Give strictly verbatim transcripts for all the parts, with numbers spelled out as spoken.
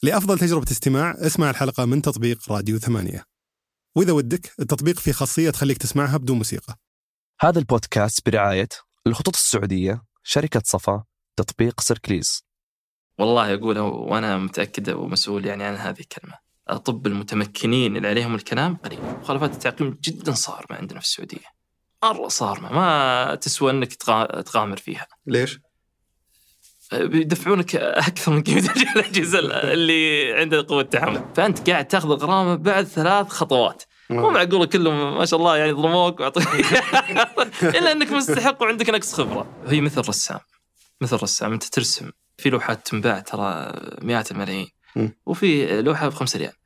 لأفضل تجربة استماع اسمع الحلقة من تطبيق راديو ثمانية، وإذا ودك التطبيق فيه خاصية تخليك تسمعها بدون موسيقى. هذا البودكاست برعاية الخطوط السعودية، شركة صفا، تطبيق سيركليز. والله أقولها وأنا متأكد ومسؤول يعني عن هذه الكلمة. الطب المتمكنين اللي عليهم الكلام قليل. مخالفات التعقيم جدا صارمة عندنا في السعودية، مرة صارمة، ما تسوى أنك تغامر فيها. ليش؟ بيدفعونك أكثر من قيمة الأجهزة اللي عندها قوة تحمل، فأنت قاعد تأخذ الغرامة بعد ثلاث خطوات. مو معقولة كلهم ما شاء الله يعني ظلموك وعطيك إلا أنك مستحق وعندك نقص خبرة. هي مثل رسام، مثل رسام أنت ترسم في لوحات تنباع ترى مئات الملايين، وفي لوحة بخمسة ريال.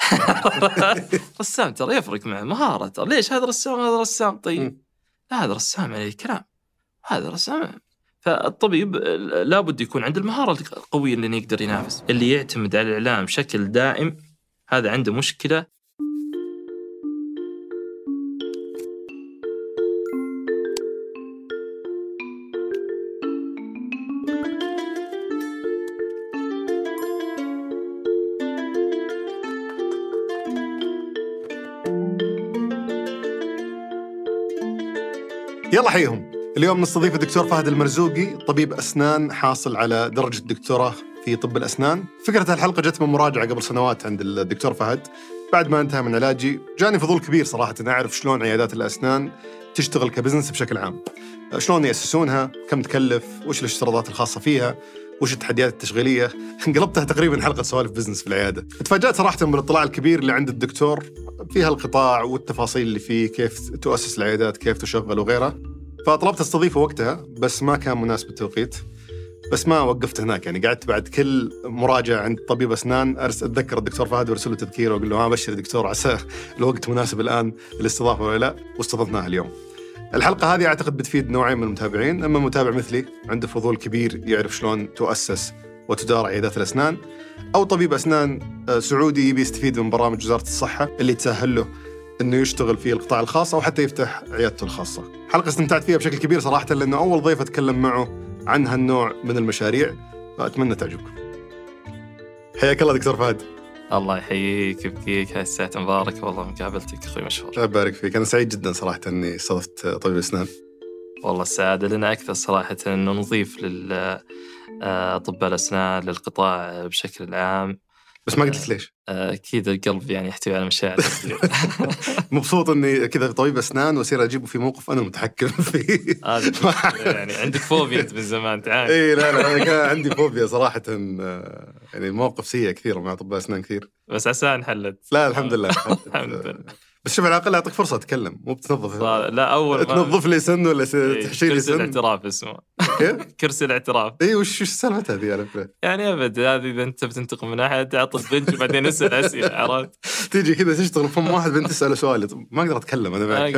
رسام ترى يفرق معه مهارة. ترى ليش هذا رسام هذا رسام؟ طيب لا، هذا رسام عليه كلام، هذا رسام. فالطبيب لابد يكون عنده المهارة القوية اللي يقدر ينافس. اللي يعتمد على الإعلام بشكل دائم هذا عنده مشكلة. يلا حيهم. اليوم نستضيف الدكتور فهد المرزوقي، طبيب أسنان حاصل على درجة الدكتوراه في طب الأسنان. فكرة الحلقة جت من مراجعة قبل سنوات عند الدكتور فهد. بعد ما انتهى من علاجي جاني فضول كبير صراحة أن أعرف شلون عيادات الأسنان تشتغل كبزنس بشكل عام، شلون يأسسونها، كم تكلف، وش الاشتراطات الخاصة فيها، وش التحديات التشغيلية. قلبتها تقريبا حلقة سوالف بزنس في العيادة. تفاجأت صراحة بالاطلاع الكبير اللي عند الدكتور فيها القطاع والتفاصيل اللي فيه، كيف تؤسس العيادات، كيف تشغل وغيرها. فطلبت استضيفه وقتها بس ما كان مناسب التوقيت. بس ما وقفت هناك، يعني قعدت بعد كل مراجعة عند طبيب أسنان أرس أتذكر الدكتور فهد وارسله تذكير وأقول له ما بشر دكتور عسى الوقت مناسب الآن الاستضافة ولا لا، واستضفناها اليوم. الحلقة هذه أعتقد بتفيد نوعين من المتابعين، أما متابع مثلي عنده فضول كبير يعرف شلون تؤسس وتدار عيادات الأسنان، أو طبيب أسنان سعودي يبي يستفيد من برامج وزارة الصحة اللي تسهل له إنه يشتغل في القطاع الخاص أو حتى يفتح عيادته الخاصة. حلقة استمتعت فيها بشكل كبير صراحة، لأنه أول ضيف أتكلم معه عن هالنوع من المشاريع، فأتمنى تعجبكم. حياك الله دكتور فهد. الله يحييك ويبقيك، هاي الساعة مباركة والله مقابلتك أخوي مشهور. الله يبارك فيك، أنا سعيد جدا صراحة أني استضفت طبيب أسنان. والله السعادة لنا أكثر صراحة أنه نضيف للأطباء الأسنان للقطاع بشكل عام. بس ما قلت ليش؟ أكيد القلب يعني يحتوي على مشاعر. مبسوط إني كذا طبيب أسنان وأصير أجيبه في موقف أنا متحكم فيه. يعني عندك فوبيا أنت من زمان تعال. إيه لا لا أنا كان عندي فوبيا صراحة، يعني موقف سيء كثير مع أطباء أسنان كثير. بس عسى انحلت. لا الحمد لله. الحمد لله. بس شوف على الأقل أعطيك فرصة أتكلم، مو بتنظف. لا أول تنظف لي سن ولا إيه تحشي لي سن. كرسي الاعتراف اسمه. كرسي الاعتراف. إيه وش وش السالفة هذه أنا فيه؟ يعني أبد هذه إذا أنت بتنتقم من أحد تعطي البنج وبعدين اسأل أسئلة عرفت. تيجي كذا تشتغل فم واحد بنت تسأل سؤال ما أقدر أتكلم أنا معك.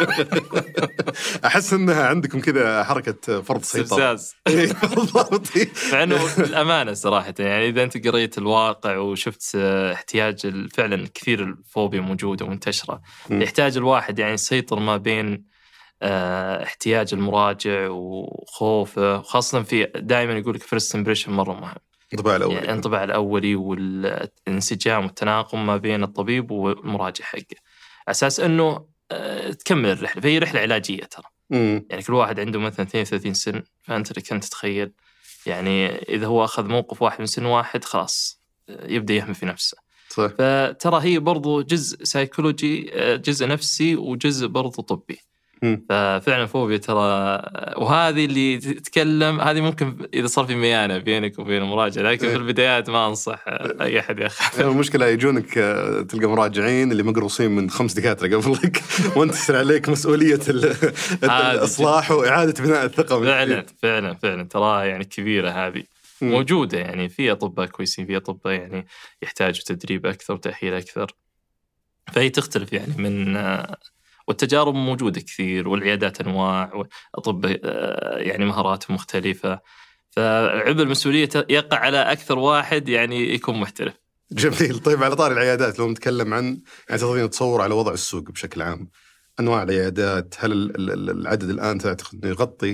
أحس إنها عندكم كذا حركة فرض سيطرة. بالضبط. مع إنه الأمانة صراحة يعني إذا أنت قريت الواقع وشفت احتياج فعلا كثير الفوبيا موجودة ومنتشرة، يحتاج الواحد يعني يسيطر ما بين اه احتياج المراجع وخوفه، خاصة في دائما يقولك first impression مرة مهم. الانطباع الأولي. يعني الانطباع الأولي والانسجام والتناقم ما بين الطبيب والمراجع حقه، أساس أنه اه تكمل الرحلة. فهي رحلة علاجية ترى. يعني كل واحد عنده مثلا اثنين وثلاثين سن، فأنت اللي كنت تتخيل يعني إذا هو أخذ موقف واحد من سن واحد خلاص يبدأ يهم في نفسه. صح. فترى هي برضو جزء سايكولوجي، جزء نفسي، وجزء برضو طبي. مم. ففعلا فوبيا ترى، وهذه اللي تتكلم هذه ممكن إذا صار في ميانة بينك وبين المراجع، لكن في البدايات ما أنصح أي أحد يأخذ. المشكلة يجونك تلقى مراجعين اللي مقروصين من خمس دكاترة قبلك وأنت تسر عليك مسؤولية الإصلاح وإعادة بناء الثقة. فعلا فعلا فعلا تراها يعني كبيرة هذه. مم. موجودة يعني في أطباء كويسين، في أطباء يعني يحتاجوا تدريب أكثر وتأهيل أكثر، فهي تختلف يعني من، والتجارب موجودة كثير، والعيادات أنواع، وأطباء يعني مهارات مختلفة، فعبء المسؤولية يقع على أكثر واحد يعني يكون محترف. جميل. طيب على طار العيادات لو نتكلم عن يعني تقدرين تصور على وضع السوق بشكل عام، أنواع العيادات، هل العدد الآن تعتقد أنه يغطي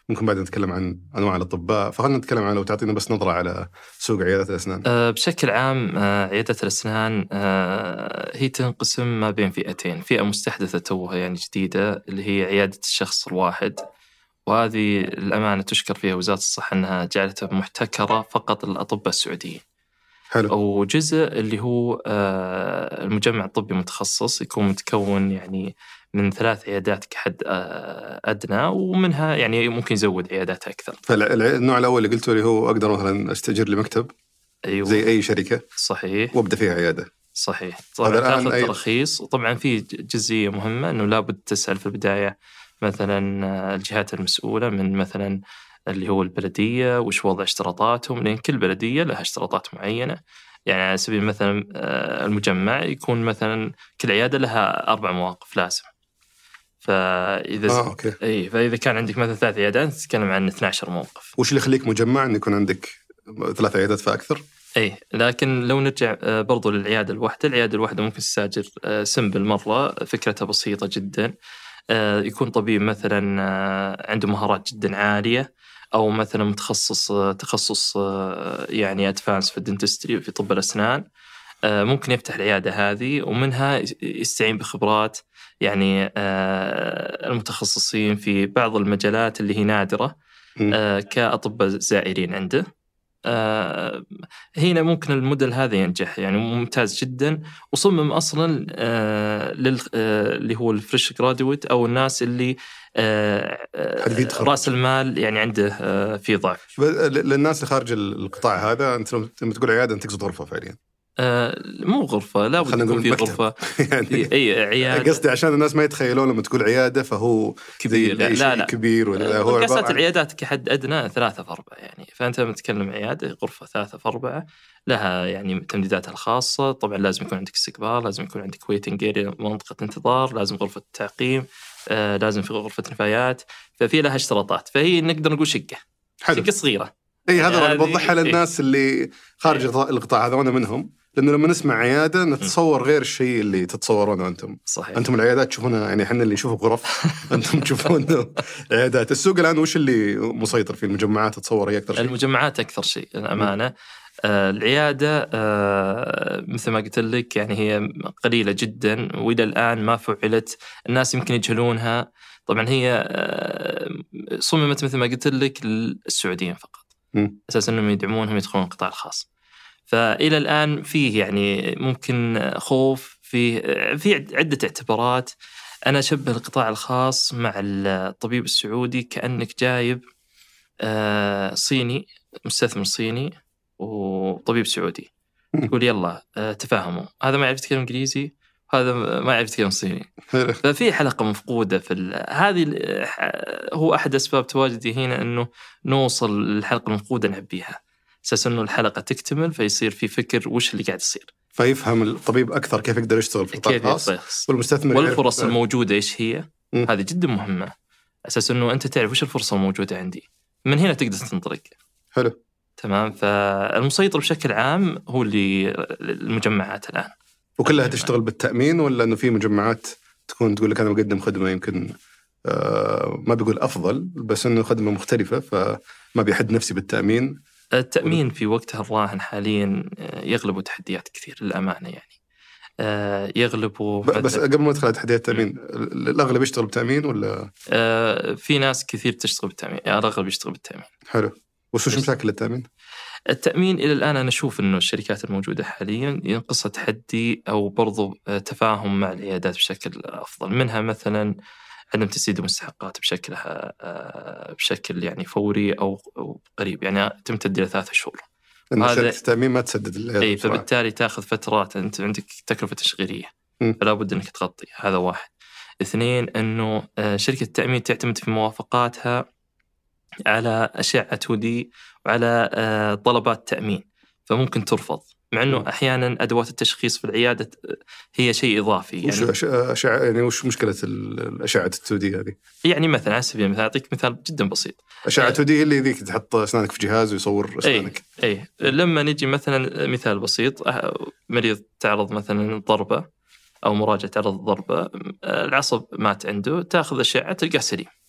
ممكن بعد نتكلم عن أنواع الأطباء، فخلنا نتكلم عن لو تعطينا بس نظرة على سوق عيادات الأسنان. أه بشكل عام أه عيادات الأسنان أه هي تنقسم ما بين فئتين، فئة مستحدثة توها يعني جديدة اللي هي عيادة الشخص الواحد، وهذه الأمانة تشكر فيها وزارة الصحة أنها جعلتها محتكرة فقط للأطباء السعوديين. حلو. أو جزء اللي هو أه المجمع الطبي المتخصص يكون متكون يعني من ثلاث عيادات كحد أدنى، ومنها يعني ممكن يزود عيادات أكثر. فالنوع الأول اللي قلته اللي هو أقدر مثلا أستأجر لي مكتب أيوة. زي أي شركة. صحيح. وابدأ فيها عيادة. صحيح. طبعا تاخذ أي... ترخيص، وطبعا في جزئية مهمة أنه لابد تسأل في البداية مثلا الجهات المسؤولة من مثلا اللي هو البلدية وش وضع اشتراطاتهم، لأن كل بلدية لها اشتراطات معينة. يعني على سبيل مثلا المجمع يكون مثلا كل عيادة لها أربع مواقف لازم. فإذا آه، أوكي. أي فإذا كان عندك مثلا ثلاث عيادات تتكلم عن اثنا عشر موقف. وش اللي يخليك مجمع أن يكون عندك ثلاث عيادات فأكثر؟ أي لكن لو نرجع برضو للعيادة الواحدة، العيادة الواحدة ممكن تستأجر سمبل مرة، فكرتها بسيطة جدا. يكون طبيب مثلا عنده مهارات جدا عالية، أو مثلا متخصص تخصص يعني أدفانس في الدنتستري في طب الأسنان، ممكن يفتح العيادة هذه ومنها يستعين بخبرات يعني المتخصصين في بعض المجالات اللي هي نادرة كأطباء زائرين عنده. آه هنا ممكن الموديل هذا ينجح، يعني ممتاز جدا، وصمم أصلا آه لل آه اللي هو الفريش جرادويت أو الناس اللي آه رأس المال يعني عنده آه في ضعف. للناس اللي خارج القطاع هذا أنت لما تقول عيادة أنت تقصد غرفة فعليا؟ آه مو غرفة، لا بد يكون في غرفة يعني أي عيادة. قصدي عشان الناس ما يتخيلون لما تقول عيادة فهو كبير، لا لا, لا كبير ولا هو قصة عن... العيادات كحد أدنى ثلاثة في أربعة يعني، فأنت متكلم عيادة غرفة ثلاثة في أربعة لها يعني تمديداتها الخاصة. طبعا لازم يكون عندك استقبال، لازم يكون عندك ويتنج اريا منطقة انتظار، لازم غرفة تعقيم، آه لازم في غرفة نفايات، ففي لها اشتراطات. فهي نقدر نقول شقة حلو. شقة صغيرة. اي هذا اللي بوضحها للناس اللي خارج إيه. القطاع هذا وانا منهم، لأنه لما نسمع عيادة نتصور غير الشيء اللي تتصورونه أنتم. صحيح. أنتم العيادات تشوفونها يعني إحنا اللي نشوفه بغرف أنتم تشوفونه عيادات. السوق الآن وش اللي مسيطر في المجمعات؟ تتصور هي أكثر شيء؟ المجمعات أكثر شيء الأمانة. آه العيادة آه مثل ما قلت لك يعني هي قليلة جدا، وإلى الآن ما فعلت. الناس يمكن يجهلونها. طبعا هي آه صممت مثل ما قلت لك للسعوديين فقط، أساسا أنهم يدعمونهم يدخلون القطاع الخاص. فإلى الآن فيه يعني ممكن خوف، فيه في عدة اعتبارات. أنا أشبه القطاع الخاص مع الطبيب السعودي كأنك جايب صيني، مستثمر صيني وطبيب سعودي، تقول يلا تفاهموا، هذا ما يعرف يتكلم إنجليزي وهذا ما يعرف يتكلم صيني. ففي حلقة مفقودة في هذه. هو أحد أسباب تواجدي هنا أنه نوصل للحلقة المفقودة نعبيها، أساس أنه الحلقة تكتمل فيصير في فكر وش اللي قاعد يصير، فيفهم الطبيب أكثر كيف يقدر يشتغل في القطاع الخاص، والمستثمر والفرص الموجودة إيش هي. م. هذه جدا مهمة، أساس أنه أنت تعرف وش الفرصة الموجودة عندي، من هنا تقدر تنطلق. حلو. تمام. فالمسيطر بشكل عام هو اللي المجمعات الآن. وكلها تشتغل بالتأمين، ولا أنه في مجمعات تكون تقول لك أنا بقدم خدمة يمكن آه ما بيقول أفضل، بس أنه خدمة مختلفة فما بيحد نفسي بالتأمين؟ التأمين في وقتها الراهن حاليا يغلبوا تحديات كثير للأمانة، يعني يغلبوا. بس قبل ما ندخل على تحديات التأمين، الأغلب يشتغل بالتأمين ولا؟ في ناس كثير تشتغل بالتأمين، يعني الأغلب يشتغل بالتأمين. حلو. وش مشاكل التأمين؟ التأمين إلى الآن أنا أشوف إنه الشركات الموجودة حاليا ينقصها تحدي أو برضو تفاهم مع العيادات بشكل أفضل. منها مثلا عدم تسديد المستحقات بشكلها بشكل يعني فوري أو قريب، يعني تمتد إلى ثلاثة شهور. إن شركة التأمين ما تسدد العيادة. أي، فبالتالي تأخذ فترات، أنت عندك تكلفة تشغيلية فلا بد إنك تغطي. هذا واحد. اثنين، إنه شركة التأمين تعتمد في موافقاتها على أشعة تو دي وعلى طلبات تأمين، فممكن ترفض، مع أنه أحيانا أدوات التشخيص في العيادة هي شيء إضافي. يعني وش أشعة يعني وش مشكلة الأشعة التو دي هذه؟ يعني مثلا على سبيل المثال أعطيك مثال جدا بسيط. أشعة تو دي اللي ذيك تحط أسنانك في جهاز ويصور أسنانك. أي, أي. لما نجي مثلا مثال بسيط، مريض تعرض مثلا ضربة أو مراجعة تعرض ضربة، العصب مات عنده، تأخذ أشعة تلقاه سليم،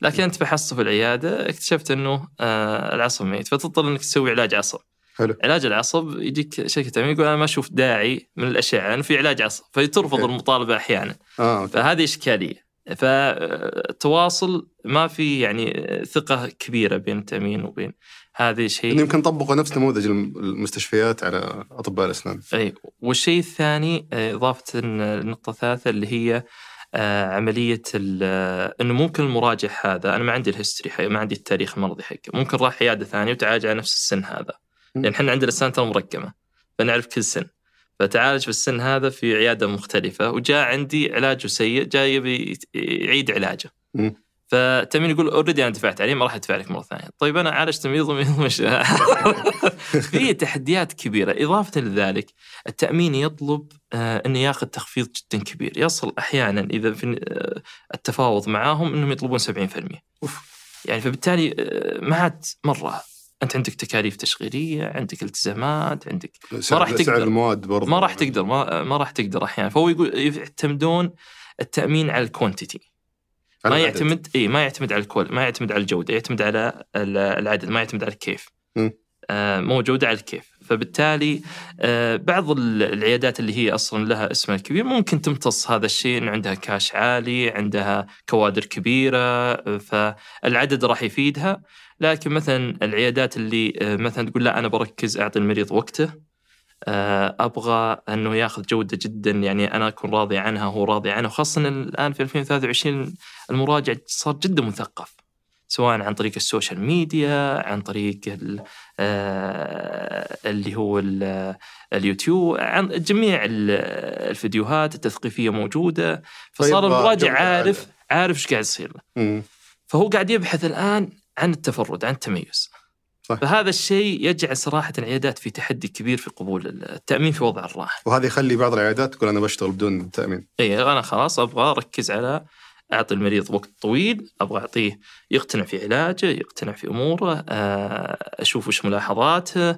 لكن أنت فحصت في العيادة اكتشفت أنه آه العصب ميت، فتضطر أنك تسوي علاج عصب. حلو. علاج العصب يجيك شركة تأمين يقول أنا ما أشوف داعي من الأشعة أنه في علاج عصب، فترفض أوكي. المطالبة أحيانا. آه، فهذه إشكالية. فالتواصل ما في يعني ثقة كبيرة بين التأمين وبين هذا شيء. يمكن طبقوا نفس نموذج المستشفيات على أطباء الأسنان. أي. والشيء الثاني إضافة النقطة الثالثة اللي هي عملية إنه ممكن المراجع هذا، أنا ما عندي الهيستوري، ما عندي التاريخ المرضي حقه، ممكن راح عيادة ثانية وتعالج على نفس السن هذا، لأن يعني إحنا عندنا الأسنان ترى مرقمة فنعرف كل سن، فتعالج في السن هذا في عيادة مختلفة وجاء عندي علاجه سيء، جاي يبي يعيد علاجه. م. فالتأمين يقول أوريدي أنا دفعت عليه، ما راح أدفع لك مرة ثانية. طيب أنا عالجت مريض مش في تحديات كبيرة. إضافة لذلك التأمين يطلب آه أنه يأخذ تخفيض جدا كبير، يصل أحيانا إذا في آه التفاوض معهم أنهم يطلبون سبعين بالمئة. يعني فبالتالي آه ما عاد مرة أنت عندك تكاليف تشغيلية، عندك التزامات، عندك ما راح تقدر ما راح تقدر ما, ما راح تقدر أحيانا. فهو يقول يعتمدون التأمين على الكوانتيتي، ما يعتمد إيه ما يعتمد على الكل، ما يعتمد على الجودة، يعتمد على العدد، ما يعتمد على الكيف. آه مو جودة على الكيف. فبالتالي آه بعض العيادات اللي هي أصلا لها اسمها كبير ممكن تمتص هذا الشيء، إنه عندها كاش عالي، عندها كوادر كبيرة، فالعدد راح يفيدها. لكن مثلا العيادات اللي آه مثلا تقول لا أنا بركز أعطي المريض وقته، أبغى أنه يأخذ جودة جدا يعني أنا أكون راضي عنها هو راضي عنها. وخاصة الآن في ألفين وثلاثة وعشرين المراجع صار جدا مثقف، سواء عن طريق السوشيال ميديا، عن طريق اللي هو اليوتيوب، عن جميع الفيديوهات التثقيفية موجودة. فصار المراجع عارف عارف إيش قاعد يصير له، فهو قاعد يبحث الآن عن التفرد، عن التميز. صح. فهذا الشيء يجعل صراحة العيادات في تحدي كبير في قبول التأمين في وضع الراحة. وهذا يخلي بعض العيادات تقول أنا بشتغل بدون تأمين. إيه أنا خلاص أبغى أركز على أعطي المريض وقت طويل، أبغى أعطيه يقتنع في علاجه، يقتنع في أموره، أشوف وش ملاحظاته،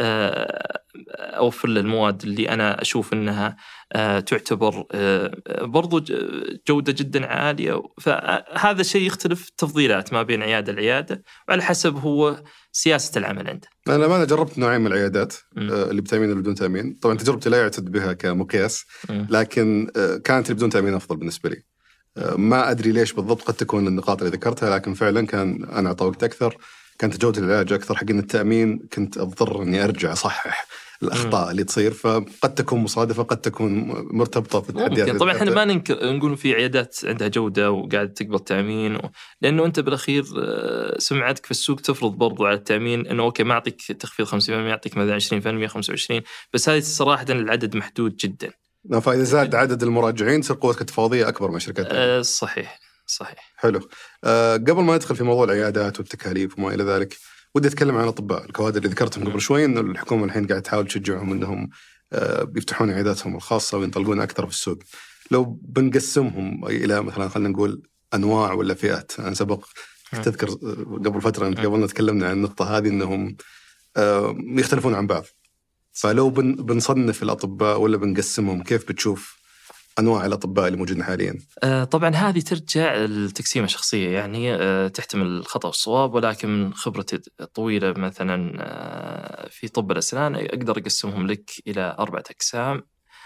أوفر له المواد اللي أنا أشوف أنها تعتبر برضو جودة جدا عالية. فهذا الشيء يختلف تفضيلات ما بين عيادة العيادة وعلى حسب هو سياسة العمل عنده. أنا ما أنا جربت نوعين من العيادات م. اللي بتأمين واللي بدون تأمين. طبعا تجربتي لا يعتد بها كمقياس، لكن كانت اللي بدون تأمين أفضل بالنسبة لي. ما أدري ليش بالضبط، قد تكون النقاط اللي ذكرتها، لكن فعلا كان أنا أعطى وقت أكثر، كانت جودة العلاج أكثر. حق التأمين كنت أضطر إني أرجع أصحح الأخطاء اللي تصير، فقد تكون مصادفة، قد تكون مرتبطة في التحديات. طبعا إحنا ما نقول في عيادات عندها جودة وقاعد تقبل تأمين و... لأنه أنت بالأخير سمعتك في السوق تفرض برضو على التأمين إنه أوكي ما أعطيك تخفيض خمسين بالمئة، يعطيك مثلا عشرين بالمئة خمسة وعشرين، بس هذه صراحة العدد محدود جدا. فإذا زاد عدد المراجعين تصير قوتك التفاوضية أكبر من شركات أه صحيح صحيح. حلو. أه قبل ما ندخل في موضوع العيادات والتكاليف وما إلى ذلك، ودي أتكلم عن الأطباء الكوادر اللي ذكرتهم قبل شوي، إن الحكومة الحين قاعد تحاول تشجعهم إنهم أه بيفتحون عياداتهم الخاصة وينطلقون أكثر في السوق. لو بنقسمهم إلى مثلا خلينا نقول أنواع ولا فئات، أنا سبق تذكر قبل فترة قبل تكلمنا عن النقطة هذه إنهم أه يختلفون عن بعض. فلو بن بنصنف الأطباء ولا بنقسمهم، كيف بتشوف أنواع الأطباء اللي موجودين حالياً؟ آه طبعاً هذه ترجع للتقسيمة الشخصية، يعني آه تحتمل الخطأ والصواب، ولكن من خبرتي الطويلة مثلاً آه في طب الأسنان أقدر أقسمهم لك إلى أربعة أقسام.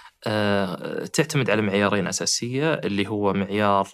آه تعتمد على معيارين أساسية، اللي هو معيار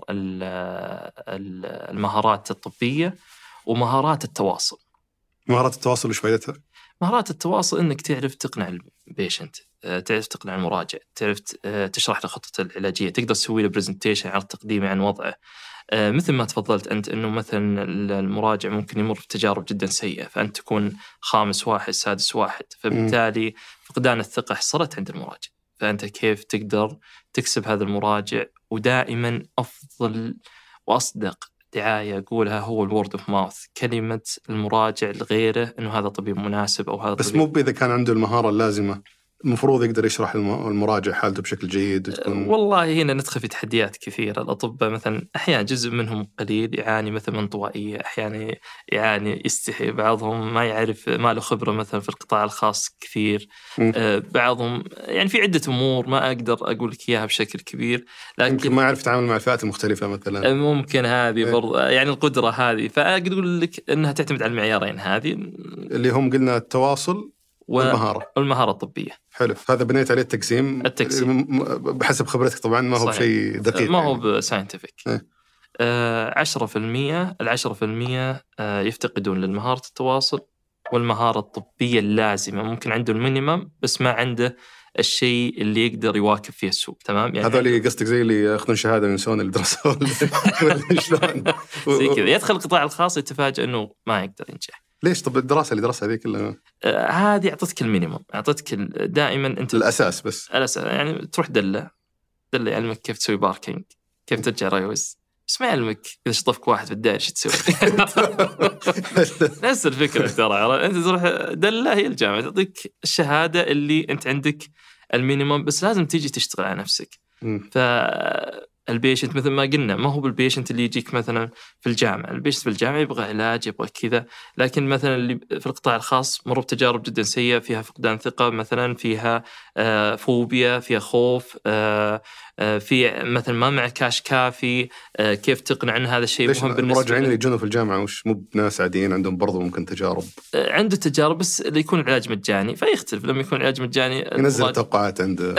المهارات الطبية ومهارات التواصل. مهارات التواصل وش فائدتها؟ مهارات التواصل إنك تعرف تقنع البيشنت، تعرف تقنع المراجع، تعرف تشرح له خطة العلاجية، تقدر تسوي له برزنتيشن عرض تقديمي عن وضعه. مثل ما تفضلت أنت إنه مثلا المراجع ممكن يمر بتجارب جدا سيئة، فأنت تكون خامس واحد سادس واحد، فبالتالي فقدان الثقة حصلت عند المراجع. فأنت كيف تقدر تكسب هذا المراجع؟ ودائما أفضل وأصدق دعاية أقولها هو الورد اوف ماوث، كلمة المراجع لغيره إنه هذا طبيب مناسب أو هذا بس طبيب. مو إذا كان عنده المهارة اللازمة المفروض يقدر يشرح المراجع حالته بشكل جيد وتكون... والله هنا ندخل في تحديات كثيرة. الأطباء مثلا أحيانا جزء منهم قليل يعاني مثلا من انطوائية، أحيانا يعاني يستحي، بعضهم ما يعرف، ما له خبرة مثلا في القطاع الخاص كثير، آه بعضهم يعني في عدة أمور ما أقدر أقول لك إياها بشكل كبير، لكن ما يعرف يتعامل مع الفئات المختلفة مثلا، ممكن هذه برضه يعني القدرة هذه. فأقدر أقول لك أنها تعتمد على المعيارين هذه اللي هم قلنا التواصل والمهارة والمهارة الطبية. حلو، هذا بنيت عليه التقسيم التقسيم بحسب خبرتك طبعا، ما هو بشيء دقيق، ما يعني. هو بساينتفك. عشرة في المية العشرة في المية يفتقدون للمهارة التواصل والمهارة الطبية اللازمة. ممكن عنده المينيمم بس ما عنده الشيء اللي يقدر يواكب فيه السوق. تمام، يعني هذا اللي قصدك زي اللي ياخذون شهادة من سون اللي درسوا شلون زي كذا يدخل القطاع الخاص يتفاجأ إنه ما يقدر ينجح. ليش؟ طب الدراسة اللي درسها هذه كلها آه هذه أعطتك المينيمم، أعطتك دائما أنت الأساس، بس الأساس يعني تروح دلة دلة يعلمك كيف تسوي باركينج، كيف ترجع رايوز، بس ما يعلمك إذا شطفك واحد في الدائرة شو تسوي. نفس الفكرة ترى، أنت تروح دلة هي الجامعة تعطيك الشهادة اللي أنت عندك المينيمم، بس لازم تيجي تشتغل على نفسك. ف البيشنت مثل ما قلنا ما هو بالبيشنت اللي يجيك مثلا في الجامعة، البيشنت في الجامعة يبغى علاج يبغى كذا، لكن مثلا اللي في القطاع الخاص مروا بتجارب جدا سيئة، فيها فقدان ثقة مثلا، فيها آه فوبيا، فيها خوف، آه آه في مثلا ما معه كاش كافي، آه كيف تقنع أن هذا الشيء مهم بالنسبة. المراجعين اللي يجونوا في الجامعة وش مو بناس عاديين عندهم برضو ممكن تجارب؟ آه عنده تجارب بس اللي يكون العلاج مجاني فيختلف. لما يكون العلاج مجاني ينزل توقعات عند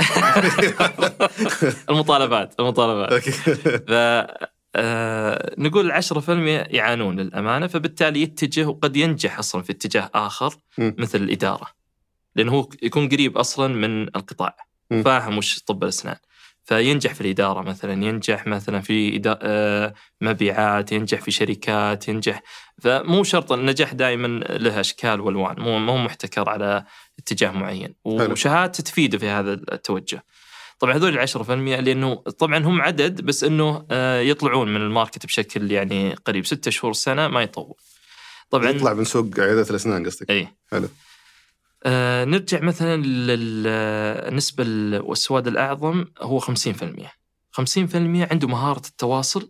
المطالبات المطالبات ف آه نقول العشرة في المية يعانون للأمانة، فبالتالي يتجه وقد ينجح أصلا في اتجاه آخر م. مثل الإدارة، لأنه هو يكون قريب أصلا من القطاع، م. فاهم وش طب الأسنان، فينجح في الإدارة مثلا، ينجح مثلا في آه مبيعات، ينجح في شركات، ينجح. فمو شرط النجاح دائما له أشكال والوان، مو مو محتكر على اتجاه معين، وشهادة تفيده في هذا التوجه. طبعا هذول العشرة في المية لأنه طبعا هم عدد، بس إنه يطلعون من الماركت بشكل يعني قريب، ستة شهور سنة ما يطول. طبعا يطلع من سوق عيادات الأسنان قصدك؟ أي حلو. آه نرجع مثلا للنسبة والسواد الأعظم هو خمسين في المية خمسين في المية عنده مهارة التواصل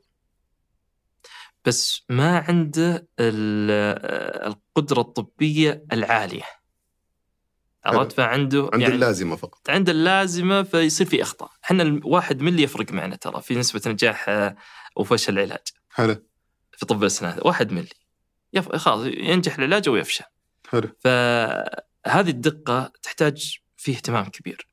بس ما عنده القدرة الطبية العالية. عرفت؟ فعنده عنده يعني اللازمة فقط، عنده اللازمة، فيصير في أخطاء. إحنا الواحد ملي يفرق معنا ترى في نسبة نجاح وفشل العلاج. حلو. في طب الأسنان واحد ملي يف... خلاص ينجح العلاج أو يفشل. حلو. فهذه الدقة تحتاج فيه اهتمام كبير.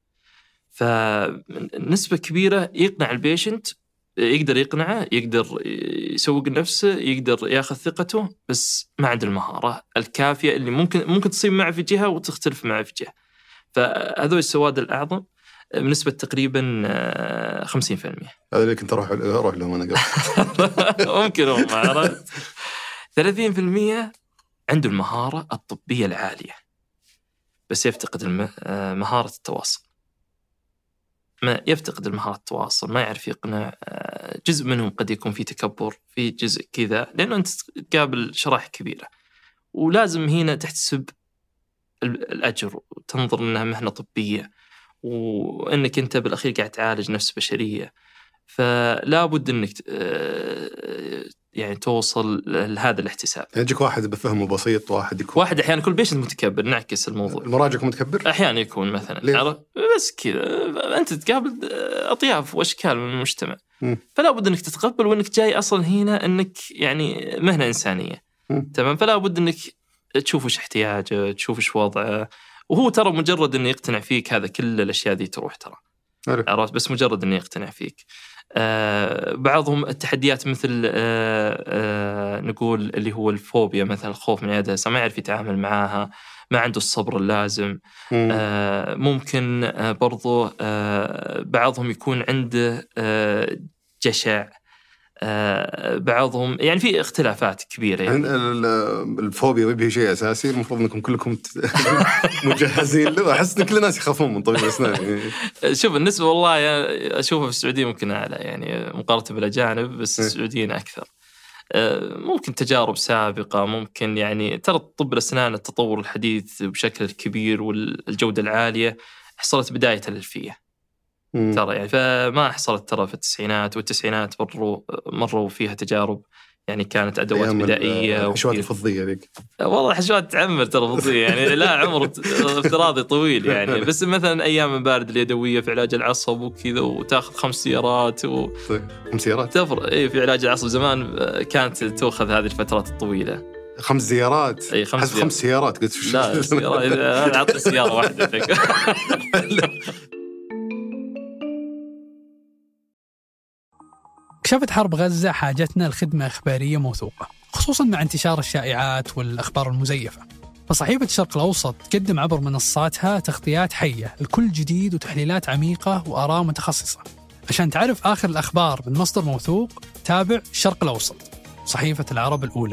فنسبة كبيرة يقنع البيشنت، يقدر يقنعه، يقدر يسوق نفسه، يقدر ياخذ ثقته، بس ما عنده المهارة الكافية اللي ممكن ممكن تصيب معه في جهة وتختلف معه في جهة. فهذول السواد الأعظم بنسبة تقريبا خمسين في المية. هذا اللي كنت أروح أروح لهم أنا قبل. ممكن هم عرفت. ثلاثين في المية عنده المهارة الطبية العالية بس يفتقد مهارة التواصل. ما يفتقد المهارة التواصل، ما يعرف يقنع. جزء منهم قد يكون في تكبر، في جزء كذا، لأنه أنت تقابل شرائح كبيرة، ولازم هنا تحتسب الأجر وتنظر أنها مهنة طبية، وأنك أنت بالأخير قاعد تعالج نفس بشرية. فلا بد أنك يعني توصل لهذا الاحتساب. يجيك واحد بفهمه بسيط، واحد يكون واحد أحيانا كل بيشنت متكبر، نعكس الموضوع. المراجع متكبر أحيانا يكون مثلا بس كذا، أنت تقابل أطياف وأشكال من المجتمع، م. فلا بد أنك تتقبل، وأنك جاي أصلا هنا أنك يعني مهنة إنسانية، م. تمام. فلا بد أنك تشوف إيش احتياجه، تشوف إيش وضعه، وهو ترى مجرد إنه يقتنع فيك هذا كل الأشياء دي تروح ترى، عرفت؟ بس مجرد إنه يقتنع فيك. آه بعضهم التحديات مثل آه آه نقول اللي هو الفوبيا، مثلا الخوف من عيادة ما يعرف يتعامل معها، ما عنده الصبر اللازم. آه ممكن آه برضو آه بعضهم يكون عنده آه جشع، آه بعضهم يعني في اختلافات كبيرة. يعني الفوبيا وبه شيء أساسي، المفروض أنكم كلكم مجهزين له. أحس أن كل الناس يخافون من طبيب الأسنان. شوف النسبة والله أشوفها في السعودية ممكن أعلى يعني مقارنة بالأجانب، بس السعوديين أكثر. ممكن تجارب سابقة، ممكن يعني ترى طب الأسنان التطور الحديث بشكل كبير والجودة العالية حصلت بداية الألفية ترى يعني، فما حصلت ترى في التسعينات، والتسعينات مروا مروا فيها تجارب يعني كانت أدوات بدائية. الحشوات الفضية ذيك والله الحشوات تعمر ترى فضية يعني لا عمر افتراضي طويل يعني، بس مثلا أيام البارد اليدوية في علاج العصب وكذا، وتأخذ خمس سيارات و... طيب خمس سيارات تفرق إيه في علاج العصب زمان كانت تأخذ هذه الفترات الطويلة. خمس زيارات أي خمس, خمس سيارات قلت شو لا سيارات هذا عطني سيارة واحدة فيك. كشفت حرب غزة حاجتنا لخدمة إخبارية موثوقة، خصوصاً مع انتشار الشائعات والأخبار المزيفة. فصحيفة الشرق الأوسط تقدم عبر منصاتها تغطيات حية لكل جديد وتحليلات عميقة وآراء متخصصة. عشان تعرف آخر الأخبار من مصدر موثوق، تابع الشرق الأوسط، صحيفة العرب الأولى.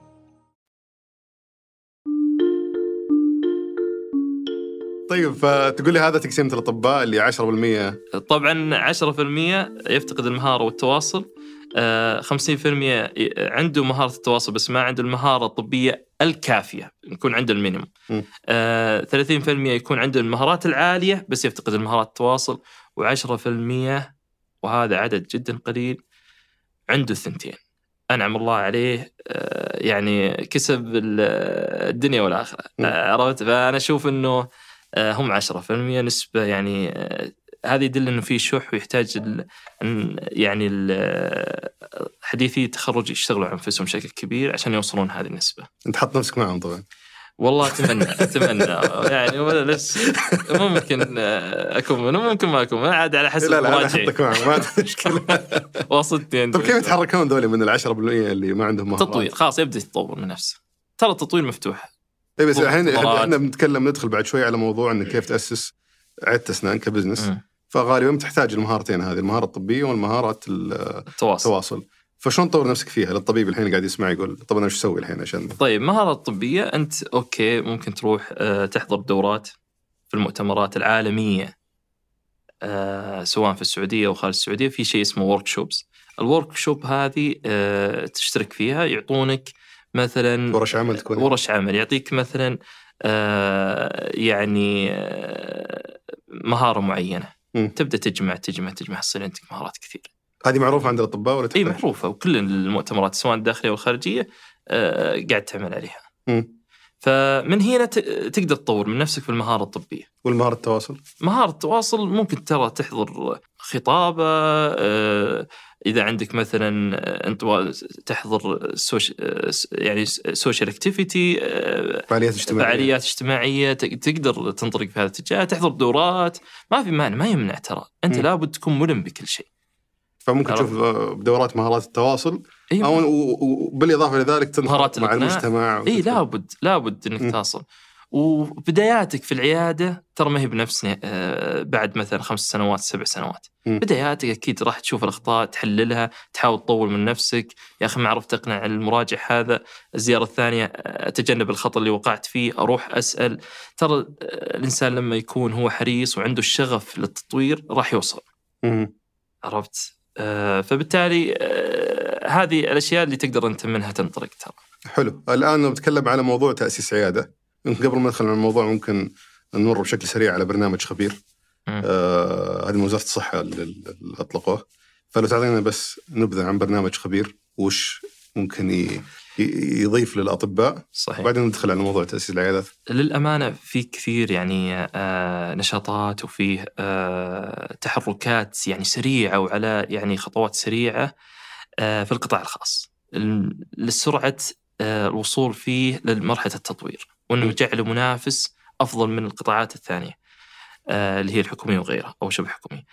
طيب فتقول لي هذا تقسيمة الأطباء اللي عشرة بالمية؟ طبعاً عشرة بالمية يفتقد المهارة والتواصل، خمسين بالمية عنده مهارة التواصل بس ما عنده المهارة الطبية الكافية، يكون عنده المينيموم. ثلاثين بالمية يكون عنده المهارات العالية بس يفتقد المهارات التواصل، وعشرة بالمية وهذا عدد جدا قليل عنده الثنتين، أنعم الله عليه يعني كسب الدنيا والآخرة. عرفت؟ فأنا أشوف أنه هم عشرة بالمية نسبة يعني، هذه يدل أنه في شح ويحتاج ال يعني حديثي التخرج يشتغلوا على أنفسهم بشكل كبير عشان يوصلون هذه النسبة. أنت حط نفسك معهم طبعا. والله أتمنى أتمنى يعني ولا لس ممكن أكون ممكن ما أكون عاد على حسب مراجعي. لا لا أحطك معهم ما مشكلة. وصلتين. طب كيف يتحركون دولي من العشرة بالمية اللي ما عندهم مهارات؟ تطوير خلاص يبدأ يتطور من نفسه، ترى التطوير مفتوح. إيه بس الحين إحنا بنتكلم ندخل بعد شوي على موضوع إنه كيف تأسس عيادة أسنان كبزنس، م. فغالبا تحتاج المهارتين هذه، المهارة الطبية والمهارة التواصل. التواصل. فشون تطور نفسك فيها؟ للطبيب الحين قاعد يسمع يقول طب أنا وش أسوي الحين عشان؟ طيب مهارة الطبية أنت أوكي ممكن تروح أه تحضر دورات في المؤتمرات العالمية أه سواء في السعودية أو خارج السعودية، في شيء اسمه وركشوبس. الوركشوب هذه أه تشترك فيها، يعطونك مثلا ورش عمل، تكون ورش عمل يعطيك مثلا أه يعني أه مهارة معينة، م. تبدأ تجمع تجمع تجمع تصير عندك مهارات كثير. هذه معروفة عند الأطباء ولا تحتاج؟ إيه معروفة، وكل المؤتمرات سواء الداخلية والخارجية أه قاعد تعمل عليها. م. فمن هنا تقدر تطور من نفسك في المهارة الطبية. والمهارة التواصل؟ مهارة التواصل ممكن ترى تحضر خطابة، أه إذا عندك مثلا أنت تحضر سوش يعني سوشيال اكتيفيتي، فعاليات اجتماعية فعاليات اجتماعية تقدر تنطلق في هذا الاتجاه، تحضر دورات، ما في مانع، ما يمنع ترى، أنت م. لابد تكون ملم بكل شيء. فممكن تشوف دورات مهارات التواصل، أيوة. أو وبالإضافة لذلك تنخرط مع المجتمع. إيه لابد لابد إنك تصل. وبداياتك في العيادة ترى ما هي بنفس بعد مثلا خمس سنوات سبع سنوات. م. بداياتك أكيد راح تشوف الأخطاء تحللها، تحاول تطور من نفسك. يا أخي ما عرفت أقنع المراجع هذا، الزيارة الثانية أتجنب الخطأ اللي وقعت فيه، أروح أسأل. ترى الإنسان لما يكون هو حريص وعنده الشغف للتطوير راح يوصل. م. عرفت؟ آه فبالتالي آه هذه الأشياء اللي تقدر أنت منها تنطلق. ترى حلو. الآن نتكلم على موضوع تأسيس عيادة. قبل ما ندخل على الموضوع ممكن نمر بشكل سريع على برنامج خبير. آه هذه وزارة الصحة اللي أطلقوه، فلو تعطينا بس نبذة عن برنامج خبير وش ممكن يضيف للأطباء. صحيح. وبعدين ندخل على موضوع تأسيس العيادات. للأمانة في كثير يعني آه نشاطات وفيه آه تحركات يعني سريعة وعلى يعني خطوات سريعة آه في القطاع الخاص لسرعة آه الوصول فيه لمرحلة التطوير، وأنه جعله منافس أفضل من القطاعات الثانية آه اللي هي الحكومية وغيرها أو شبه حكومية.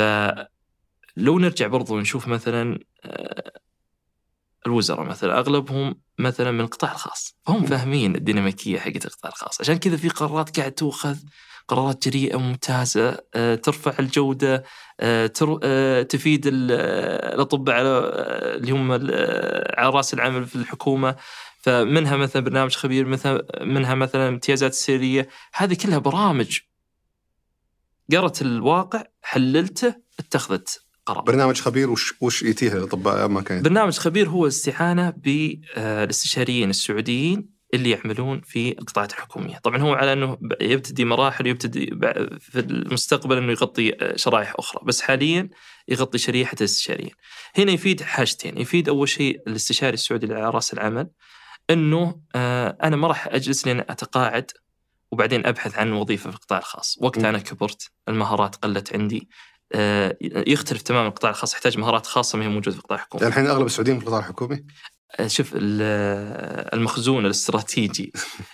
فلو نرجع برضو نشوف مثلا آه الوزراء مثلا أغلبهم مثلا من القطاع الخاص، فهم فاهمين الديناميكية حقت القطاع الخاص، عشان كذا في قرارات قاعد تأخذ، قرارات جريئة ممتازة أه ترفع الجودة، أه أه تفيد الأطباء على اللي هم على رأس العمل في الحكومة. فمنها مثلا برنامج خبير، مثلا منها مثلا امتيازات السرية. هذه كلها برامج قرأت الواقع، حللته، اتخذت قرار. برنامج خبير وش وش يتيه للأطباء ما كان؟ برنامج خبير هو استعانة بالاستشاريين السعوديين اللي يعملون في القطاعات الحكومية. طبعا هو على أنه يبتدي مراحل ويبتدي في المستقبل أنه يغطي شرائح أخرى، بس حاليا يغطي شريحة الاستشاريين. هنا يفيد حاجتين. يفيد أول شيء الاستشاري السعودي اللي على رأس العمل أنه أنا ما راح أجلس لين أتقاعد وبعدين أبحث عن وظيفة في القطاع الخاص. وقت أنا كبرت، المهارات قلت عندي، يختلف تماما. القطاع الخاص يحتاج مهارات خاصة ما هي موجودة في القطاع الحكومي. يعني الحين أغلب السعوديين في القطاع الحكومي. شوف المخزون الاستراتيجي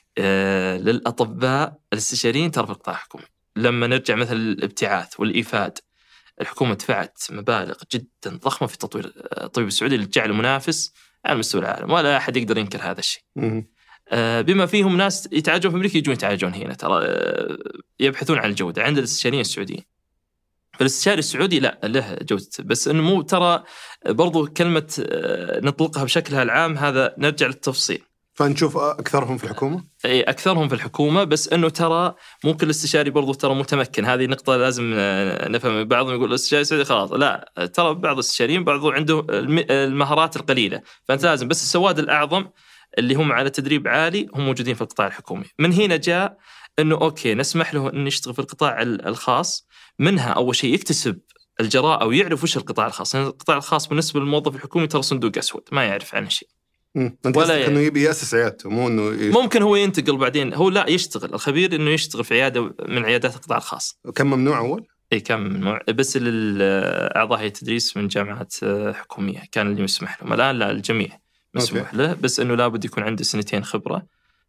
للأطباء الاستشاريين ترى في القطاع الحكومي. لما نرجع مثل الابتعاث والإيفاد، الحكومة دفعت مبالغ جدا ضخمة في تطوير الطبيب السعودي اللي جعله منافس على مستوى العالم، ولا أحد يقدر ينكر هذا الشيء. بما فيهم ناس يتعالجون في أمريكا يجون يتعالجون هنا، ترى يبحثون عن الجودة عند الاستشاريين السعوديين. فالاستشاري السعودي لا له جودته، بس إنه مو ترى برضو كلمة نطلقها بشكلها العام، هذا نرجع للتفصيل. فنشوف أكثرهم في الحكومة؟ أي أكثرهم في الحكومة، بس إنه ترى ممكن الاستشاري برضو ترى متمكن. هذه نقطة لازم نفهم. بعضهم يقول الاستشاري السعودي خلاص، لا، ترى بعض الاستشاريين بعضهم عنده المهارات القليلة، فأنت لازم. بس السواد الأعظم اللي هم على تدريب عالي هم موجودين في القطاع الحكومي. من هنا جاء إنه أوكي نسمح له إنه يشتغل في القطاع الخاص. منها أول شيء يكتسب الجراءة ويعرف وش القطاع الخاص. يعني القطاع الخاص بالنسبة للموظف الحكومي ترى صندوق أسود، ما يعرف عنه شيء. ولا يعني. إنه يبي يأسس عيادته، مو إنه يشتغل. ممكن هو ينتقل بعدين، هو لا يشتغل. الخبير إنه يشتغل في عيادة من عيادات القطاع الخاص. كم ممنوع أول؟ إيه كم ممنوع، بس للأعضاء هيئة التدريس من جامعات حكومية كان اللي مسمح لهم. الآن لا، الجميع مسموح أوكي. له، بس إنه لابد يكون عنده سنتين خبرة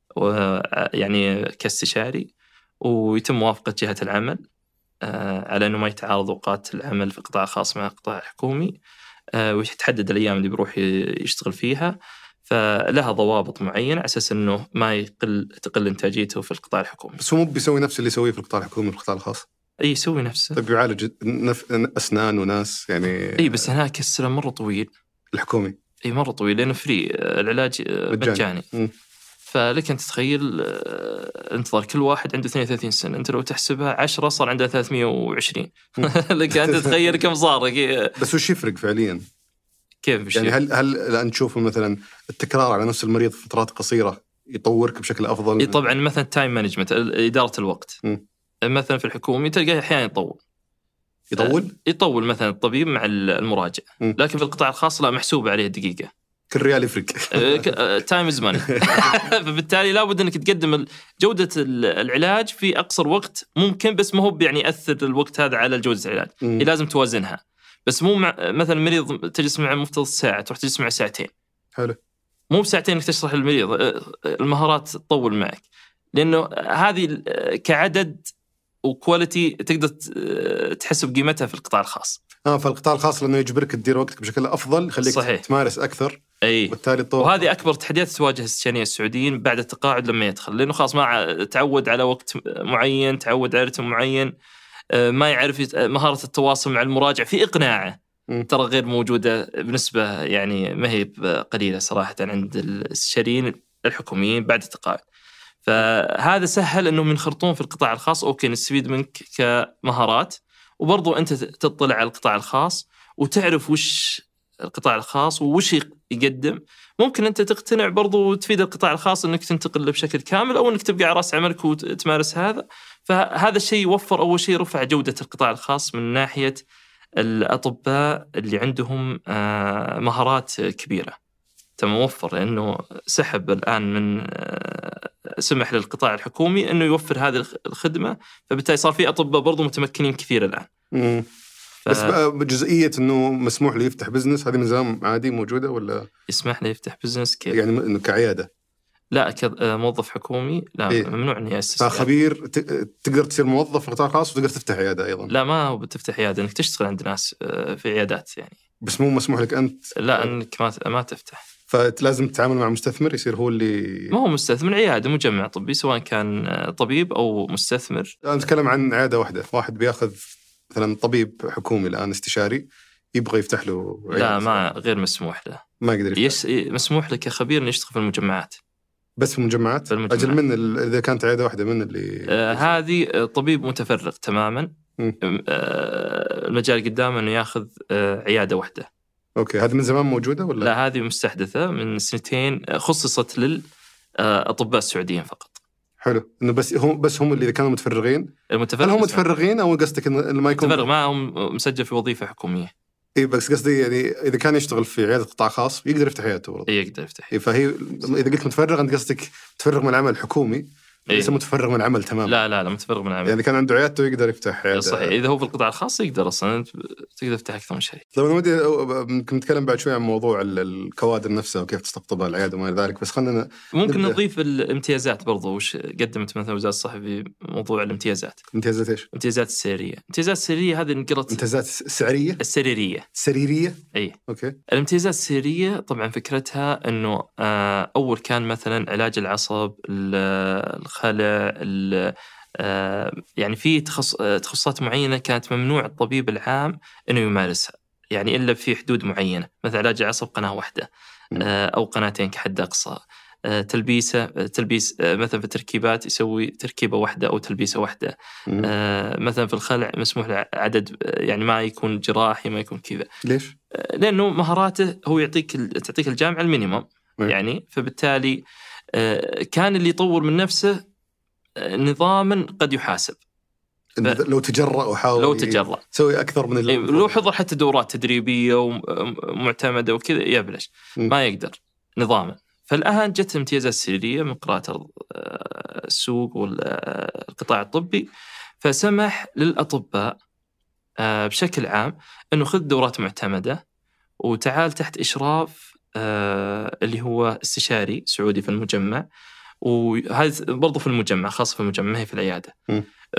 يعني كاستشاري، ويتم موافقة جهة العمل على أنه ما يتعارض أوقات العمل في القطاع الخاص مع القطاع الحكومي، ويتحدد الأيام اللي بيروح يشتغل فيها. فلها ضوابط معينة على أساس أنه ما يقل تقل إنتاجيته في القطاع الحكومي. بس هو مو بيسوي نفس اللي يسويه في القطاع الحكومي في القطاع الخاص؟ أي يسوي نفسه. طيب يعالج نف... أسنان وناس يعني. أي بس هناك السلام مرة طويل الحكومي. أي مرة طويل لأنه فري، العلاج مجاني. فلك أن تتخيل انتظار كل واحد عنده اثنين وثلاثين سنة، أنت لو تحسبها عشرة صار عنده ثلاثمية وعشرين. لك أن تتخيل كم صار. بس وش يفرق فعليا؟ كيف بشيء؟ يعني هل هل الآن تشوف مثلا التكرار على نفس المريض في فترات قصيرة يطورك بشكل أفضل؟ إيه طبعا. مثلا تايم مانجمنت، إدارة الوقت. م. مثلا في الحكومي تلقاه أحيانا يطول يطول يطول مثلا الطبيب مع المراجع، م. لكن في القطاع الخاص لا، محسوب عليه دقيقة. كل ريال يفرق. تايم از ماني. فبالتالي لابد انك تقدم جودة العلاج في اقصر وقت ممكن، بس ما هو يعني ياثر الوقت هذا على جودة العلاج. هي لازم توازنها. بس مو مع مثلا مريض تجلس معه مفترض ساعة تروح تجلس معه ساعتين. حلو. مو بساعتين انك تشرح للمريض، المهارات تطول معك، لانه هذه كعدد وكواليتي تقدر تحس بقيمتها في القطاع الخاص. اه فالقطاع الخاص لانه يجبرك تدير وقتك بشكل افضل، يخليك صحيح. تمارس اكثر. اي. والتالي طور. وهذه اكبر تحديات تواجه الاستشاريين السعوديين بعد التقاعد لما يدخل، لانه خلاص ما تعود على وقت معين، تعود على رتم معين، ما يعرف مهارة التواصل مع المراجع في اقناعه. م. ترى غير موجودة بنسبة يعني ما هي قليلة صراحة عند الاستشاريين الحكوميين بعد التقاعد. فهذا سهل انه من خرطوم في القطاع الخاص اوكي نستفيد منك كمهارات، وبرضو انت تطلع على القطاع الخاص وتعرف وش القطاع الخاص ووش يقدم. ممكن انت تقتنع برضو وتفيد القطاع الخاص انك تنتقل له بشكل كامل، او انك تبقى على راس عملك وتمارس هذا. فهذا الشيء يوفر اول شيء رفع جودة القطاع الخاص من ناحية الأطباء اللي عندهم مهارات كبيرة. تموفر لأنه سحب الآن من سمح للقطاع الحكومي أنه يوفر هذه الخدمة، فبالتالي صار في أطباء برضو متمكنين كثير الآن. ف... بس بجزئية أنه مسموح له يفتح بزنس، هذه نظام عادي موجودة ولا؟ يسمح له يفتح بزنس كيف؟ يعني إنه كعيادة؟ لا كموظف حكومي لا. إيه؟ ممنوع أن يأسس. فخبير ت... تقدر تصير موظف في قطاع خاص وتقدر تفتح عيادة أيضا؟ لا ما هو بتفتح عيادة، أنك تشتغل عند ناس في عيادات يعني. بس مو مسموح لك أنت؟ لا أنك ما ما تفتح. فلازم تتعامل مع مستثمر يصير هو اللي ما هو مستثمر، عيادة مجمع طبي سواء كان طبيب أو مستثمر. أنا أتكلم عن عيادة واحدة، واحد بياخذ مثلا طبيب حكومي الآن استشاري يبغى يفتح له عيادة. لا ما غير مسموح له، ما يقدر يس... مسموح له كخبير إنه يشتغل في المجمعات. بس في المجمعات؟ في المجمعات. أجل من ال... إذا كانت عيادة واحدة من اللي آه هذه طبيب متفرغ تماما. آه المجال قدامه أنه يأخذ عيادة واحدة. أوكي، هذه من زمان موجودة ولا؟ لا، هذه مستحدثة من سنتين، خصصت للأطباء السعوديين فقط. حلو، إنه بس هم بس هم اللي كانوا متفرغين. المتفرغ هل هم متفرغين أو قصدك إنه ما يكون متفرغ، ما هم مسجل في وظيفة حكومية؟ إيه، بس قصدي يعني إذا كان يشتغل في عيادة قطاع خاص يقدر يفتح عيادته برضه. إيه، يقدر يفتح. إيه، فهي إذا قلت متفرغ أنت قصدك متفرغ من العمل الحكومي، ليس إيه؟ متفرغ من العمل تماما. لا لا لا، متفرغ من العمل. يعني كان عنده عيادته يقدر يفتح عيادة. صحيح، إذا هو في القطاع الخاص يقدر أصلا، تقدر تفتح أكثر من شركة. طيب أنا ودي ممكن نتكلم بعد شوي عن موضوع الكوادر نفسها وكيف تستقطبها العيادة وما إلى ذلك، بس خلينا ممكن نبدأ. نضيف الامتيازات برضو، وش قدمت مثلا وزارة الصحة في موضوع الامتيازات. امتيازات إيش؟ امتيازات السريرية. امتيازات السريرية هذه نقرت. امتيازات السعرية؟ السريرية. سريرية؟ أي. أوكي. الامتيازات السريرية طبعا فكرتها إنه أول كان مثلا علاج العصب، الخلع، يعني في تخص... تخصصات معينة كانت ممنوع الطبيب العام إنه يمارسها، يعني إلا في حدود معينة، مثل علاج العصب قناة واحدة أو قناتين كحد أقصى. تلبيسة تلبيس مثلا في التركيبات يسوي تركيبة واحدة أو تلبيسة واحدة. مثلا في الخلع مسموح له عدد، يعني ما يكون جراحي، ما يكون كذا. ليش؟ لأنه مهاراته هو يعطيك تعطيك الجامعة المينيمم يعني، فبالتالي كان اللي يطور من نفسه نظاما قد يحاسب. ف... لو تجرأ وحاول لو تجرأ سوي أكثر من اللي لو حضر حتى دورات تدريبية ومعتمدة وكذا يبلش ما يقدر نظاما. فالآن جت الامتيازات السريرية من قراءة السوق والقطاع الطبي، فسمح للأطباء بشكل عام أنه خذ دورات معتمدة وتعال تحت إشراف اللي هو استشاري سعودي في المجمع، وهذا برضو في المجمع، خاصة في المجمع هي في العيادة. م.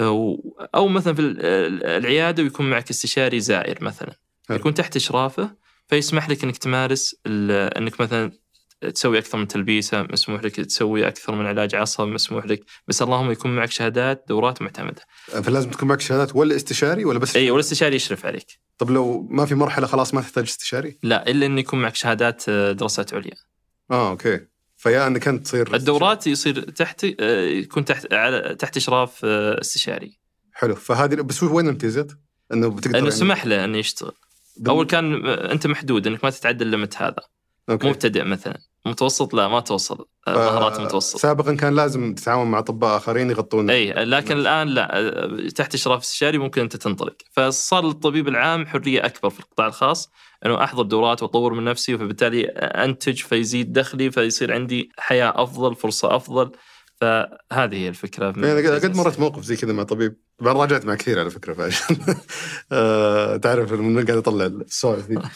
أو مثلا في العيادة ويكون معك استشاري زائر مثلا، هل. يكون تحت إشرافه، فيسمح لك أنك تمارس أنك مثلا تسوي أكثر من تلبيسة، مسموح لك تسوي أكثر من علاج عصب، مسموح لك، بس اللهم يكون معك شهادات دورات معتمدة. فلازم تكون معك شهادات ولا استشاري ولا بس؟ أي، ولا استشاري يشرف عليك. طب لو ما في مرحلة خلاص ما تحتاج استشاري؟ لا، إلا أن يكون معك شهادات دراسات عليا. آه أوكي. فيا أنك أنت تصير الدورات يصير تحت، يكون تحت على تحت إشراف استشاري. حلو. فهذه بس وين الامتيازات؟ إنه بتقدر إنه سمح له إنه يشتغل. أول كان أنت محدود إنك ما تتعدى الليمت هذا. أوكي. مبتدئ مثلا، متوسط لا ما توصل مهارات متوسط. سابقا كان لازم تتعاون مع أطباء آخرين يغطون. أي، لكن الآن لا، تحت إشراف استشاري ممكن أنت تنطلق. فصار للطبيب العام حرية أكبر في القطاع الخاص، إنه أحضر دورات وأطور من نفسي، فبالتالي أنتج فيزيد دخلي، فيصير عندي حياة أفضل، فرصة أفضل. فهذه هي الفكرة. يعني قد مرت موقف زي كذا مع طبيب، بعد راجعت مع كثير على فكرة فعشان أه تعرف من قاعد أطلع السوالف دي.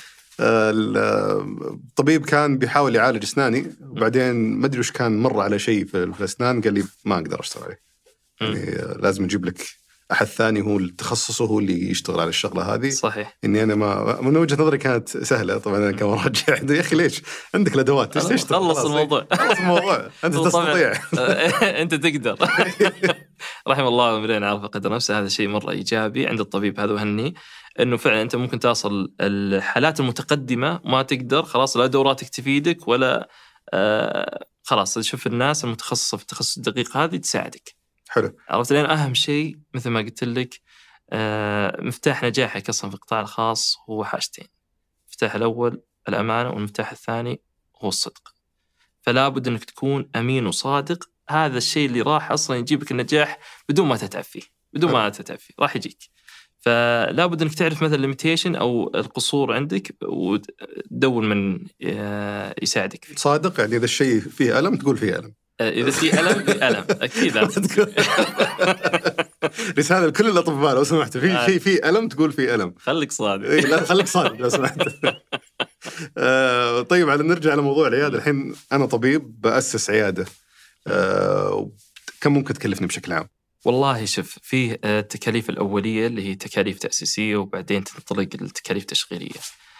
الطبيب كان بيحاول يعالج أسناني، وبعدين ما أدري وش كان مر على شيء في الأسنان، قال لي ما أقدر أشتغل عليه، يعني لازم نجيب لك أحد ثاني هو تخصصه هو اللي يشتغل على الشغلة هذه. صحيح. إني أنا ما من وجهة نظري كانت سهلة طبعا، أنا كمراجع يا أخي ليش عندك الأدوات تشتغل؟ خلص الموضوع. خلص الموضوع أنت تستطيع. أنت تقدر. رحم الله امرئ عرف قدر نفسه. هذا شيء مرة إيجابي عند الطبيب هذا، وهني إنه فعلا أنت ممكن تصل الحالات المتقدمة ما تقدر خلاص، لا دوراتك تفيدك ولا آه خلاص تشوف الناس المتخصصة في التخصص الدقيق هذه تساعدك. حلو. عرفت لين أهم شيء مثل ما قلت لك، آه مفتاح نجاحك أصلا في القطاع الخاص هو حاجتين: المفتاح الأول الأمانة، والمفتاح الثاني هو الصدق. فلا بد أنك تكون أمين وصادق. هذا الشيء اللي راح أصلا يجيبك النجاح بدون ما تتعب فيه، بدون ما تتعب فيه راح يجيك. فلا بد أنك تعرف مثل الليميتيشن أو القصور عندك وتدور من يساعدك فيه. صادق يعني إذا الشيء فيه ألم تقول فيه ألم، إذا في ألم في ألم أكيد. رسالة لكل الأطباء لو سمحت، في في في ألم تقول فيه ألم، خليك صادق. لا خليك صادق لو سمحت. طيب على نرجع على موضوع العيادة الحين. أنا طبيب بأسس عيادة، كم ممكن تكلفني بشكل عام؟ والله شوف، فيه التكاليف الأولية اللي هي تكاليف تأسيسية، وبعدين تنطلق التكاليف تشغيلية.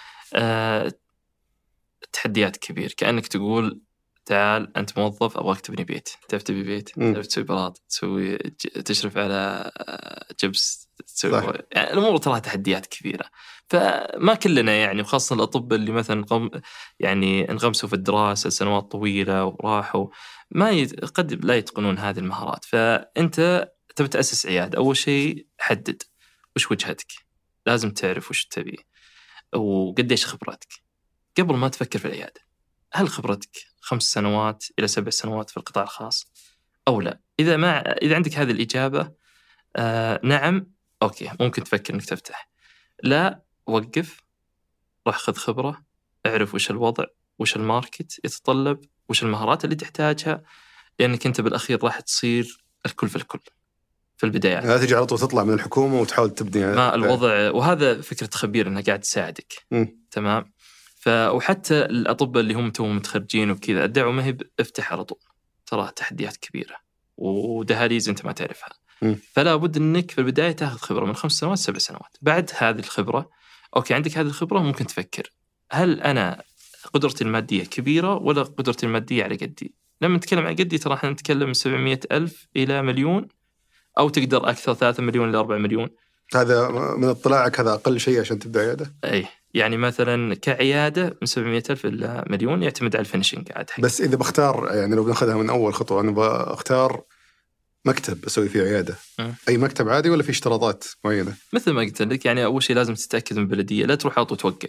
تحديات كبير، كأنك تقول تعال أنت موظف أبغاك تبني بيت، تعرف تبني بيت، تعرف تسوي بلاط، تسوي تشرف على جبس، تسوي يعني الأمور ترى تحديات كبيرة. فما كلنا يعني، وخاصة الأطباء اللي مثلا قم يعني انغمسوا في الدراسة سنوات طويلة وراحوا، ما يت... قد لا يتقنون هذه المهارات. فأنت تبي تأسس عيادة، أول شيء حدد وش وجهتك. لازم تعرف وش تبي وقديش خبرتك قبل ما تفكر في العيادة. هل خبرتك خمس سنوات إلى سبع سنوات في القطاع الخاص أو لا؟ إذا ما إذا عندك هذه الإجابة آه نعم أوكي ممكن تفكر إنك تفتح. لا وقف، راح خذ خبرة، اعرف وش الوضع، وش الماركت يتطلب، وش المهارات اللي تحتاجها، لأنك أنت بالأخير راح تصير الكل في الكل في البداية. لا تجي على طول تطلع من الحكومة وتحاول تبني ما الوضع. وهذا فكرة خبير إنها قاعد تساعدك. م. تمام. ف وحتى الأطباء اللي هم توهم متخرجين وكذا الدعوة ما هي افتح على طول، ترى تحديات كبيرة ودهاليز أنت ما تعرفها. م. فلا بد إنك في البداية تأخذ خبرة من خمس سنوات سبع سنوات. بعد هذه الخبرة أوكي عندك هذه الخبرة ممكن تفكر هل أنا قدرتي المادية كبيرة ولا قدرتي المادية على قدي. لما نتكلم عن قدي ترى احنا نتكلم من سبعمية ألف إلى مليون، أو تقدر أكثر ثلاثة مليون إلى أربعة مليون. هذا من اطلاعك هذا أقل شيء عشان تبدأ عيادة؟ أي يعني مثلا كعيادة من سبعمية ألف إلى مليون يعتمد على الفينشينج عاد. بس إذا بختار يعني لو بناخذها من أول خطوة أنا بختار مكتب أسوي فيه عيادة. م. أي مكتب عادي ولا في اشتراطات معينة؟ مثل ما قلت لك يعني أول شيء لازم تتأكد من البلدية، لا تروح على توقع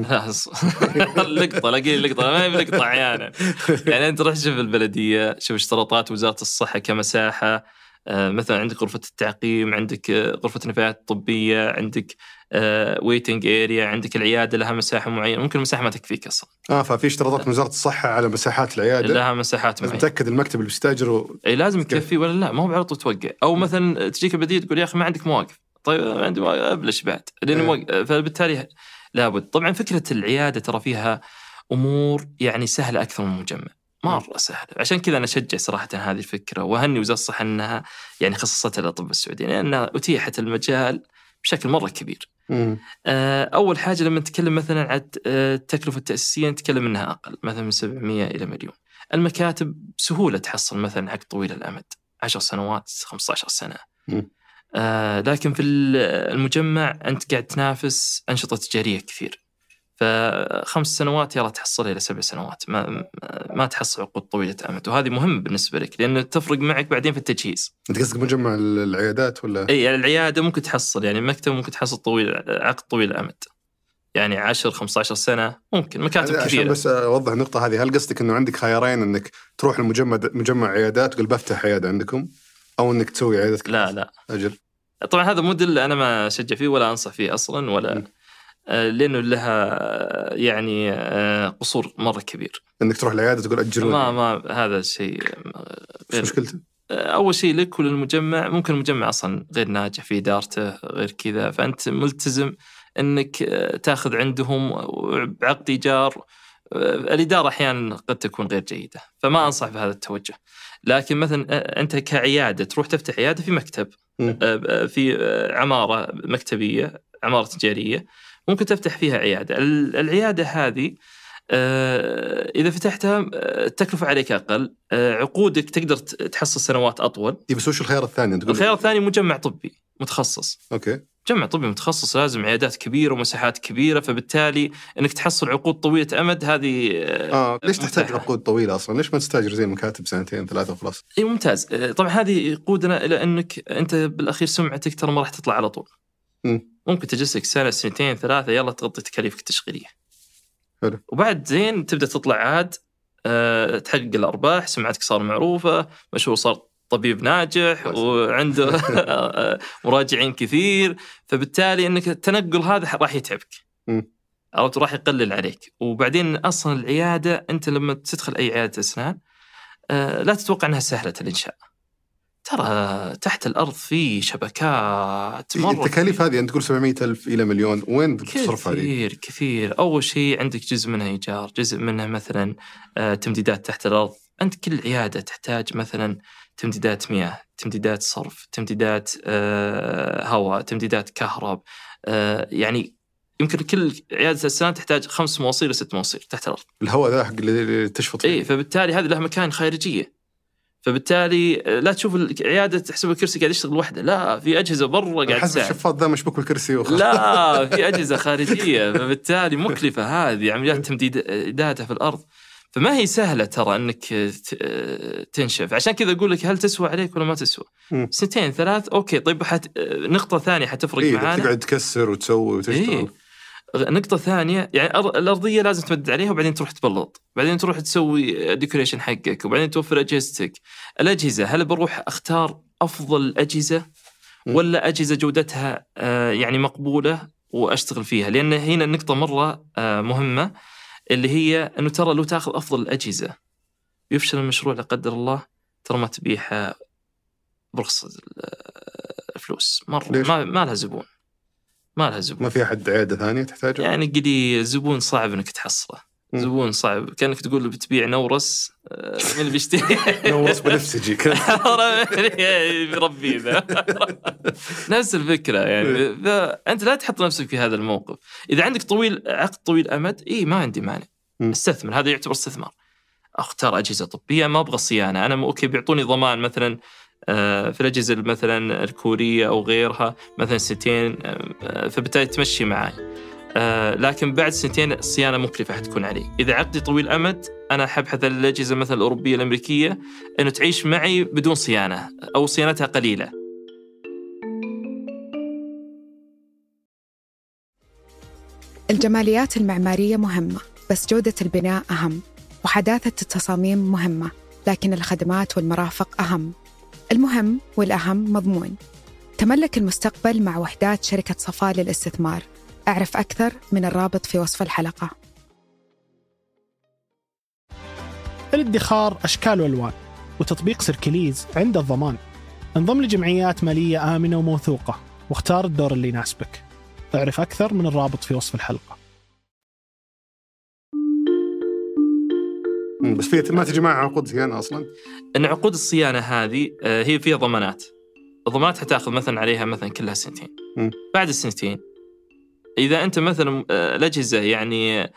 اللقطة لاقي اللقطة ما هي بلقطة عيانا. يعني أنت روح شوف البلدية، شوف اشتراطات وزارة الصحة كمساحة. آه مثلا عندك غرفة التعقيم، عندك آه غرفة النفايات الطبية، عندك ويتنج آه اريا، عندك العيادة لها مساحة معينة، ممكن المساحة ما تكفيك أصلا. آه ففي اشتراطات من وزارة الصحة على مساحات العيادة، لها مساحات معينة. متأكد المكتب اللي بيستأجره أي لازم يكفي ولا لا، ما هو بعرض توقع. أو مثلا تجيك البديل تقول يا أخي ما عندك مواقف، طيب عندي أبلش بعد لأن موقف. فبالتالي لابد. طبعا فكرة العيادة ترى فيها أمور يعني سهلة أكثر من المجمع، مرة سهلة. عشان كذا أنا أشجع صراحة هذه الفكرة وهني وزارة الصحة أنها يعني خصصتها للأطباء السعوديين لأنها أتيحت المجال بشكل مرة كبير. مم. أول حاجة لما نتكلم مثلا عن التكلفة التأسيسية نتكلم منها أقل، مثلا من سبعمية إلى مليون. المكاتب سهولة تحصل مثلا عقد طويل الأمد عشر سنوات خمسة عشر سنة. آه لكن في المجمع أنت قاعد تنافس أنشطة تجارية كثير، فخمس سنوات يلا تحصلها إلى سبع سنوات، ما ما تحصل عقود طويلة أمد. وهذه مهم بالنسبة لك لأن تفرق معك بعدين في التجهيز. أنت قصدك مجمع العيادات ولا؟ أي يعني العيادة ممكن تحصل يعني مكتب ممكن تحصل طويل عقد طويل الأمد يعني عشر خمسة عشر سنة، ممكن مكاتب كثيرة. عشان بس أوضح النقطة هذه، هل قصدك إنه عندك خيارين إنك تروح المجمع مجمع عيادات وتقول بفتح عيادة عندكم، أو إنك تسوي عيادتك؟ لا لا أجل. طبعا هذا موديل أنا ما أشجع فيه ولا أنصح فيه أصلا ولا م. لأنه لها يعني قصور مرة كبير. إنك تروح العيادة تقول أجلوني، ما ما هذا الشيء غير مشكلته. أول شيء لك وللمجمع، ممكن المجمع أصلا غير ناجح في إدارته غير كذا، فأنت ملتزم إنك تأخذ عندهم بعقد إيجار. الإدارة أحيانا قد تكون غير جيدة، فما أنصح بهذا التوجه. لكن مثلا أنت كعيادة تروح تفتح عيادة في مكتب م. في عمارة مكتبية، عمارة تجارية، ممكن تفتح فيها عيادة. العيادة هذه إذا فتحتها التكلفة عليك أقل، عقودك تقدر تحصل سنوات أطول. بس وش الخيار الثاني؟ الخيار الثاني مجمع طبي متخصص. أوكي. مجمع طبي متخصص لازم عيادات كبيرة ومساحات كبيرة، فبالتالي إنك تحصل عقود طويلة أمد هذه آه ليش تحتاج عقود طويلة أصلا؟ ليش ما تستأجر زي المكاتب سنتين ثلاثة وخلاص؟ إيه ممتاز. طبعا هذه يقودنا إلى أنك أنت بالأخير سمعتك ترى ما راح تطلع على طول. م. ممكن تجلسك سنة سنتين ثلاثة يلا تغطي تكاليفك التشغيلية. حلو. وبعد زين تبدأ تطلع عاد أه تحقق الأرباح، سمعتك صار معروفة، مشهور، صار طبيب ناجح وعنده مراجعين كثير، فبالتالي انك التنقل هذا راح يتعبك او راح يقلل عليك. وبعدين اصلا العياده انت لما تدخل اي عياده اسنان آه لا تتوقع انها سهله الانشاء، ترى تحت الارض في شبكات مرة. التكاليف هذه انت تقول سبعمية ألف الى مليون، وين بتصرف هذه؟ كثير كثير. اول شيء عندك جزء منها ايجار، جزء منها مثلا آه تمديدات تحت الارض. انت كل عياده تحتاج مثلا تمديدات مياه، تمديدات صرف، تمديدات آه هواء، تمديدات كهرب. آه يعني يمكن كل عيادة أسنان تحتاج خمس مواسير لست مواسير تحت الأرض. الهواء ذا حق اللي تشفط فيه. إيه، فبالتالي هذه لها مكان خارجية، فبالتالي لا تشوف العيادة تحسب الكرسي قاعد يشتغل وحده، لا في أجهزة برا قاعد تساعد. حسب الشفاط ذا مشبوك بالكرسي وخلاص. لا في أجهزة خارجية، فبالتالي مكلفة هذه عمليات تمديداتها في الأرض. فما هي سهلة ترى أنك تنشف. عشان كذا أقول لك هل تسوى عليك ولا ما تسوى. م. سنتين ثلاث أوكي. طيب حت... نقطة ثانية حتفرق إيه معانا. تقعد تكسر وتسوي وتشتغل. إيه. نقطة ثانية يعني الأرضية لازم تمدد عليها وبعدين تروح تبلط، بعدين تروح تسوي ديكوريشن حقك، وبعدين توفر أجهزتك. الأجهزة هل بروح أختار أفضل أجهزة ولا أجهزة جودتها يعني مقبولة وأشتغل فيها؟ لأن هنا النقطة مرة مهمة اللي هي أنه ترى لو تأخذ أفضل الأجهزة يفشل المشروع لا قدر الله، ترى ما تبيعها برخص الفلوس مرة. ما, ما لها زبون، ما لها زبون. ما في أحد عيادة ثانية تحتاجه يعني قلي زبون صعب إنك تحصله. م. زبون صعب كأنك تقول بتبيع نورس من اللي بيشتري نورس بنفسجي ربي ذا نفس الفكرة يعني. أنت لا تحط نفسك في هذا الموقف. إذا عندك طويل عقد طويل أمد إيه ما عندي مانع استثمر، هذا يعتبر استثمار. أختار أجهزة طبية ما أبغى صيانة. أنا أوكي بيعطوني ضمان مثلا في الأجهزة مثلا الكورية أو غيرها مثلا سنتين، فبالتالي تمشي معي. لكن بعد سنتين الصيانة مكلفة حتكون علي. إذا عقدي طويل أمد أنا حبحث الأجهزة مثلا الأوروبية الأمريكية أنه تعيش معي بدون صيانة أو صيانتها قليلة. الجماليات المعمارية مهمة، بس جودة البناء أهم، وحداثة التصاميم مهمة، لكن الخدمات والمرافق أهم. المهم والأهم مضمون. تملك المستقبل مع وحدات شركة صفاء للاستثمار. أعرف أكثر من الرابط في وصف الحلقة. الادخار أشكال وألوان، وتطبيق سيركليز عند الضمان. انضم لجمعيات مالية آمنة وموثوقة واختار الدور اللي يناسبك. أعرف أكثر من الرابط في وصف الحلقة. بس فيها ما تجي معها عقود صيانة أصلاً؟ إن عقود الصيانة هذه هي فيها ضمانات. الضمانات حتاخذ مثلا عليها مثلا كلها سنتين. م. بعد السنتين إذا أنت مثلا الأجهزة يعني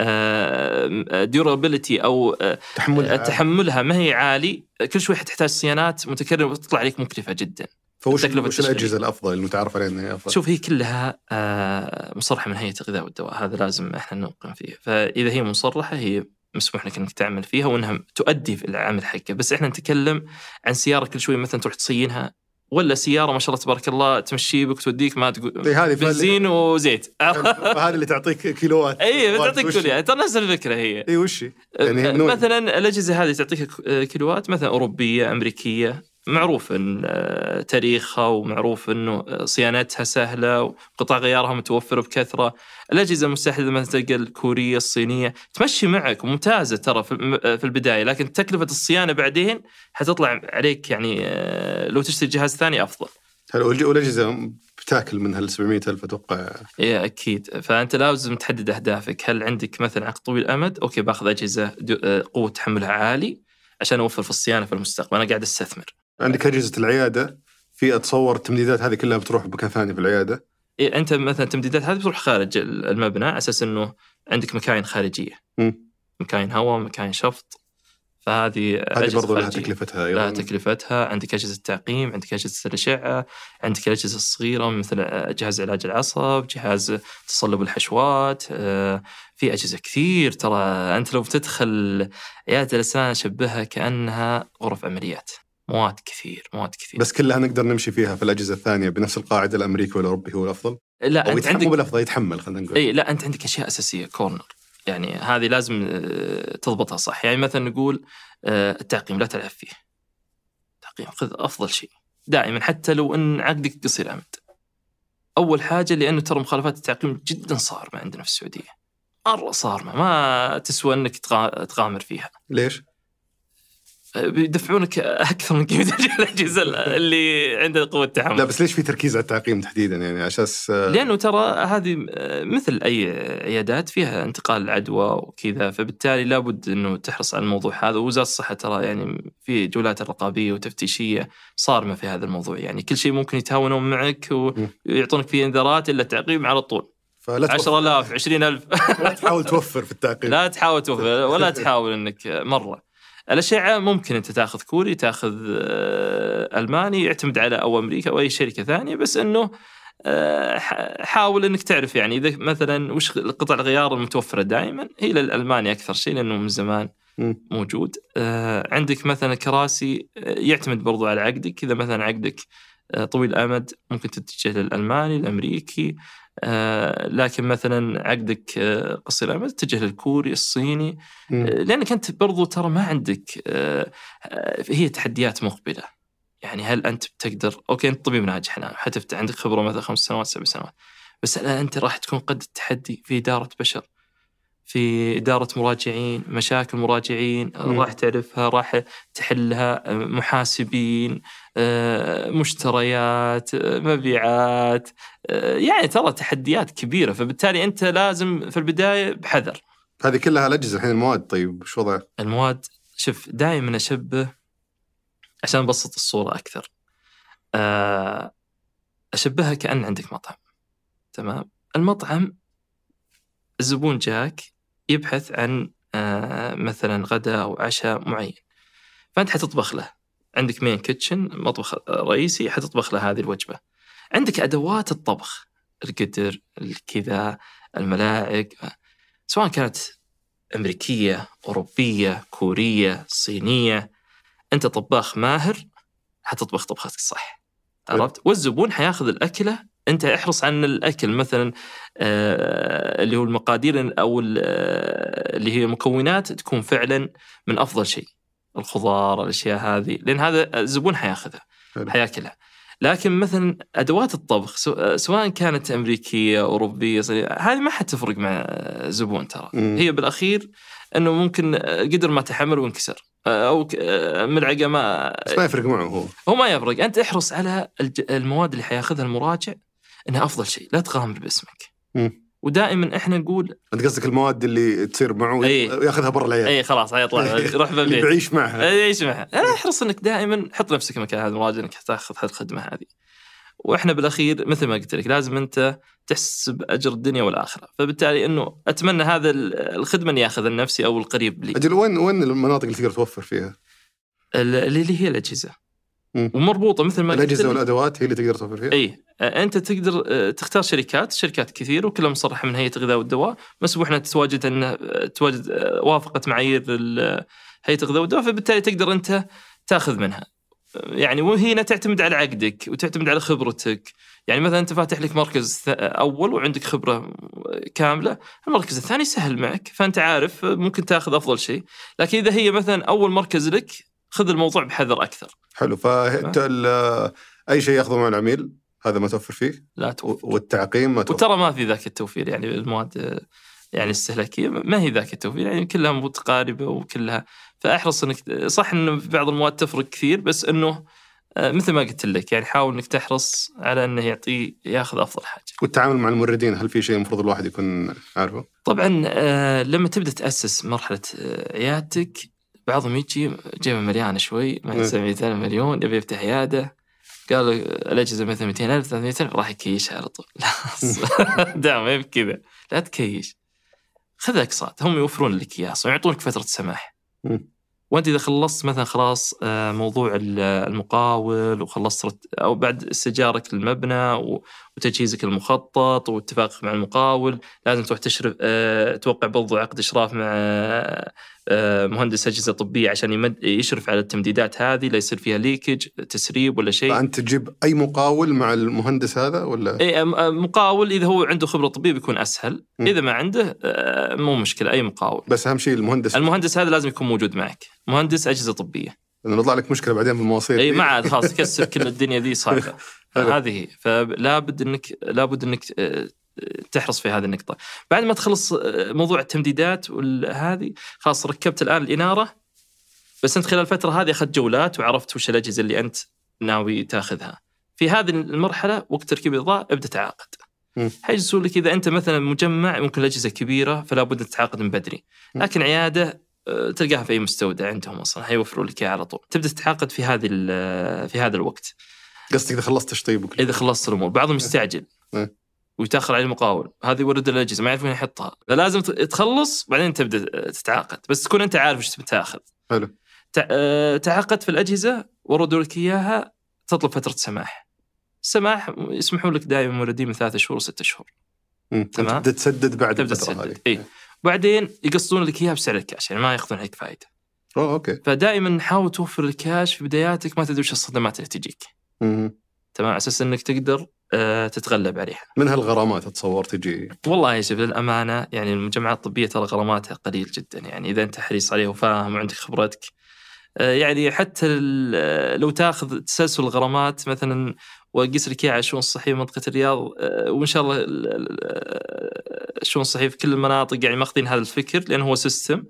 durability أو تحملها, تحملها ما هي عالي، كل شوي حتحتاج صيانات متكررة وتطلع عليك مكلفة جدا. فوش وش الأجهزة الأفضل اللي تعرف عليها أنها أفضل؟ شوف هي كلها مصرحة من هيئة الغذاء والدواء، هذا لازم إحنا نوقن فيه. فإذا هي مصرحة هي مسموح لك أنك تعمل فيها وأنها تؤدي في العمل حقه. بس إحنا نتكلم عن سيارة كل شوي مثلا تروح تصينها، ولا سيارة ما شاء الله تبارك الله تمشي بك توديك ما تقول بنزين وزيت. هذا اللي تعطيك كيلوات. أي تعطيك كيلوات. ترى نفس الفكرة هي. أي وش يعني مثلا الأجهزة هذه تعطيك كيلوات مثلا أوروبية أمريكية، معروف إن تاريخها ومعروف إنه صيانتها سهلة وقطع غيارها متوفرة بكثرة. الأجهزة المستحدثة مثل تلقى الكورية الصينية تمشي معك ممتازة ترى في البداية، لكن تكلفة الصيانة بعدين حتطلع عليك يعني لو تشتري جهاز ثاني أفضل. هل والأجهزة بتاكل من هال سبعمية ألف أتوقع؟ إيه أكيد. فأنت لازم تحدد أهدافك. هل عندك مثلا عقد طويل أمد؟ أوكي باخذ أجهزة قوة تحملها عالي عشان أوفر في الصيانة في المستقبل. أنا قاعد أستثمر. عندك أجهزة العيادة، في أتصور التمديدات هذه كلها بتروح بمكان ثاني في العيادة. إيه أنت مثلا التمديدات هذه بتروح خارج المبنى على أساس إنه عندك مكاين خارجية، م. مكاين هواء، مكاين شفط. فهذه هذه برضو لها تكلفتها أيضا. لها تكلفتها. عندك أجهزة التعقيم، عندك أجهزة الأشعة، عندك الأجهزة الصغيرة مثل جهاز علاج العصب، جهاز تصلب الحشوات. في أجهزة كثير ترى. أنت لو بتدخل عيادة الأسنان شبهها كأنها غرف عمليات. مواد كثير مواد كثير بس كلها نقدر نمشي فيها في الأجهزة الثانية بنفس القاعدة. الأمريكي والأوروبي هو الأفضل؟ لا أو أنت عندك بالأفضل يتحمل خلينا نقول. أي لا أنت عندك أشياء أساسية كورنر، يعني هذه لازم تضبطها صح. يعني مثلا نقول التعقيم لا تلعب فيه. التعقيم خذ أفضل شيء دائما حتى لو أن عقدك قصير أمد. أول حاجة لأنه ترى مخالفات التعقيم جدا صارمة عندنا في السعودية، مرة صارمة ما تسوى أنك تغامر فيها. ليش؟ بيدفعونك أكثر من قيمة الأجهزة اللي عندها قوة تحمل. لا بس ليش في تركيز على التعقيم تحديدا يعني أساس؟ لأنه ترى هذه مثل أي عيادات فيها انتقال العدوى وكذا، فبالتالي لابد أنه تحرص على الموضوع هذا. ووزارة الصحة ترى يعني في جولات رقابية وتفتيشية صارمة في هذا الموضوع، يعني كل شيء ممكن يتهاونون معك ويعطونك فيه انذارات إلا التعقيم على طول. عشرة آلاف عشرين ألف. لا تحاول توفر في التعقيم. لا تحاول توفر ولا تحاول أنك مرة. الأشعة ممكن أنت تأخذ كوري، تأخذ ألماني، يعتمد على أو أمريكا أو أي شركة ثانية، بس أنه حاول أنك تعرف يعني إذا مثلا وش قطع الغيار المتوفرة دائما هي للألماني أكثر شيء، لأنه من زمان مم. موجود. آه عندك مثلا كراسي يعتمد برضو على عقدك. إذا مثلا عقدك آه طويل الأمد ممكن تتجه للألماني الأمريكي، آه لكن مثلا عقدك آه قصير الأمد تتجه للكوري الصيني. آه لأنك أنت برضو ترى ما عندك آه آه هي تحديات مقبلة. يعني هل أنت بتقدر، أوكي أنت طبيب ناجح الآن حتفتح عندك خبرة مثلا خمس سنوات سبع سنوات، بس هل أنت راح تكون قد التحدي في إدارة بشر، في إدارة مراجعين، مشاكل مراجعين راح تعرفها، راح تحلها، محاسبين، مشتريات، مبيعات، يعني ترى تحديات كبيرة. فبالتالي أنت لازم في البداية بحذر. هذه كلها الأجهزة الحين. المواد طيب شو وضعها؟ المواد شوف دائما أشبه عشان نبسط الصورة أكثر، أشبهها كأن عندك مطعم. تمام؟ المطعم الزبون جاك يبحث عن مثلا غداء أو عشاء معين، فأنت حتطبخ له. عندك مين كيتشن، مطبخ رئيسي، حتطبخ له هذه الوجبة. عندك أدوات الطبخ، القدر، الكذا، الملاعق، سواء كانت أمريكية، أوروبية، كورية، صينية. أنت طباخ ماهر حتطبخ طبختك صح، عرفت؟ والزبون حياخذ الأكلة. أنت احرص عن الأكل مثلا آه اللي هو المقادير أو اللي هي المكونات تكون فعلا من أفضل شيء، الخضار، الأشياء هذه، لأن هذا الزبون حياخذها حياكلها. لكن مثلا أدوات الطبخ سواء كانت أمريكية أوروبية هذه ما حتفرق مع زبون ترى. هي بالأخير أنه ممكن قدر ما تحمل وانكسر أو ملعقة ما ما يفرق معه. هو هو ما يفرق. أنت احرص على المواد اللي حياخذها المراجع إنها أفضل شيء، لا تغامر باسمك. مم. ودائما إحنا نقول أنت قصدك المواد اللي تصير معه أيه. ياخذها برا العيادة. أي خلاص هيطلع يروح بالبيت اللي بعيش معها يعيش معها. أنا احرص إنك دائما حط نفسك مكان هذا المراجع إنك تأخذ هذه الخدمة هذه. وإحنا بالأخير مثل ما قلت لك لازم أنت تحسب أجر الدنيا والآخرة. فبالتالي إنه أتمنى هذا الخدمة اللي يأخذ النفسي أو القريب لي. أجل وين وين المناطق اللي تقدر توفر فيها؟ اللي هي الأجهزة م. ومربوطة مثل ما الأجهزة والأدوات هي اللي تقدر توفر فيها. أي أنت تقدر تختار شركات شركات كثير وكلها مصرحة من هيئة الغذاء والدواء، مسموح أنها تتواجد أن تواجد وافقت معايير هيئة الغذاء والدواء، فبالتالي تقدر أنت تأخذ منها. يعني وهنا تعتمد على عقدك وتعتمد على خبرتك. يعني مثلا أنت فاتح لك مركز أول وعندك خبرة كاملة، المركز الثاني سهل معك فأنت عارف ممكن تأخذ أفضل شيء. لكن إذا هي مثلا أول مركز لك خذ الموضوع بحذر أكثر. حلو. فأنت أي شيء يأخذه مع العميل هذا ما توفر فيه؟ لا توفر. والتعقيم ما توفر. وترى ما في ذاك التوفير. يعني المواد يعني الاستهلاكية ما هي ذاك التوفير، يعني كلها متقاربة وكلها. فأحرص أنك صح إنه في بعض المواد تفرق كثير، بس إنه مثل ما قلت لك يعني حاول إنك تحرص على إنه يعطي يأخذ أفضل حاجة. والتعامل مع الموردين هل في شيء المفروض الواحد يكون عارفه؟ طبعا آه لما تبدأ تأسس مرحلة آه عيادتك بعضهم يجي جيبه مليانة شوي مع سبعمية مليون يبي يفتح عيادة، قال الأجهزة مثلا مئتين ألف ثلاثمية ألف راح يكيش على طول. لا دعم ما بكذا، لا تكيش، خذ أقساط. هم يوفرون لك إياه ويعطونك فترة سماح. وأنت إذا خلصت مثلا خلاص موضوع المقاول وخلصت أو بعد استجارك للمبنى وتجهيزك المخطط واتفاقك مع المقاول، لازم تروح تشرف توقع برضو عقد إشراف مع مهندس أجهزة طبية عشان يمد يشرف على التمديدات هذه لا يصير فيها ليكج تسريب ولا شيء. فأنت تجيب أي مقاول مع المهندس هذا ولا؟ إيه مقاول إذا هو عنده خبرة طبية بيكون أسهل. م. إذا ما عنده مو مشكلة أي مقاول. بس أهم شيء المهندس. المهندس هذا لازم يكون موجود معك، مهندس أجهزة طبية. لأنه يطلع لك مشكلة بعدين بالمواصيل. إيه ما عاد خلاص يكسر كل الدنيا ذي صعبة. هذه فلا بد إنك لا بد إنك تحرص في هذه النقطة. بعد ما تخلص موضوع التمديدات وهذه خلاص ركبت الآن الإنارة، بس أنت خلال الفترة هذه أخذت جولات وعرفت وش الأجهزة اللي أنت ناوي تأخذها. في هذه المرحلة وقت تركيب الإضاءة ابدأ تعاقد. حيجلسوا لك إذا أنت مثلا مجمع ممكن الأجهزة كبيرة فلا بد تتعاقد من بدري، لكن عيادة تلقاها في أي مستودع عندهم أصلا حيوفروا لك على طول. تبدأ تتعاقد في هذه في هذا الوقت. قصدك إذا خلصت تشطيب وكل إذا خلصت الأمور. بعضهم يستعجل ويتأخر على المقاول، هذه ورد الأجهزة ما يعرف وين يحطها، فلازم تخلص بعدين تبدأ تتعاقد، بس تكون أنت عارف إيش بتاخذ. حلو. تعاقد في الأجهزة وردوا لك إياها، تطلب فترة سماح. السماح يسمحوا لك دائما موردين من ثلاثة شهور وستة شهور. تمام. تبدأ تسدد بعد تبدأ الفترة تسدد. هذه. إيه. بعدين يقصون لك اياها بسعر الكاش، يعني ما ياخذون عليك فائده. اوه اوكي. فدائما نحاول توفر الكاش في بداياتك، ما تدري وش الصدمات اللي تجيك. مم. تمام، على اساس انك تقدر أه تتغلب عليها. من هالغرامات اتصور تجي؟ والله يا شوف للامانه يعني المجمعات الطبيه ترى غراماتها قليل جدا، يعني اذا انت حريص عليه وفاهم وعندك خبرتك. أه يعني حتى لو تاخذ تسلسل الغرامات مثلا وقيس لك على الشؤون الصحيه في منطقه الرياض، أه وان شاء الله الشؤون الصحيه في كل المناطق يعني ماخذين هذا الفكر لانه هو سيستم.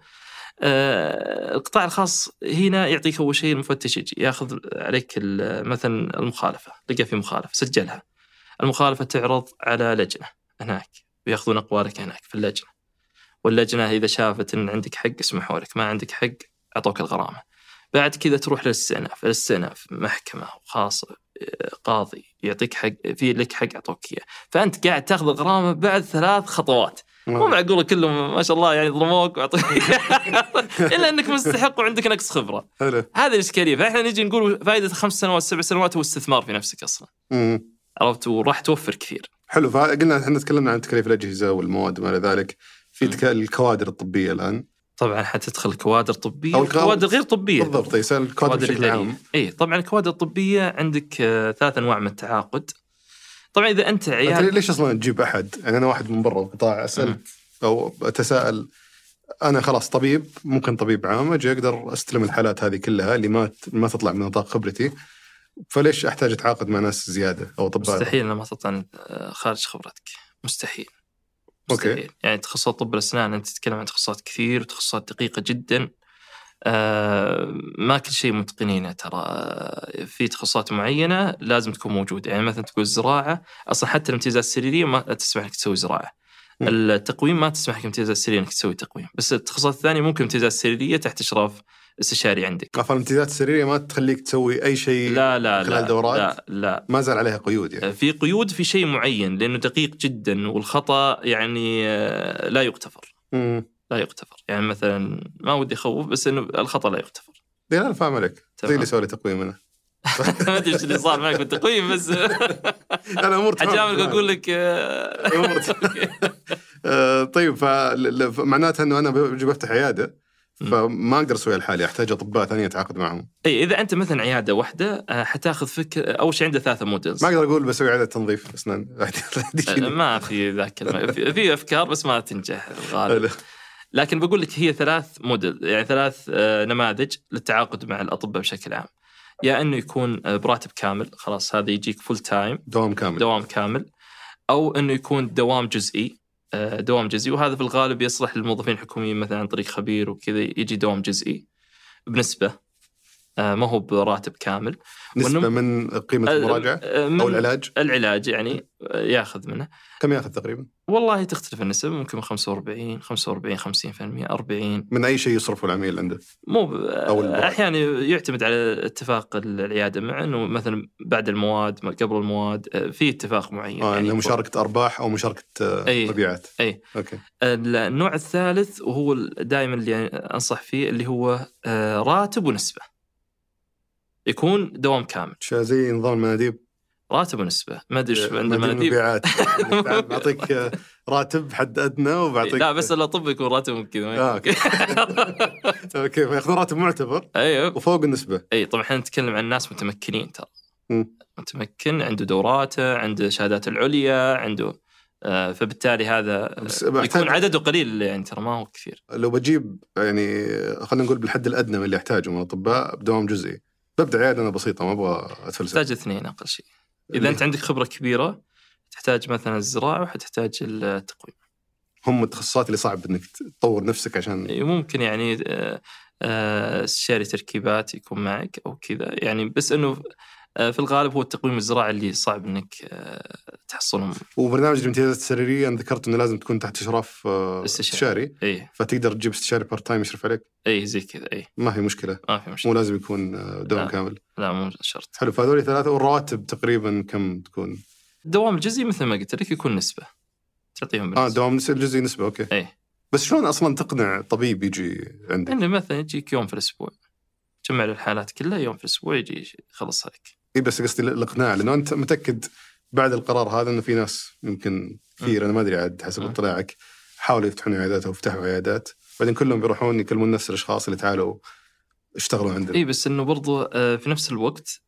أه القطاع الخاص هنا يعطيك اول شيء المفتش يجي ياخذ عليك مثلا المخالفه، لقى في مخالفه سجلها، المخالفة تعرض على لجنة هناك ويأخذون أقوالك هناك في اللجنة، واللجنة إذا شافت أن عندك حق اسمحوا لك، ما عندك حق أعطوك الغرامة. بعد كذا تروح للاستئناف، الاستئناف محكمة خاصة قاضي يعطيك حق، في لك حق أعطوك إياه، فأنت قاعد تأخذ الغرامة بعد ثلاث خطوات. مو معقول كلهم ما شاء الله يعني ظلموك وعطوك إلا أنك مستحق وعندك نقص خبرة. هذه الإشكالية. فإحنا نجي نقول فائدة خمس سنوات سبع سنوات هو استثمار في نفسك أصلا. مم. عرفت، وراح توفر كثير. حلو. فقلنا احنا تكلمنا عن تكاليف الأجهزة والمواد وما إلى ذلك، في تك... الكوادر الطبية الآن طبعا حتدخل كوادر طبية أو الكوادر غير طبية. بالضبط. يسأل الكوادر بشكل عام. إيه طبعا الكوادر الطبية عندك آه ثلاث أنواع من التعاقد. طبعا إذا أنت عيال ليش أصلا تجيب أحد؟ يعني أنا واحد من برا القطاع أسأل م. أو أتساءل، أنا خلاص طبيب، ممكن طبيب عام أجي أقدر أستلم الحالات هذه كلها اللي ما ما تطلع من نطاق خبرتي، فليش أحتاج أتعاقد مع ناس زيادة أو طباء؟ مستحيل لما تطلع خارج خبرتك، مستحيل. مستحيل. أوكي. يعني تخصصات طب الأسنان أنت تتكلم عن تخصصات كثير وتخصصات دقيقة جدا، آه ما كل شيء متقنينه ترى. في تخصصات معينة لازم تكون موجودة، يعني مثلا تقول الزراعة أصلا حتى الامتيازات السريرية ما تسمح لك تسوي زراعة، م. التقويم ما تسمح لك الامتيازات السريرية إنك تسوي تقويم، بس التخصصات الثانية ممكن امتيازات سريرية تحت إشراف استشاري عندك. عفوا الامتيازات السريرية ما تخليك تسوي أي شيء لا لا خلال لا دورات؟ لا لا ما زال عليها قيود يعني. في قيود في شيء معين لأنه دقيق جدا والخطأ يعني لا يغتفر. مم. لا يغتفر، يعني مثلا ما ودي أخوف بس إنه الخطأ لا يغتفر. دي أنا فاهم عليك زي اللي سوى لي تقويم أنا. ما أدري إيش اللي صار معك بالتقويم بس أنا أمور حجامل أقول لك طيب. فمعناتها إنه أنا بجي بفتح عيادة فما أقدر أسوي الحالي، أحتاج أطباء ثانية أتعاقد معهم. أي إذا أنت مثلا عيادة واحدة حتاخذ فكر أول شيء عنده ثلاثة موديلز. ما أقدر أقول بسوي عيادة تنظيف أسنان ما في ذاك في, في أفكار بس ما تنجح الغالب. لكن بقول لك هي ثلاث موديل، يعني ثلاث نماذج للتعاقد مع الأطباء بشكل عام. يا أنه يكون براتب كامل خلاص هذا يجيك فول تايم دوام كامل دوام كامل، أو أنه يكون دوام جزئي دوام جزئي، وهذا في الغالب يصلح للموظفين الحكوميين مثلا عن طريق خبير وكذا، يجي دوام جزئي بنسبة ما هو براتب كامل. نسبة من قيمة المراجعة أو العلاج العلاج يعني ياخذ منه. كم ياخذ تقريبا؟ والله تختلف النسب، ممكن خمسة وأربعين خمسة وأربعين خمسين بالمئة أربعين من أي شيء يصرفه العميل عنده. مو أحيانا يعتمد على اتفاق العيادة معه، إنه مثلا بعد المواد قبل المواد في اتفاق معين. آه يعني مشاركة أرباح أو مشاركة مبيعات. أي. أي. أوكي. النوع الثالث وهو دائما اللي أنصح فيه اللي هو راتب ونسبة، يكون دوام كامل زي نظام المناديب، راتب ونسبة. ما أدري إيش عند المناديب مبيعات بعطيك راتب حد أدنى وبعطيك لا بس الأطباء يكون راتبهم كذا. آه أوكي. أوكي فيأخذون راتب معتبر. أيوه. وفوق النسبة. أي طبعا إحنا نتكلم عن ناس متمكنين ترى. متمكن عنده دوراته، عنده شهادات العليا، عنده آه فبالتالي هذا يكون عدده قليل يعني ترى ما هو كثير. لو بجيب يعني خلينا نقول بالحد الأدنى من اللي يحتاجه من الأطباء بدوام جزئي، ببدأ عيادة أنا بسيطة ما أبغى أتفلسف. تحتاج اثنين أقل شيء. إذا أنت عندك خبرة كبيرة تحتاج مثلا الزراعة وحتحتاج التقويم. هم التخصصات اللي صعب إنك تطور نفسك عشان ممكن يعني استشاري تركيبات يكون معك أو كذا يعني، بس إنه في الغالب هو التقويم الزراعي اللي صعب إنك تحصلهم. وبرنامج الامتيازات السريرية أنا ذكرت إنه لازم تكون تحت إشراف استشاري. إيه. فتقدر تجيب استشاري بارت تايم يشرف عليك. إيه زي كذا. إيه. ما هي مشكلة. ما في مشكلة. مو لازم يكون دوام لا. كامل. لا مو شرط. حلو. فهذول ثلاثة. والرواتب تقريبا كم تكون؟ الدوام الجزئي مثل ما قلت لك يكون نسبة تعطيهم بالنسبة. آه دوام الجزئي نسبة. أوكي. إيه. بس شلون أصلا تقنع طبيب يجي عندك؟ إنه مثلا يجيك يوم في الأسبوع تجمع الحالات كلها يوم في الأسبوع يجي خلص عليك. إيه بس قصدي الإقناع، لأنه أنت متأكد بعد القرار هذا إنه في ناس يمكن كثير أنا ما أدري عاد حسب اطلاعك حاولوا يفتحون عيادات أو فتحوا عيادات، بعدين كلهم بيروحون يكلمون نفس الأشخاص اللي تعالوا اشتغلوا عندنا. إيه بس إنه برضو في نفس الوقت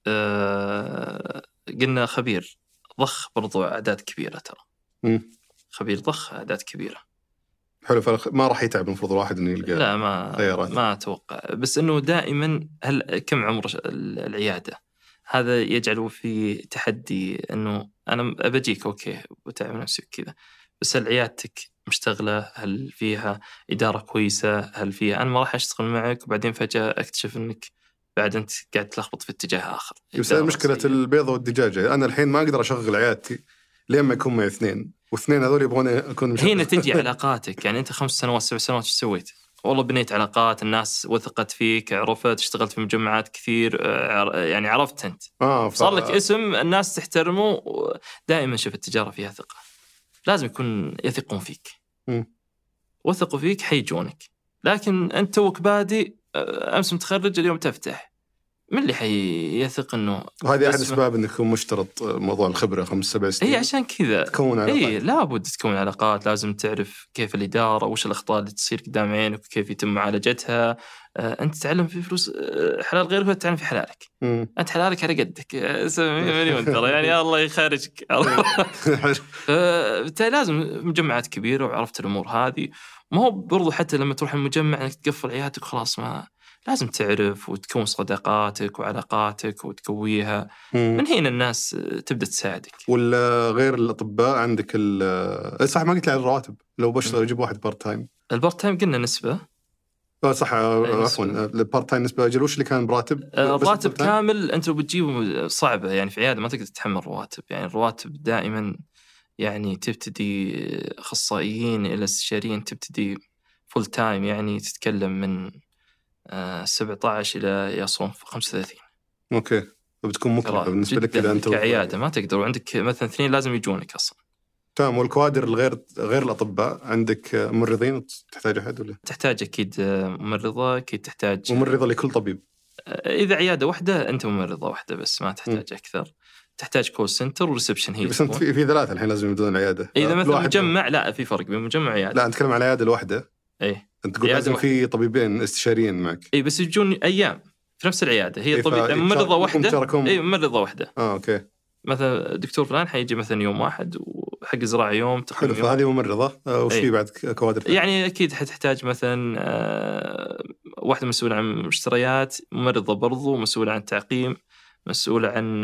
قلنا خبير ضخ برضو أعداد كبيرة ترى. مم. خبير ضخ أعداد كبيرة. حلو، ما راح يتعب المفروض الواحد إنه يلقى لا ما خيارات. ما أتوقع، بس إنه دائما هل كم عمر العيادة هذا يجعله في تحدي، إنه أنا أبجيك أوكي وتعب نفسي كذا، بس هل عيادتك مشتغلة؟ هل فيها إدارة كويسة؟ هل فيها أنا ما راح أشتغل معك وبعدين فجأة أكتشف إنك بعد أنت قاعد تلخبط في اتجاه آخر. بس مشكلة البيضة والدجاجة، أنا الحين ما أقدر أشغل عيادتي لين ما يكون معي اثنين، واثنين هذول يبغون أكون مشغل. هنا تجي علاقاتك، يعني أنت خمس سنوات سبع سنوات إيش سويت؟ والله بنيت علاقات، الناس وثقت فيك، عرفت، اشتغلت في مجمعات كثير، يعني عرفت أنت آه ف... صار لك اسم الناس تحترمه. دائما شوف التجارة فيها ثقة، لازم يكون يثقون فيك. م. وثقوا فيك حيجونك، لكن أنت توك بادي أمس متخرج اليوم تفتح، من اللي حيثق إنه؟ وهذه أحد أسباب إنك تكون مشترط موضوع الخبرة خمس سبع سنين. إيه عشان كذا تكون علاقات. إيه لابد تكون علاقات، لازم تعرف كيف الإدارة وش الأخطاء اللي تصير قدام عينك وكيف يتم معالجتها. آه أنت تتعلم في فلوس آه حلال غيرك وتتعلم في حلالك. م. أنت حلالك على قدك مليون ترى يعني الله يخرجك. فبالتالي لازم مجمعات كبيرة وعرفت الأمور هذه. ما هو برضو حتى لما تروح المجمع إنك تقفل عيادتك خلاص، ما لازم تعرف وتكون صداقاتك وعلاقاتك وتكويها. مم. من هنا الناس تبدأ تساعدك. ولا غير الأطباء عندك ال صح ما قلت لي على الرواتب، لو بشتغل أجيب واحد بارت تايم. البارت تايم قلنا نسبة. آه صح عفوا البارت تايم نسبة أجل. وش اللي كان براتب؟ الراتب كامل أنت لو بتجيبه صعبة، يعني في عيادة ما تقدر تتحمل رواتب. يعني الرواتب دائما يعني تبتدي أخصائيين إلى استشاريين تبتدي فول تايم، يعني تتكلم من سبعة عشر إلى يصوم خمسة وثلاثين. أوكي، وبتكون مكلفة بالنسبة لك إذا أنت كعيادة ما تقدر، وعندك مثلا اثنين لازم يجونك أصلا. تمام. والكوادر الغير غير الأطباء عندك ممرضين تحتاج أحد ولا؟ تحتاج أكيد ممرضة، أكيد تحتاج ممرضة لكل طبيب. إذا عيادة واحدة أنت ممرضة واحدة بس، ما تحتاج م. أكثر. تحتاج كول سنتر وريسبشن. هي بس أنت في, في ثلاثة الحين لازم يبدون العيادة. إذا مثلا مجمع لا في فرق بين مجمع وعيادة. لا نتكلم على العيادة الواحدة. إيه أنت تقول لازم في طبيبين استشاريين معك. إيه بس يجون أيام في نفس العيادة. هي طبيب ممرضة واحدة. إيه ممرضة واحدة. آه أوكي. مثلا دكتور فلان حيجي مثلا يوم واحد وحق زراعة يوم. حلو. فهذه ممرضة. وش في بعد كوادر؟ يعني أكيد حتحتاج مثلا آه واحدة مسؤولة عن مشتريات، ممرضة برضو مسؤولة عن التعقيم، مسؤولة عن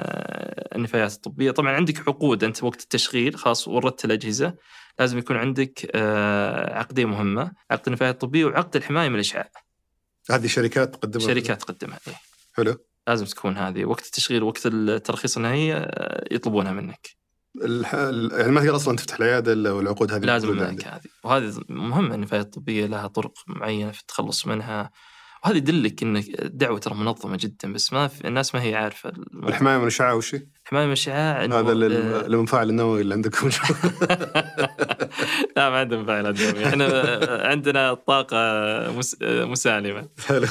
آه النفايات الطبية. طبعا عندك عقود أنت وقت التشغيل خلاص وردت الأجهزة، لازم يكون عندك آه عقدين مهمة، عقد النفايات الطبية وعقد الحماية من الإشعاع. هذه شركات تقدمها. شركات تقدمها. إيه. حلو. لازم تكون هذه وقت التشغيل وقت الترخيص النهائي يطلبونها منك. الح... يعني ما تقدر أصلاً تفتح العيادة إلا والعقود هذه لازم منك هذه. وهذه مهمة. النفاية الطبية لها طرق معينة في التخلص منها، وهذه يدلك إن الدعوة ترى منظمة جدا، بس ما في الناس ما هي عارفة. الحماية من الإشعاع وشي؟ الحماية من الإشعاع هذا المنفعل النووي اللي عندكم. لا ما عندنا منفعل نووي، إحنا عندنا طاقة مس... مسالمة.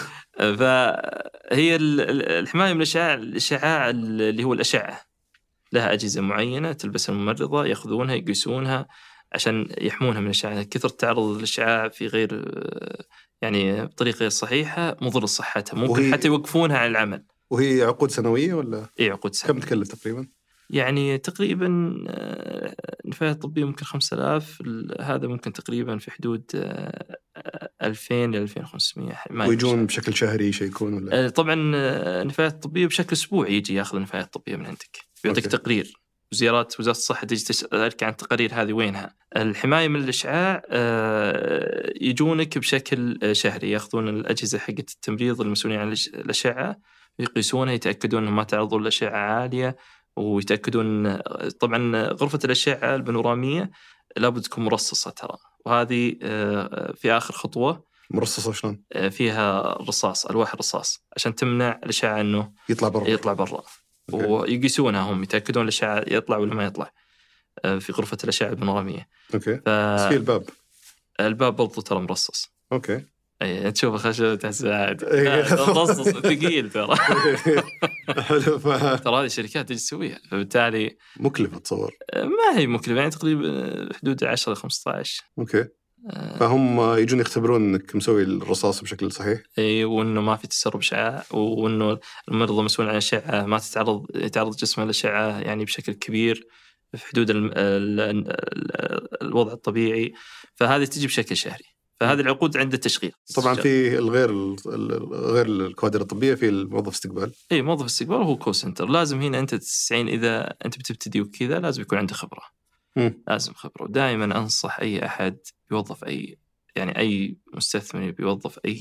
فهي الحماية من الإشعاع، الإشعاع اللي هو الأشعة لها أجهزة معينة تلبس الممرضة، يأخذونها يقيسونها عشان يحمونها من الإشعاع. كثر تعرض الإشعاع في غير يعني بطريقة غير صحيحة مضر لصحتها، ممكن وهي... حتى يوقفونها عن العمل. وهي عقود سنوية ولا؟ إيه عقود سنوية. كم تكلف تقريبا؟ يعني تقريبا النفاية الطبية ممكن خمسة آلاف، هذا ممكن تقريبا في حدود ألفين إلى ألفين وخمسمية. ويجون بشكل شهري شيء يكون ولا؟ طبعا النفاية الطبية بشكل أسبوعي يجي ياخذ النفاية الطبية من عندك، يعطيك تقرير. وزيارات وزارة الصحة تجي تسألك عن التقارير هذه وينها. الحماية من الإشعاع يجونك بشكل شهري، يأخذون الأجهزة حقة التمريض المسؤولين عن الأشعة، يقيسونها يتأكدون أنهم ما تعرضوا لأشعة عالية، ويتأكدون طبعا غرفة الأشعة البانورامية لابد تكون مرصصة ترى، وهذه في آخر خطوة. مرصصة شلون؟ فيها رصاص، ألواح رصاص عشان تمنع الأشعة أنه يطلع برا يطلع برا. ويقيسونها هم يتأكدون الأشعة يطلع ولا ما يطلع في غرفة الأشعة البانورامية. أوكي. ف... بس في الباب الباب برضو ترى مرصص. أوكي. اي تشوف خشب تحس عادي. إيه. تخصص ثقيل ترى. حلو. ف... ترى هذه الشركات تجي تسويها، فبالتالي مكلفة تصور. ما هي مكلفة، يعني تقريبا حدود عشرة إلى خمسة عشر. اوكي. فهم يجون يختبرون انك مسوي الرصاص بشكل صحيح. اي، وانه ما في تسرب اشعاع، وانه المرضى مسؤول عن الاشعه ما تتعرض يتعرض جسمه للاشعه يعني بشكل كبير في حدود ال ال ال الوضع الطبيعي. فهذه تجي بشكل شهري، فهذه العقود عند التشغيل. طبعا في الغير غير الكوادر الطبيه في الموظف استقبال. اي، موظف استقبال هو كول سنتر. لازم هنا انت تستعين، اذا انت بتبتدي وكذا لازم يكون عنده خبره. م. لازم خبره. دائما انصح اي احد بيوظف اي يعني اي مستثمر بيوظف اي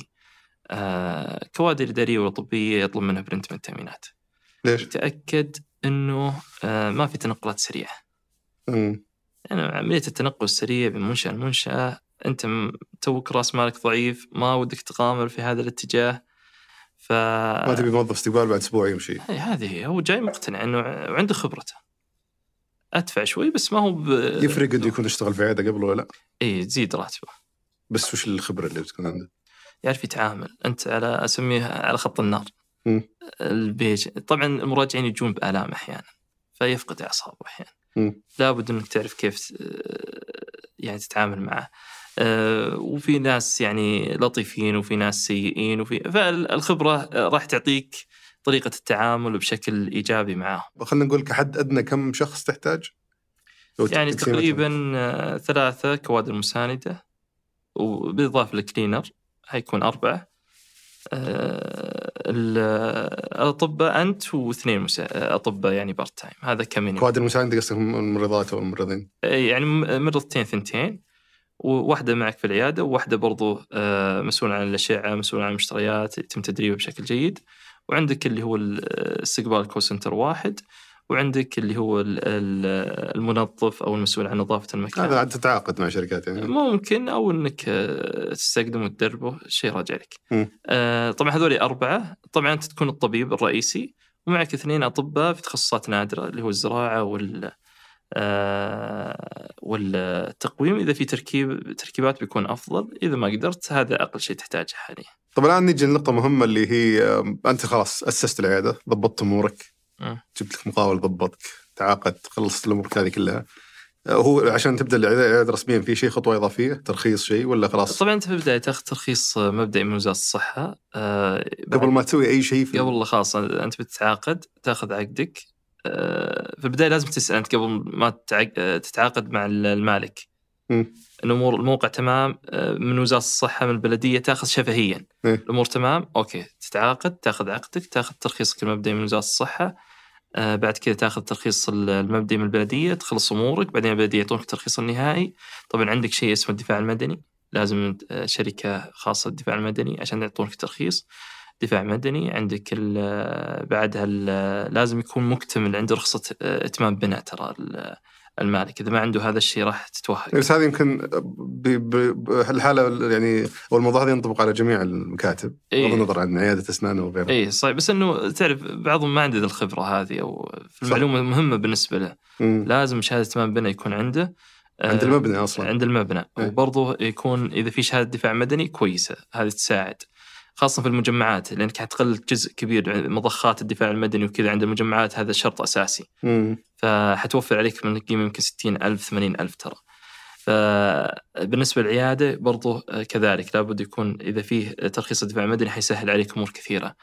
آه كوادر اداريه ولا طبيه يطلب منها برنت من التامينات. ليش؟ تاكد انه آه ما في تنقلات سريعه. امم يعني عمليه التنقل السريع من منشاه لمنشاه، انت توك راس مالك ضعيف، ما ودك تغامر في هذا الاتجاه، ف ما تبي موظف استقبال بعد اسبوع يمشي. هي هذه هو جاي مقتنع انه عنده خبرته. ادفع شوي بس ما هو ب... يفرق قد يكون اشتغل في عياده قبل ولا لا؟ اي، تزيد راتبه. بس وش الخبره اللي بتكون عنده؟ يعرف يتعامل. انت على اسميه على خط النار. م. البيج طبعا المراجعين يجون بآلام احيانا، فيفقد اعصابه احيانا. م. لابد انك تعرف كيف يعني تتعامل معه. أه وفي ناس يعني لطيفين وفي ناس سيئين، وفي فالخبره راح تعطيك طريقه التعامل بشكل ايجابي معه. خلينا نقول كحد ادنى كم شخص تحتاج؟ يعني تقريبا ثلاثه كوادر مسانده، وبالاضافه للكلينر هيكون اربعه. أه الاطباء انت واثنين مسا... اطباء يعني بارت تايم. هذا كمين. كوادر مسانده قصدهم الممرضات او الممرضين؟ يعني مرضتين ثنتين، وواحدة معك في العيادة، وواحدة برضو مسؤول عن الأشعة، مسؤول عن المشتريات، يتم تدريبه بشكل جيد. وعندك اللي هو الاستقبال كول سنتر واحد، وعندك اللي هو المنظف أو المسؤول عن نظافة المكان. هذا عاد تتعاقد مع شركات يعني؟ ممكن، أو أنك تستخدمه وتدربه، شيء راجع لك. طبعا هذولي أربعة. طبعا أنت تكون الطبيب الرئيسي، ومعك اثنين أطباء في تخصصات نادرة اللي هو الزراعة وال آه والتقويم. إذا في تركيب تركيبات بيكون أفضل، إذا ما قدرت هذا أقل شيء تحتاجه حاليا. طب الآن نيجي لنقطة مهمة اللي هي أنت خلاص أسست العيادة، ضبطت أمورك، م. جبت لك مقاول ضبطك، تعاقدت، خلصت الأمور هذه كلها. هو عشان تبدأ العيادة رسميا في شيء خطوة إضافية، ترخيص شيء ولا خلاص؟ طبعا أنت في البداية تأخذ ترخيص مبدئي من وزارة الصحة. آه قبل ما تسوي أي شيء في قبل خلاص أنت بتتعاقد، تأخذ عقدك. في البداية لازم تسأل أنت قبل ما تتعاقد مع المالك م. الأمور الموقع تمام من وزارة الصحة من البلدية، تأخذ شفهيا م. الأمور تمام أوكي، تتعاقد، تأخذ عقدك، تأخذ ترخيصك المبدئي من وزارة الصحة. آه بعد كده تأخذ ترخيص المبدئي من البلدية، تخلص أمورك، بعدين البلدية يعطونك الترخيص النهائي. طبعا عندك شيء اسمه الدفاع المدني، لازم شركة خاصة الدفاع المدني عشان يعطونك ترخيص دفاع مدني. عندك بعدها لازم يكون مكتمل، عنده رخصة اتمام بناء. ترى المالك إذا ما عنده هذا الشيء راح تتوهق. بس هذه يمكن بالحالة يعني، والموضوع هذا ينطبق على جميع المكاتب إيه؟ بغض النظر عن عيادة أسنان وغيرها. إيه صحيح، بس إنه تعرف بعضهم ما عنده الخبرة هذه، أو في المعلومة مهمة بالنسبة له. م. لازم شهادة اتمام بناء يكون عنده عند المبنى أصلا، عند المبنى. إيه؟ وبرضه يكون إذا في شهادة دفاع مدني كويسة، هذه تساعد خاصة في المجمعات، لأنك حتقلل جزء كبير مضخات الدفاع المدني وكذا عند المجمعات. هذا شرط أساسي. م. فحتوفر عليك من القيمة يمكن ستين ألف ثمانين ألف ترى. فبالنسبة للعيادة برضو كذلك لابد يكون إذا فيه ترخيص الدفاع المدني حيسهل عليك أمور كثيرة.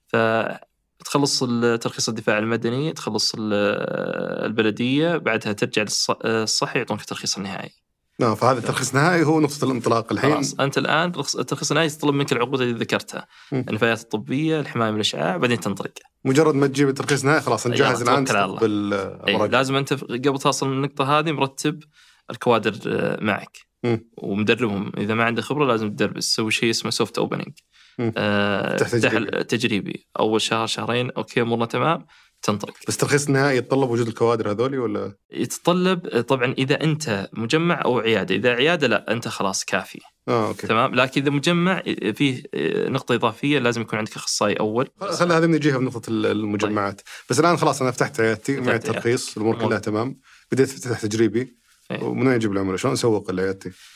فتخلص ترخيص الدفاع المدني، تخلص البلدية، بعدها ترجع للصحة يعطونك الترخيص النهائي. نعم، فهذا الترخيص النهائي هو نقطة الانطلاق الحين. خلاص أنت الآن الترخيص النهائي تطلب منك العقود اللي ذكرتها، النفايات الطبية، الحماية من الإشعاع، بعدين تنطلق. مجرد ما تجيب الترخيص النهائي خلاص نجهز الآن تقبل. أيه لازم أنت قبل تصل من النقطة هذه مرتب الكوادر معك م. ومدربهم. إذا ما عنده خبرة لازم تدرب، تسوي شيء اسمه سوفت أوبننج آه تجريبي. تجريبي أول شهر شهرين أوكي أمورنا تمام، تنطلق. بس ترخيص النهائي يتطلب وجود الكوادر هذولي ولا؟ يتطلب طبعا إذا أنت مجمع أو عيادة. إذا عيادة لا أنت خلاص كافي. آه، أوكي. تمام. لكن إذا مجمع فيه نقطة إضافية، لازم يكون عندك أخصائي أول. خلنا هذه نجيها بنقطة المجمعات. طيب. بس الآن خلاص أنا فتحت عيادتي مع الترخيص، الأمور كلها تمام، بديت فتح تجريبي. أيه. ومن وين أجيب العملاء؟ شلون أسوق لعيادتي؟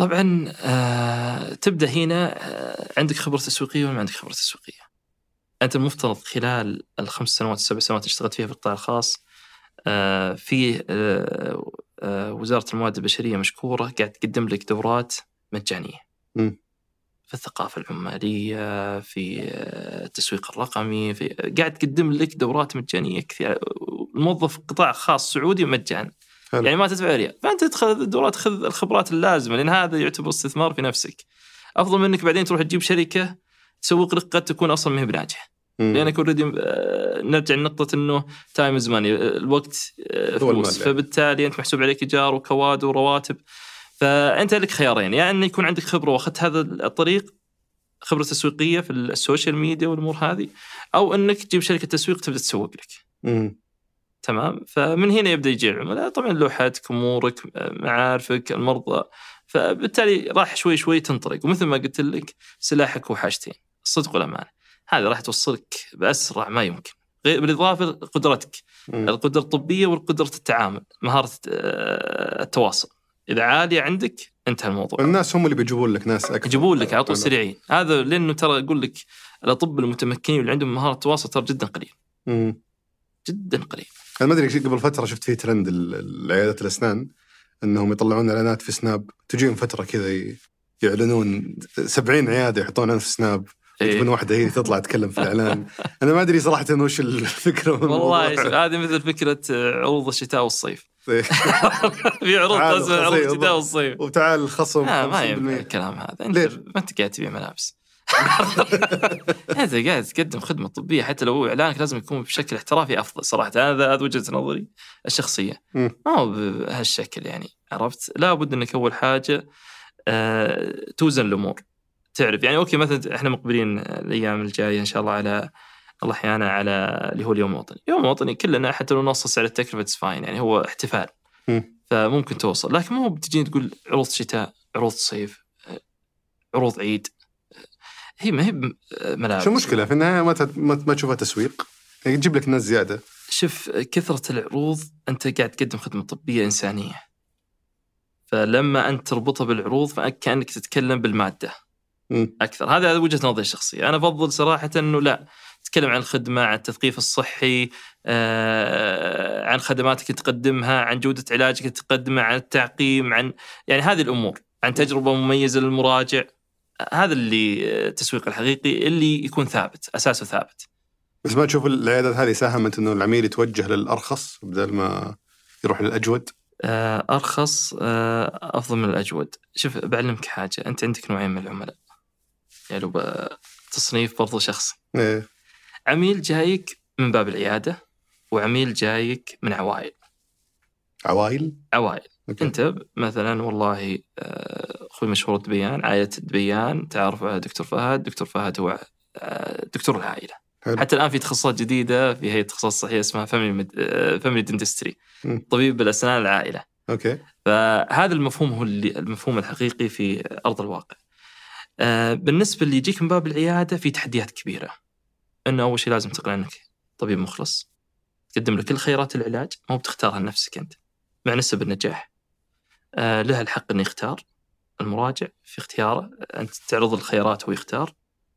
طبعا آه تبدأ هنا آه عندك خبرة تسويقية ولا ما عندك خبرة تسويقية. أنت المفترض خلال الخمس سنوات السبع سنوات اشتغلت فيها في القطاع الخاص آه في آه آه وزارة الموارد البشرية مشكورة قاعد تقدم لك دورات مجانية م. في الثقافة العمالية، في التسويق الرقمي، في قاعد تقدم لك دورات مجانية كثير. الموظف قطاع خاص سعودي مجانا يعني ما تدفع ريال، فأنت تدخل الدورات خذ الخبرات اللازمة، لأن هذا يعتبر استثمار في نفسك أفضل من أنك بعدين تروح تجيب شركة تسوق لك قد تكون أصلا ما هي بناجحة. لأنك أوريدي نرجع لنقطة إنه تايم إز ماني، الوقت فلوس، فبالتالي أنت محسوب عليك إيجار وكواد ورواتب. فأنت لك خيارين، يعني أن يكون عندك خبرة وأخذت هذا الطريق، خبرة تسويقية في السوشيال ميديا والأمور هذه، أو أنك تجيب شركة تسويق تبدأ تسوق لك. مم. تمام. فمن هنا يبدأ يجي العملاء، طبعا لوحاتك، أمورك، معارفك، المرضى، فبالتالي راح شوي شوي تنطلق. ومثل ما قلت لك سلاحك هو حاجتين، الصدق والأمانة، هذا راح توصلك بأسرع ما يمكن. بالإضافة لقدرتك، القدرة الطبية والقدرة التعامل، مهارة التواصل إذا عالية عندك انتهى الموضوع. الناس هم اللي بيجيبون لك ناس أكثر، يجيبون لك على طول سريعين. هذا لأنه ترى أقول لك الأطباء المتمكنين اللي عندهم مهارة التواصل ترى جدا قليل. مم. جدا قليل. أنا ما أدري، قبل فترة شفت فيه ترند العيادات الأسنان أنهم يطلعون إعلانات في سناب، تجيهم فترة كذا يعلنون سبعين عيادة يحطون إعلان في سناب، يجيبون واحدة هي تطلع تتكلم في الإعلان. أنا ما أدري صراحة إنه وش الفكرة. والله هذه مثل فكرة عروض الشتاء والصيف. في عروض لازم عروض الشتاء والصيف وتعال خصم آه ما ينفع الكلام هذا. انت ما انت قاعد تبيع ملابس. انت قاعد تقدم خدمه طبيه، حتى لو اعلانك لازم يكون بشكل احترافي افضل صراحه. هذا هذا وجهه نظري الشخصيه، ما هو بهالشكل يعني. عرفت؟ لا بد انك اول حاجه آه توزن الامور، تعرف يعني. اوكي مثلا احنا مقبلين الايام الجايه ان شاء الله على الله احيانا على اللي هو اليوم الوطني. اليوم الوطني كلنا حتى لو نصص على التكلفة تسفاين يعني، هو احتفال م. فممكن توصل، لكن مو بتجين تقول عروض شتاء، عروض صيف، عروض عيد. هي ما هي ملابس. شو المشكلة في النهاية؟ ما ما تشوفها تسويق يعني، تجيب لك ناس زيادة. شوف كثرة العروض، أنت قاعد تقدم خدمة طبية إنسانية، فلما أنت تربطها بالعروض فكأنك تتكلم بالمادة م. أكثر. هذا وجهة نظري الشخصية. أنا أفضل صراحة أنه لا، تتكلم عن الخدمة، عن التثقيف الصحي، آه، عن خدماتك تقدمها، عن جودة علاجك تقدمها، عن التعقيم، عن يعني هذه الأمور، عن تجربة مميزة للمراجع. هذا اللي التسويق الحقيقي اللي يكون ثابت، أساسه ثابت. بس ما تشوف العيادات هذه ساهمت إنه العميل يتوجه للأرخص بدل ما يروح للأجود؟ آه، أرخص آه، أفضل من الأجود. شوف بعلمك حاجة، أنت عندك نوعين من العملاء يعني، لو تصنيف برضو شخصي. إيه. عميل جايك من باب العيادة، وعميل جايك من عوائل. عوائل؟ عوائل. أوكي. أنت مثلا والله أخوي مشهور دبيان، عائلة دبيان تعرف دكتور فهد. دكتور فهد هو دكتور العائلة. حلو. حتى الآن في تخصصات جديدة في هيئة تخصص صحية اسمها فاميلي فاميلي دنتستري، طبيب بالأسنان العائلة. أوكي. فهذا المفهوم هو اللي المفهوم الحقيقي في أرض الواقع. بالنسبة اللي يجيك من باب العيادة في تحديات كبيرة، إنه أول شيء لازم تقنع إنك طبيب مخلص، تقدم لك كل خيارات العلاج، ما هو بتختارها لنفسك أنت، مع نسب النجاح آه له الحق إنه يختار. المراجع في اختياره، أنت تعرض الخيارات وهو يختار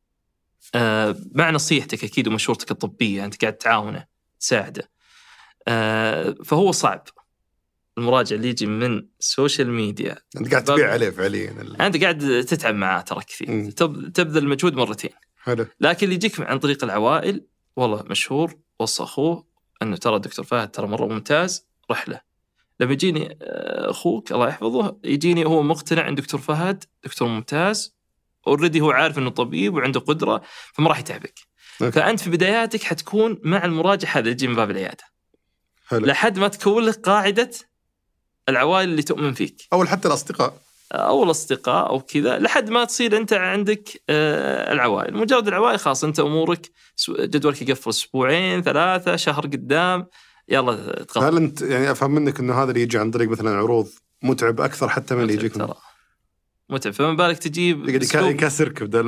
آه مع نصيحتك أكيد ومشورتك الطبية، أنت قاعد تعاونه تساعده. آه فهو صعب المراجع اللي يجي من السوشيال ميديا، أنت قاعد تبيع عليه فعليا، أنت قاعد تتعب معاه ترى كثير، تبذل المجهود مرتين. حلو. لكن اللي يجيك عن طريق العوائل، والله مشهور، وصى أخوه أنه ترى الدكتور فهد ترى مرة ممتاز، رحلة. لما يجيني أخوك الله يحفظه، يجيني هو مقتنع عن دكتور فهد دكتور ممتاز، أوريدي هو عارف أنه طبيب وعنده قدرة، فما راح يتعبك. أوكي. فأنت في بداياتك حتكون مع المراجع هذا يجي من باب العيادة. حلو. لحد ما تكون لك قاعدة العوائل اللي تؤمن فيك، أول حتى الأصدقاء أو الأصدقاء أو كذا، لحد ما تصير أنت عندك آه العوائل. مجرد العوائل خلاص أنت أمورك جدولك يقفل أسبوعين ثلاثة شهر قدام، يلا تقفل. هل أنت يعني أفهم منك أنه هذا اللي يجي عن طريق مثلا عروض متعب أكثر حتى من اللي يجيك متعب؟ فما بالك تجيب يكسرك بدل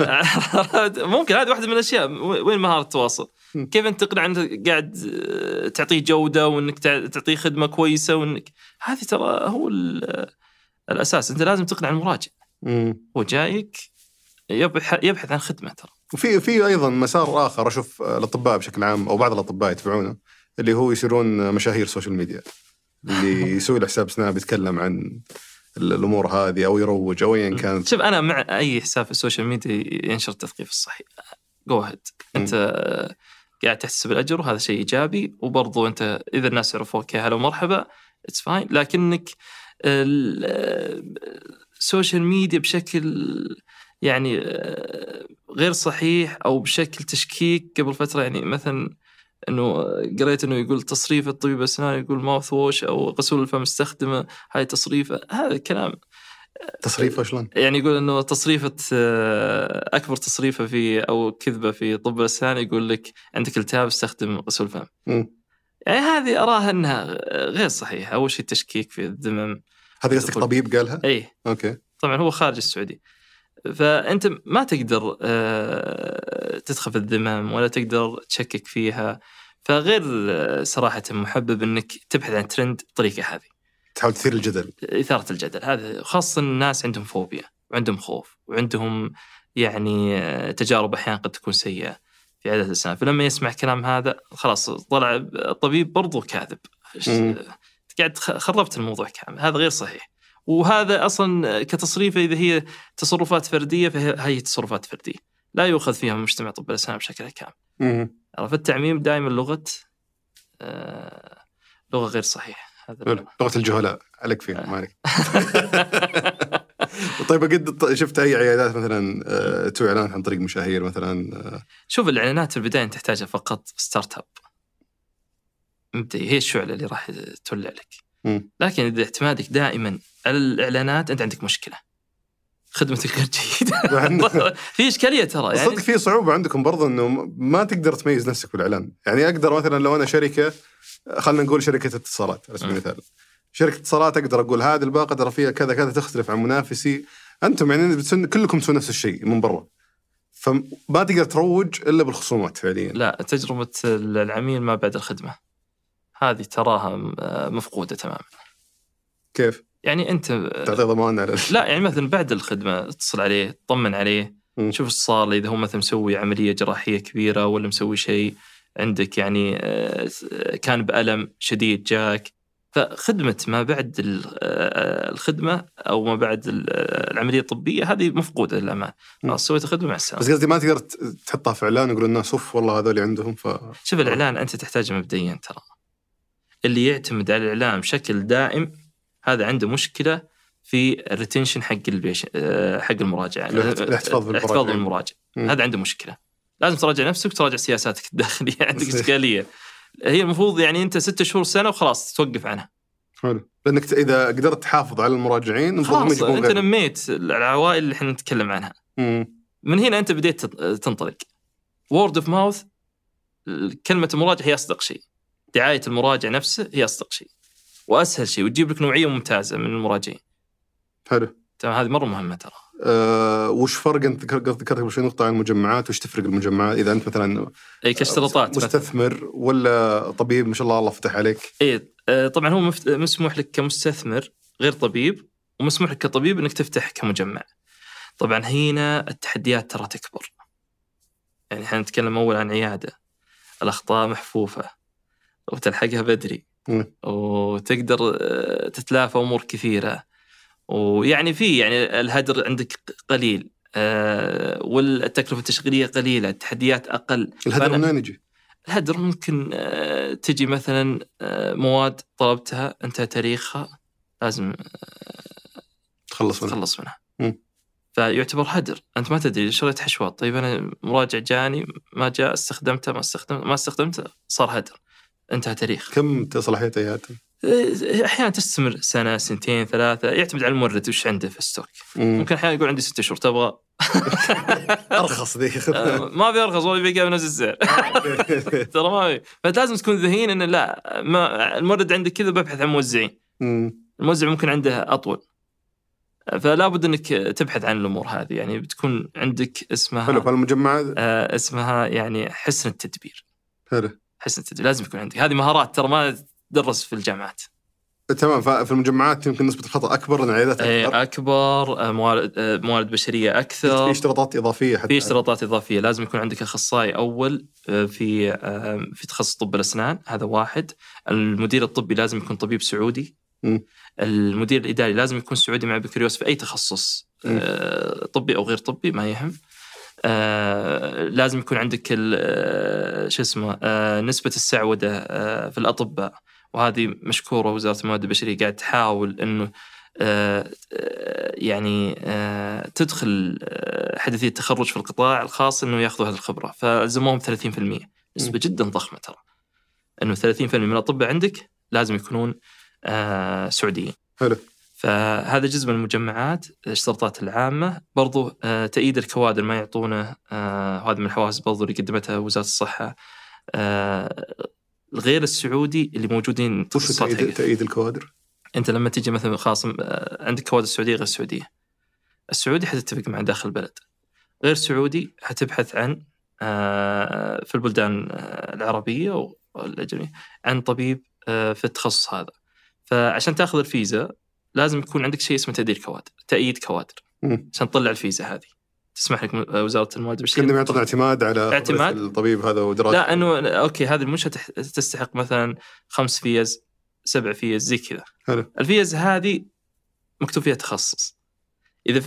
ممكن. هذه واحدة من الأشياء. وين مهارة التواصل؟ كيف أنت تقنع أنت قاعد تعطيه جودة، وأنك تعطيه خدمة كويسة، وأنك هذه ترى هو الأساس أنت لازم تقنع المراجع. مم. هو جايك يبحث يبحث عن خدمة ترى. وفي في أيضا مسار آخر أشوف الأطباء بشكل عام أو بعض الأطباء يتبعونه، اللي هو يصيرون مشاهير سوشيال ميديا، اللي يسوي له حساب سناب يتكلم عن الأمور هذه أو يروج أو أيا كان. شوف أنا مع أي حساب في السوشيال ميديا ينشر التثقيف الصحي، جو هيد. أنت قاعد تحسب الأجر وهذا شيء إيجابي، وبرضو أنت إذا الناس عرفوك يا هلا ومرحبا it's fine. لكنك السوشيال ميديا بشكل يعني غير صحيح أو بشكل تشكيك. قبل فترة يعني مثلا إنه قريت إنه يقول تصريف الطبيب الأسنان يقول ماوث ووش أو غسول الفم استخدمه، هاي تصريفه. هذا الكلام تصريفه شلون؟ يعني يقول إنه تصريفة أكبر تصريفة في أو كذبة في طب الأسنان يقول لك عندك التهاب استخدم غسول الفم. يعني هذه أراها أنها غير صحيحة. أول شيء تشكيك في الذمم. هذه قصدك طبيب قالها؟ أي. أوكي. طبعا هو خارج السعودية، فأنت ما تقدر تدخل في الذمم ولا تقدر تشكك فيها. فغير صراحة محبب أنك تبحث عن ترند بطريقة هذه، تحاول تثير الجدل، إثارة الجدل. هذا خاصة الناس عندهم فوبيا وعندهم خوف وعندهم يعني تجارب أحيانا قد تكون سيئة في عدة الأسنان، فلما يسمع كلام هذا خلاص طلع الطبيب برضو كاذب. قاعد خربت الموضوع كامل. هذا غير صحيح. وهذا أصلا كتصريفه إذا هي تصرفات فردية فهي تصرفات فردية لا يؤخذ فيها مجتمع طب الأسنان بشكل كامل. عرفت التعميم دائما لغة آه لغة غير صحيحة. هذا لغة الجهلاء عليك فيها ما عليك. طيب قد شفت أي عيادات مثلا آه تو إعلان عن طريق مشاهير مثلا؟ آه شوف الإعلانات في البداية تحتاجها فقط ستارت اب مبدئي، هي الشعلة اللي راح تولع لك. م. لكن إذا اعتمادك دائما على الإعلانات أنت عندك مشكلة، خدمتك غير جيدة. في إشكالية ترى يعني. صدق في صعوبة عندكم برضو إنه ما تقدر تميز نفسك بالإعلان. يعني أقدر مثلا لو أنا شركة، خلنا نقول شركة اتصالات على سبيل المثال، شركة اتصالات أقدر أقول هذه الباقة ترى فيها كذا كذا تختلف عن منافسي. أنتم يعني بتسن كلكم تسوون نفس الشيء من برا، فما تقدر تروج إلا بالخصومات فعليا. لا، تجربة العميل ما بعد الخدمة هذه تراها مفقودة تماما. كيف؟ يعني أنت تعطي ضمان على لا يعني مثلا بعد الخدمة اتصل عليه طمن عليه م. شوف الصار إذا هو مثلا مسوي عملية جراحية كبيرة ولا مسوي شيء عندك يعني كان بألم شديد جاك. فخدمة ما بعد الخدمة أو ما بعد العملية الطبية هذه مفقودة للأمان. سويت خدمة مع السلامة. بس قصدي ما تقدر تحطها في إعلان ويقولوا الناس صف والله هذول عندهم. ف شوف الإعلان أنت تحتاجه مبدئيا ترى. اللي يعتمد على الإعلان بشكل دائم هذا عنده مشكلة في الريتنشن حق البيش حق المراجعة، الاحتفاظ بالمراجع. هذا عنده مشكلة. لازم تراجع نفسك وتراجع سياساتك الداخلية. عندك إشكالية. هي المفروض يعني أنت ستة شهور سنة وخلاص توقف عنها. حلو. لأنك إذا قدرت تحافظ على المراجعين خلاص أنت غير. نميت العوائل اللي احنا نتكلم عنها. مم. من هنا أنت بديت تنطلق. word of mouth، كلمة المراجع هي أصدق شيء، دعاية المراجع نفسه هي أصدق شيء وأسهل شيء، وتجيب لك نوعية ممتازة من المراجعين. حلو. تمام، هذه مرة مهمة ترى. أه وش فرق أنت ذكرت قبل شوي نقطة عن المجمعات، وش تفرق المجمعات إذا أنت مثلا أي كاشتراطات مستثمر مثلا. ولا طبيب ما شاء الله الله فتح عليك؟ إيه أه طبعا هو مفت... مسموح لك كمستثمر غير طبيب، ومسموح لك كطبيب إنك تفتح كمجمع. طبعا هنا التحديات ترى تكبر. يعني إحنا نتكلم أول عن عيادة، الأخطاء محفوفة وتلحقها بدري م. وتقدر تتلافى أمور كثيرة، ويعني في يعني الهدر عندك قليل أه والتكلفة التشغيلية قليلة، التحديات أقل. الهدر منين يجي؟ الهدر ممكن أه تجي مثلا أه مواد طلبتها انتهى تاريخها لازم أه تخلص منها, تخلص منها. م. فيعتبر هدر. أنت ما تدري شريت حشوات، طيب أنا مراجع جاني ما جاء استخدمته ما استخدمته ما استخدمته صار هدر انتهى تاريخ. كم صلاحية اياتها؟ احيانا تستمر سنه سنتين ثلاثه، يعتمد على المورد وش عنده في الستوك. مم. ممكن احيانا يقول عندي ستة شهور تبغى ارخص ذي ما بيرخص ولا بيقى بنفس السعر. ترى ما بي. فلازم تكون ذهين ان لا ما المورد عندك كذا ببحث عن موزعين. الموزع ممكن عنده اطول، فلا بد انك تبحث عن الامور هذه. يعني بتكون عندك اسمها حلو فالمجمع آه اسمها يعني حسن التدبير. حلو. حسن التدبير لازم يكون عندك هذه مهارات ترى ما تدرس في الجامعات. تمام. ففي المجمعات يمكن نسبة الخطأ أكبر لأن العيادات إيه، أكبر. أكبر، آه، موارد آه، موارد بشرية أكثر، في اشتراطات إضافية حتى. في اشتراطات إضافية. لازم يكون عندك أخصائي أول آه، في آه، في تخصص طب الأسنان، هذا واحد. المدير الطبي لازم يكون طبيب سعودي. م. المدير الإداري لازم يكون سعودي مع بكالوريوس في أي تخصص آه، طبي أو غير طبي، ما يهم. آه، لازم يكون عندك آه، شو اسمه آه، نسبة السعودة آه، في الأطباء، وهذه مشكورة وزارة الموارد البشرية قاعد تحاول إنه آه، آه، يعني آه، تدخل آه، حديثي التخرج في القطاع الخاص إنه يأخذوا هذه الخبرة، فالزموهم ثلاثين بالمئة، نسبة جدا ضخمة ترى، إنه ثلاثين بالمئة من الأطباء عندك لازم يكونون آه، سعوديين. حلو. فهذا جزء من المجمعات. الاشتراطات العامة برضو آه، تأييد الكوادر ما يعطونه، آه، هذا من الحوافز برضو اللي قدمتها وزارة الصحة. آه، الغير السعودي اللي موجودين. وش تأييد, تأييد الكوادر؟ أنت لما تيجي مثلا خاص آه، عندك كوادر سعودية غير سعودية، السعودي حتتفق مع داخل البلد، غير سعودي حتبحث عن آه، في البلدان آه، العربية والأجنبية عن طبيب آه، في التخصص هذا. فعشان تأخذ الفيزا لازم يكون عندك شيء اسمه تأييد كوادر، تأييد كوادر عشان تطلع الفيزا هذه، تسمح لك وزارة الموارد البشرية. كنا يعطون اعتماد على اعتماد الطبيب هذا ودراسته. لا أنه أوكي هذه المنشأة تستحق مثلا خمس فيز، سبع فيز، زي كذا. الفيز هذه مكتوب فيها تخصص، إذا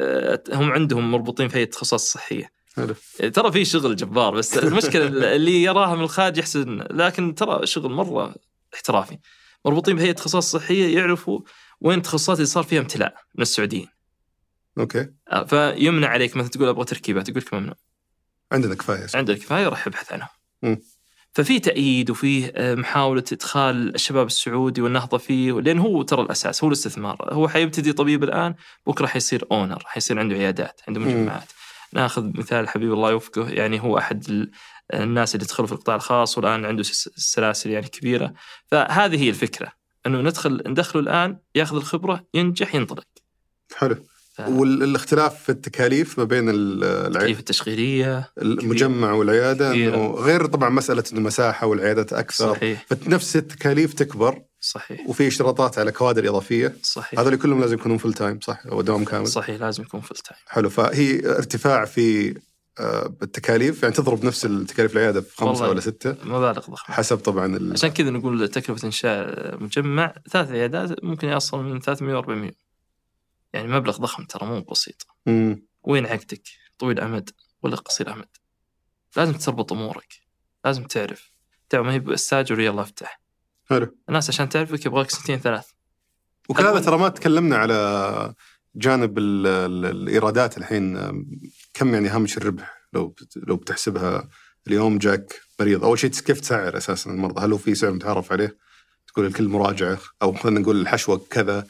هم عندهم مربوطين في التخصصات الصحية. حلو. ترى في شغل جبار، بس المشكلة اللي يراها من الخارج يحسن، لكن ترى شغل مرة احترافي. مربوطين بهيئة التخصصات الصحية، يعرفوا وين التخصصات اللي صار فيها امتلاء من السعوديين. اوكي. فيمنع عليك مثلا تقول ابغى تركيبات، يقول لك ممنوع، عندنا كفايه، عندنا كفايه، راح ابحث عنهم. م. ففي تأييد وفيه محاولة إدخال الشباب السعودي والنهضة فيه، لأن هو ترى الأساس، هو الاستثمار. هو حيبتدي طبيب الآن، بكرة حيصير أونر، حيصير عنده عيادات، عنده مجمعات. م. ناخذ مثال حبيب الله يوفقه، يعني هو أحد الناس اللي دخلوا في القطاع الخاص والآن عنده سلاسل يعني كبيرة. فهذه هي الفكرة، أنه ندخل ندخله الآن، يأخذ الخبرة، ينجح، ينطلق. حلو. ف... والاختلاف في التكاليف ما بين التكاليف التشغيلية، المجمع والعيادة، إنه غير طبعا مسألة المساحة والعيادات أكثر. صحيح. فنفس التكاليف تكبر. صحيح. وفي اشتراطات على كوادر إضافية. صحيح. هذول كلهم لازم يكونون فول تايم، صح؟ أو دوام كامل. صحيح، لازم يكون فول تايم. حلو. فهي ارتفاع في بالتكاليف، يعني تضرب نفس التكاليف العيادة في خمسة ولا ستة، مبالغ ضخمة حسب طبعا ال... عشان كذا نقول تكلفة إنشاء مجمع ثلاث عيادات ممكن يصل من ثلاثمائة وأربعمائة، يعني مبلغ ضخم ترى، مو بسيط. مم. وين عقدك؟ طويل أمد ولا قصير أمد؟ لازم تربط أمورك، لازم تعرف تعرف ما هي باستاجر يلا افتح. حلو. الناس عشان تعرفك يبغاك سنتين ثلاث. وكذا ترى ما تكلمنا على جانب ال ال الإيرادات الحين، كم يعني هامش الربح لو لو بتحسبها اليوم جاك مريض؟ أول شيء كيف تسعر أساساً المرضى؟ هل هو في سعر متعارف عليه؟ تقول الكل مراجعة، أو خلينا نقول الحشوة كذا،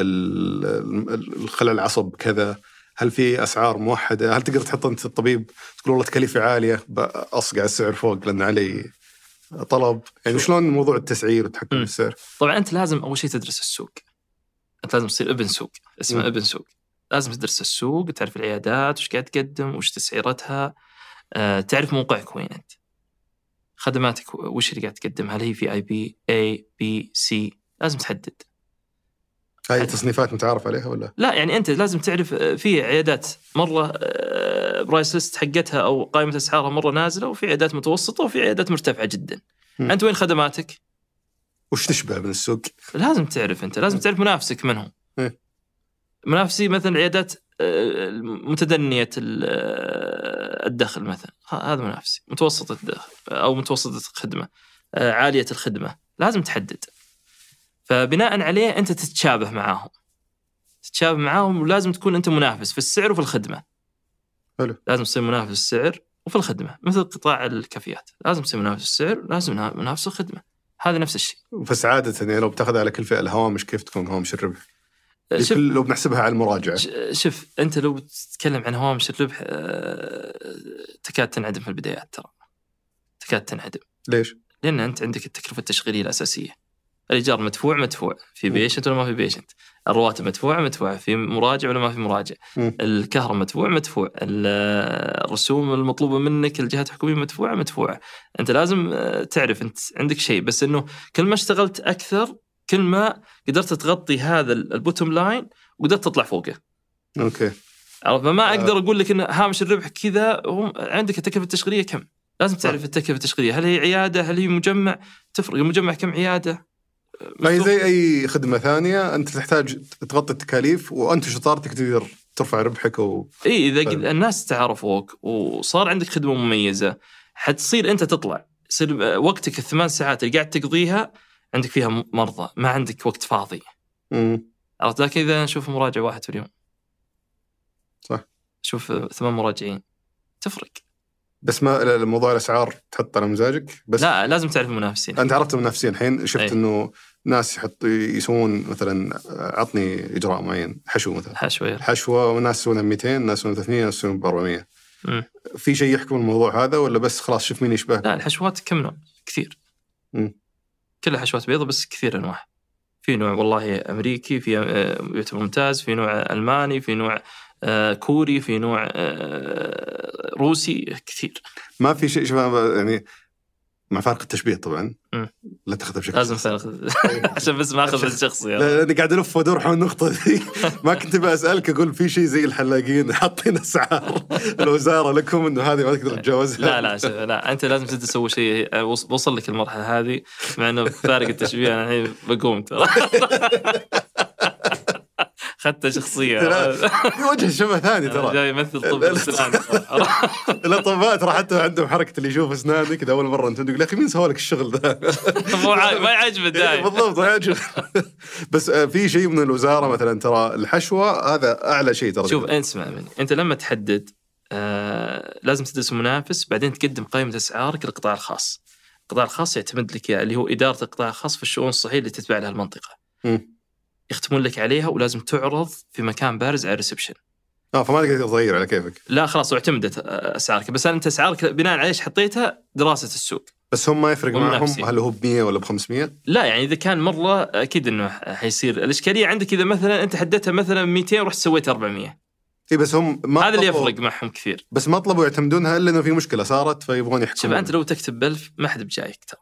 الخلع العصب كذا، هل في أسعار موحدة؟ هل تقدر تحط أنت الطبيب تقول والله تكاليفي عالية أصقع السعر فوق لأن علي طلب؟ يعني شلون موضوع التسعير والتحكم بالسعر؟ طبعاً أنت لازم أول شيء تدرس السوق، أنت لازم تصير ابن سوق، اسمه م. ابن سوق. لازم تدرس السوق، تعرف العيادات وش قاعد تقدم وش تسعيرتها، أه، تعرف موقعك وين أنت، خدماتك وش اللي قاعد تقدم، هل هي في آي بي A B C، لازم تحدد. هاي تصنيفات متعارف عليها ولا؟ لا يعني أنت لازم تعرف في عيادات مرة برايس ليست حقتها أو قائمة أسعارها مرة نازلة، وفي عيادات متوسطة، وفي عيادات مرتفعة جدا. م. أنت وين خدماتك؟ وش تشبه من السوق؟ لازم تعرف أنت، لازم تعرف منافسك منهم. م. منافسي مثلا عيادات متدنية الدخل مثلا، هذا منافسي. متوسط الدخل أو متوسطة الخدمة، عالية الخدمة، لازم تحدد. فبناء عليه أنت تتشابه معاهم تتشابه معاهم ولازم تكون أنت منافس في السعر وفي الخدمة. حلو. لازم تصير منافس في السعر وفي الخدمة، مثل قطاع الكافيات، لازم تصير منافس في السعر، لازم منافس في الخدمة، هذا نفس الشيء. فسعادة يعني لو بتاخذ على كل فئة الهوامش، كيف تكون هوامش الربح؟ لو بنحسبها على المراجعة. شوف أنت لو بتتكلم عن هوامش الربح تكاد تنعدم في البدايات، ترى تكاد تنعدم. ليش؟ لأن أنت عندك التكلفة التشغيلية الأساسية، الإيجار مدفوع مدفوع، في بيشنت ولا ما في بيشنت، الرواتب مدفوعة مدفوعة، في مراجع ولا ما في مراجع، الكهرباء مدفوع مدفوع، الرسوم المطلوبة منك الجهات الحكومية مدفوعة مدفوعة. أنت لازم تعرف أنت عندك شيء، بس إنه كل ما اشتغلت أكثر كل ما قدرت تغطي هذا البوتوم لاين وقدرت تطلع فوقه. اوكي. عرفت؟ فما اقدر اقول لك ان هامش الربح كذا. عندك التكلفه التشغيليه كم؟ لازم تعرف التكلفه التشغيليه، هل هي عياده، هل هي مجمع؟ تفرق المجمع كم عياده. ما هي زي اي خدمه ثانيه، انت تحتاج تغطي التكاليف وانت شطارتك تقدر ترفع ربحك. و... اي اذا طيب. الناس تعرفوك وصار عندك خدمه مميزه، حتصير انت تطلع، يصير وقتك الثمان ساعات اللي قاعد تقضيها عندك فيها مرضى، ما عندك وقت فاضي. امم عرفت؟ لكن اذا نشوف مراجع واحد في اليوم، صح، شوف ثمان مراجعين، تفرق. بس ما الموضوع الاسعار تحط على مزاجك بس. لا، لازم تعرف المنافسين. انت عرفت المنافسين الحين، شفت أي. انه ناس يحط يسوون مثلا عطني اجراء معين، حشو مثلا، حشوه حشوه، وناس يسوونها مئتين، ناس يسوونها ثلاثمية، ناس يسوونها أربعمية. م. في شيء يحكم الموضوع هذا ولا بس خلاص شوف مين يشبه؟ لا، الحشوات كم نوع كثير. م. كلها حشوات بيضة بس كثير انواع. في نوع والله امريكي، في يعتبر ممتاز، في نوع الماني، في نوع كوري، في نوع روسي، كثير. ما في شيء شباب يعني مع فارق التشبيه طبعا. م. لا تاخذها بشكل لازم تاخذ عشان بس ما اخذ الشخصي. لا انا قاعد الف وادور حول النقطه ذي. ما كنت بسالك اقول في شيء زي الحلاقين حاطين اسعار الوزاره لكم انه هذه ما تقدر تتجاوزها. لا لا لا انت لازم تسوي شيء. وصل لك المرحله هذه مع انه فارق التشبيه، انا الحين بقوم ترى خدت شخصية في وجه شبه ثاني ترى، جاي يمثل طب الأسنان. الأطباء ترى حتى عندهم حركة اللي يشوف أسنانك كذا أول مرة أنت تقول يا أخي مين سوى لك الشغل ذا؟ ما يعجبه دايم. بالضبط ما يعجبه. بس في شيء من الوزارة مثلا ترى الحشوة هذا أعلى شيء ترى. شوف أنت اسمع مني، أنت لما تحدد آه لازم تدرس منافس، بعدين تقدم قائمة أسعارك للقطاع الخاص. القطاع الخاص يعتمد لك اللي هو إدارة القطاع الخاص في الشؤون الصحية اللي تتبع لها المنطقة. م. يختمون لك عليها ولازم تعرض في مكان بارز على الريسبشن. اه فما تقدر تغير على كيفك. لا خلاص، واعتمدت اسعارك، بس انت اسعارك بناء على ايش حطيتها؟ دراسه السوق. بس هم ما يفرق معهم هل هو بمية ولا بخمسمية؟ لا يعني اذا كان مره اكيد انه حيصير الاشكاليه عندك. اذا مثلا انت حددتها مثلا مئتين ورحت سويت أربعمية، اي بس هم ما هذا اللي يفرق معهم كثير. بس ما طلبوا يعتمدونها الا انه في مشكله صارت فيبغون يحكمون. شوف انت لو تكتب بألف ما حد بجايك ترى.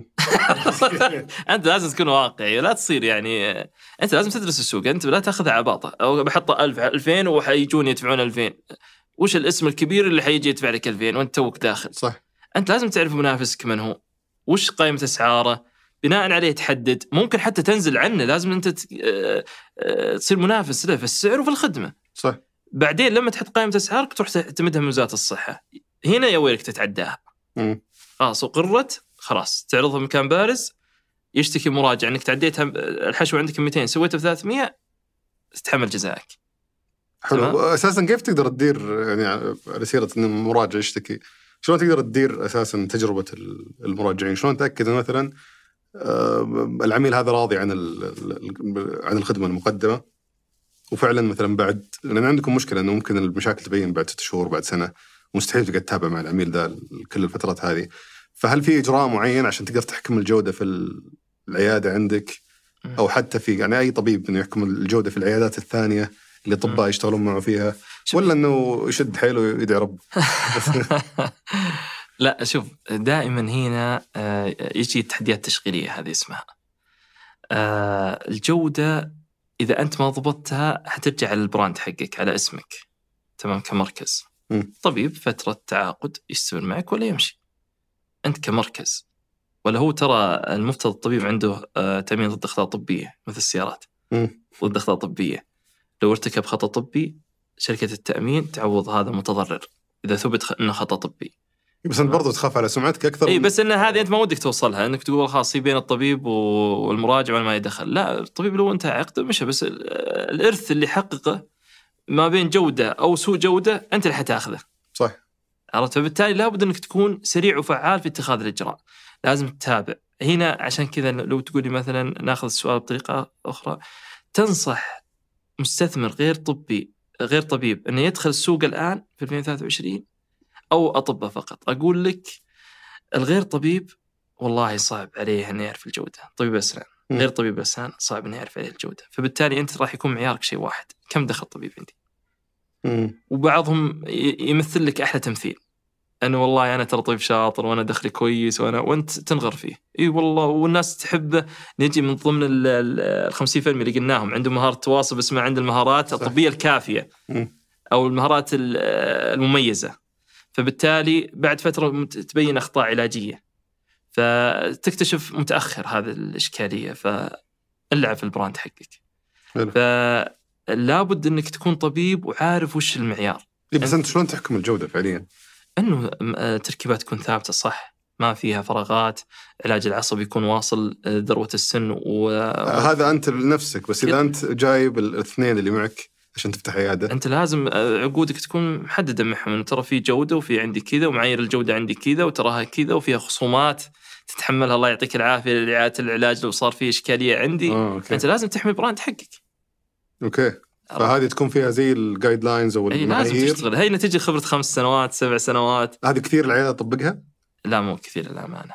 أنت لازم تكون واقعي، لا تصير يعني أنت لازم تدرس السوق. أنت لا تأخذها عباطة أو بحط ألف ألفين وحيجون يدفعون ألفين. وش الاسم الكبير اللي حيجي يدفع لك ألفين وأنت توك داخل؟ صح. أنت لازم تعرف منافسك من هو، وش قائمة أسعاره، بناء عليه تحدد. ممكن حتى تنزل عنه، لازم أنت تصير منافس له في السعر وفي الخدمة. صح. بعدين لما تحط قائمة أسعارك تروح تعتمدها من وزارة الصحة، هنا يا ويلك تتعداها. خلاص وقررت خلاص تعرضها مكان بارز، يشتكي مراجع انك تعديتها الحشوه عندك مئتين سويتها بثلاثمية، تتحمل جزائك. حلو. اساسا كيف تقدر تدير يعني على سيره ان المراجع يشتكي، شلون تقدر تدير اساسا تجربه المراجعين؟ شلون تاكد مثلا العميل هذا راضي عن عن الخدمه المقدمه وفعلا مثلا بعد، لان عندكم مشكله انه ممكن المشاكل تبين بعد ست شهور بعد سنه، مستحيل تقعد تتابع مع العميل ذا كل الفترات هذه. فهل في إجراء معين عشان تقدر تحكم الجودة في العيادة عندك، أو حتى في يعني أي طبيب إنه يحكم الجودة في العيادات الثانية اللي الأطباء يشتغلون معه فيها، ولا إنه يشد حيله ويدعي رب؟ لا شوف، دائما هنا يجي التحديات التشغيلية هذه اسمها الجودة. إذا أنت ما ضبطتها حترجع على البراند حقك، على اسمك، تمام، كمركز. م. طبيب فترة تعاقد يستمر معك ولا يمشي أنت كمركز، ولا هو ترى المفترض الطبيب عنده آه تأمين ضد أخطاء طبية مثل السيارات ضد أخطاء طبية. لو ارتكب خطأ طبي شركة التأمين تعوض هذا المتضرر إذا ثبت أنه خطأ طبي. بس أنت برضو تخاف على سمعتك أكثر. إيه بس إن هذه أنت ما ودك توصلها، إنك تقول خلاص بين الطبيب والمراجع ولا ما يدخل. لا، الطبيب لو أنت عقده مش بس الإرث اللي حققه ما بين جودة أو سوء جودة أنت اللي حتاخذه. صح. عرفت؟ فبالتالي لابد أنك تكون سريع وفعال في اتخاذ الإجراء، لازم تتابع هنا. عشان كذا لو تقولي مثلا ناخذ السؤال بطريقة أخرى، تنصح مستثمر غير طبي غير طبيب أنه يدخل السوق الآن في ألفين وثلاثة وعشرين أو أطباء فقط؟ أقول لك الغير طبيب والله صعب عليه أن يعرف الجودة. طبيب أسنان غير طبيب أسنان صعب أن يعرف عليه الجودة. فبالتالي أنت راح يكون معيارك شيء واحد، كم دخل طبيب عندي. مم. وبعضهم يمثل لك أحلى تمثيل، أنه والله أنا ترى طبيب شاطر وأنا دخلي كويس وأنا وأنت تنغر فيه. إي والله والناس تحبه. نجي من ضمن الخمسين فيلم اللي قلناهم عنده مهارة تواصل بس ما عنده المهارات الطبية الكافية أو المهارات المميزة، فبالتالي بعد فترة تبين أخطاء علاجية فتكتشف متأخر هذه الإشكالية، فالعب في البراند حقك. فلا بد أنك تكون طبيب وعارف وش المعيار. إيه بس أنت شلون تحكم الجودة فعليا؟ أنه تركيبات تكون ثابتة صح، ما فيها فراغات، علاج العصب يكون واصل ذروة السن و... هذا أنت لنفسك، بس إذا أنت جايب الاثنين اللي معك عشان تفتح عيادة أنت لازم عقودك تكون محددة معهم، أنه ترى في جودة وفي عندي كذا ومعايير الجودة عندي كذا وتراها كذا وفيها خصومات تتحملها الله يعطيك العافية لإعادة العلاج لو صار فيه إشكالية عندي. آه، أنت لازم تحمي براند حقك. أوكي. فهذه تكون فيها زي الجايد لاينز أو المعايير. لازم تشتغل. هي نتيجة خبرة خمس سنوات سبع سنوات. هذه كثير العيادة تطبقها؟ لا مو كثير الأمانة.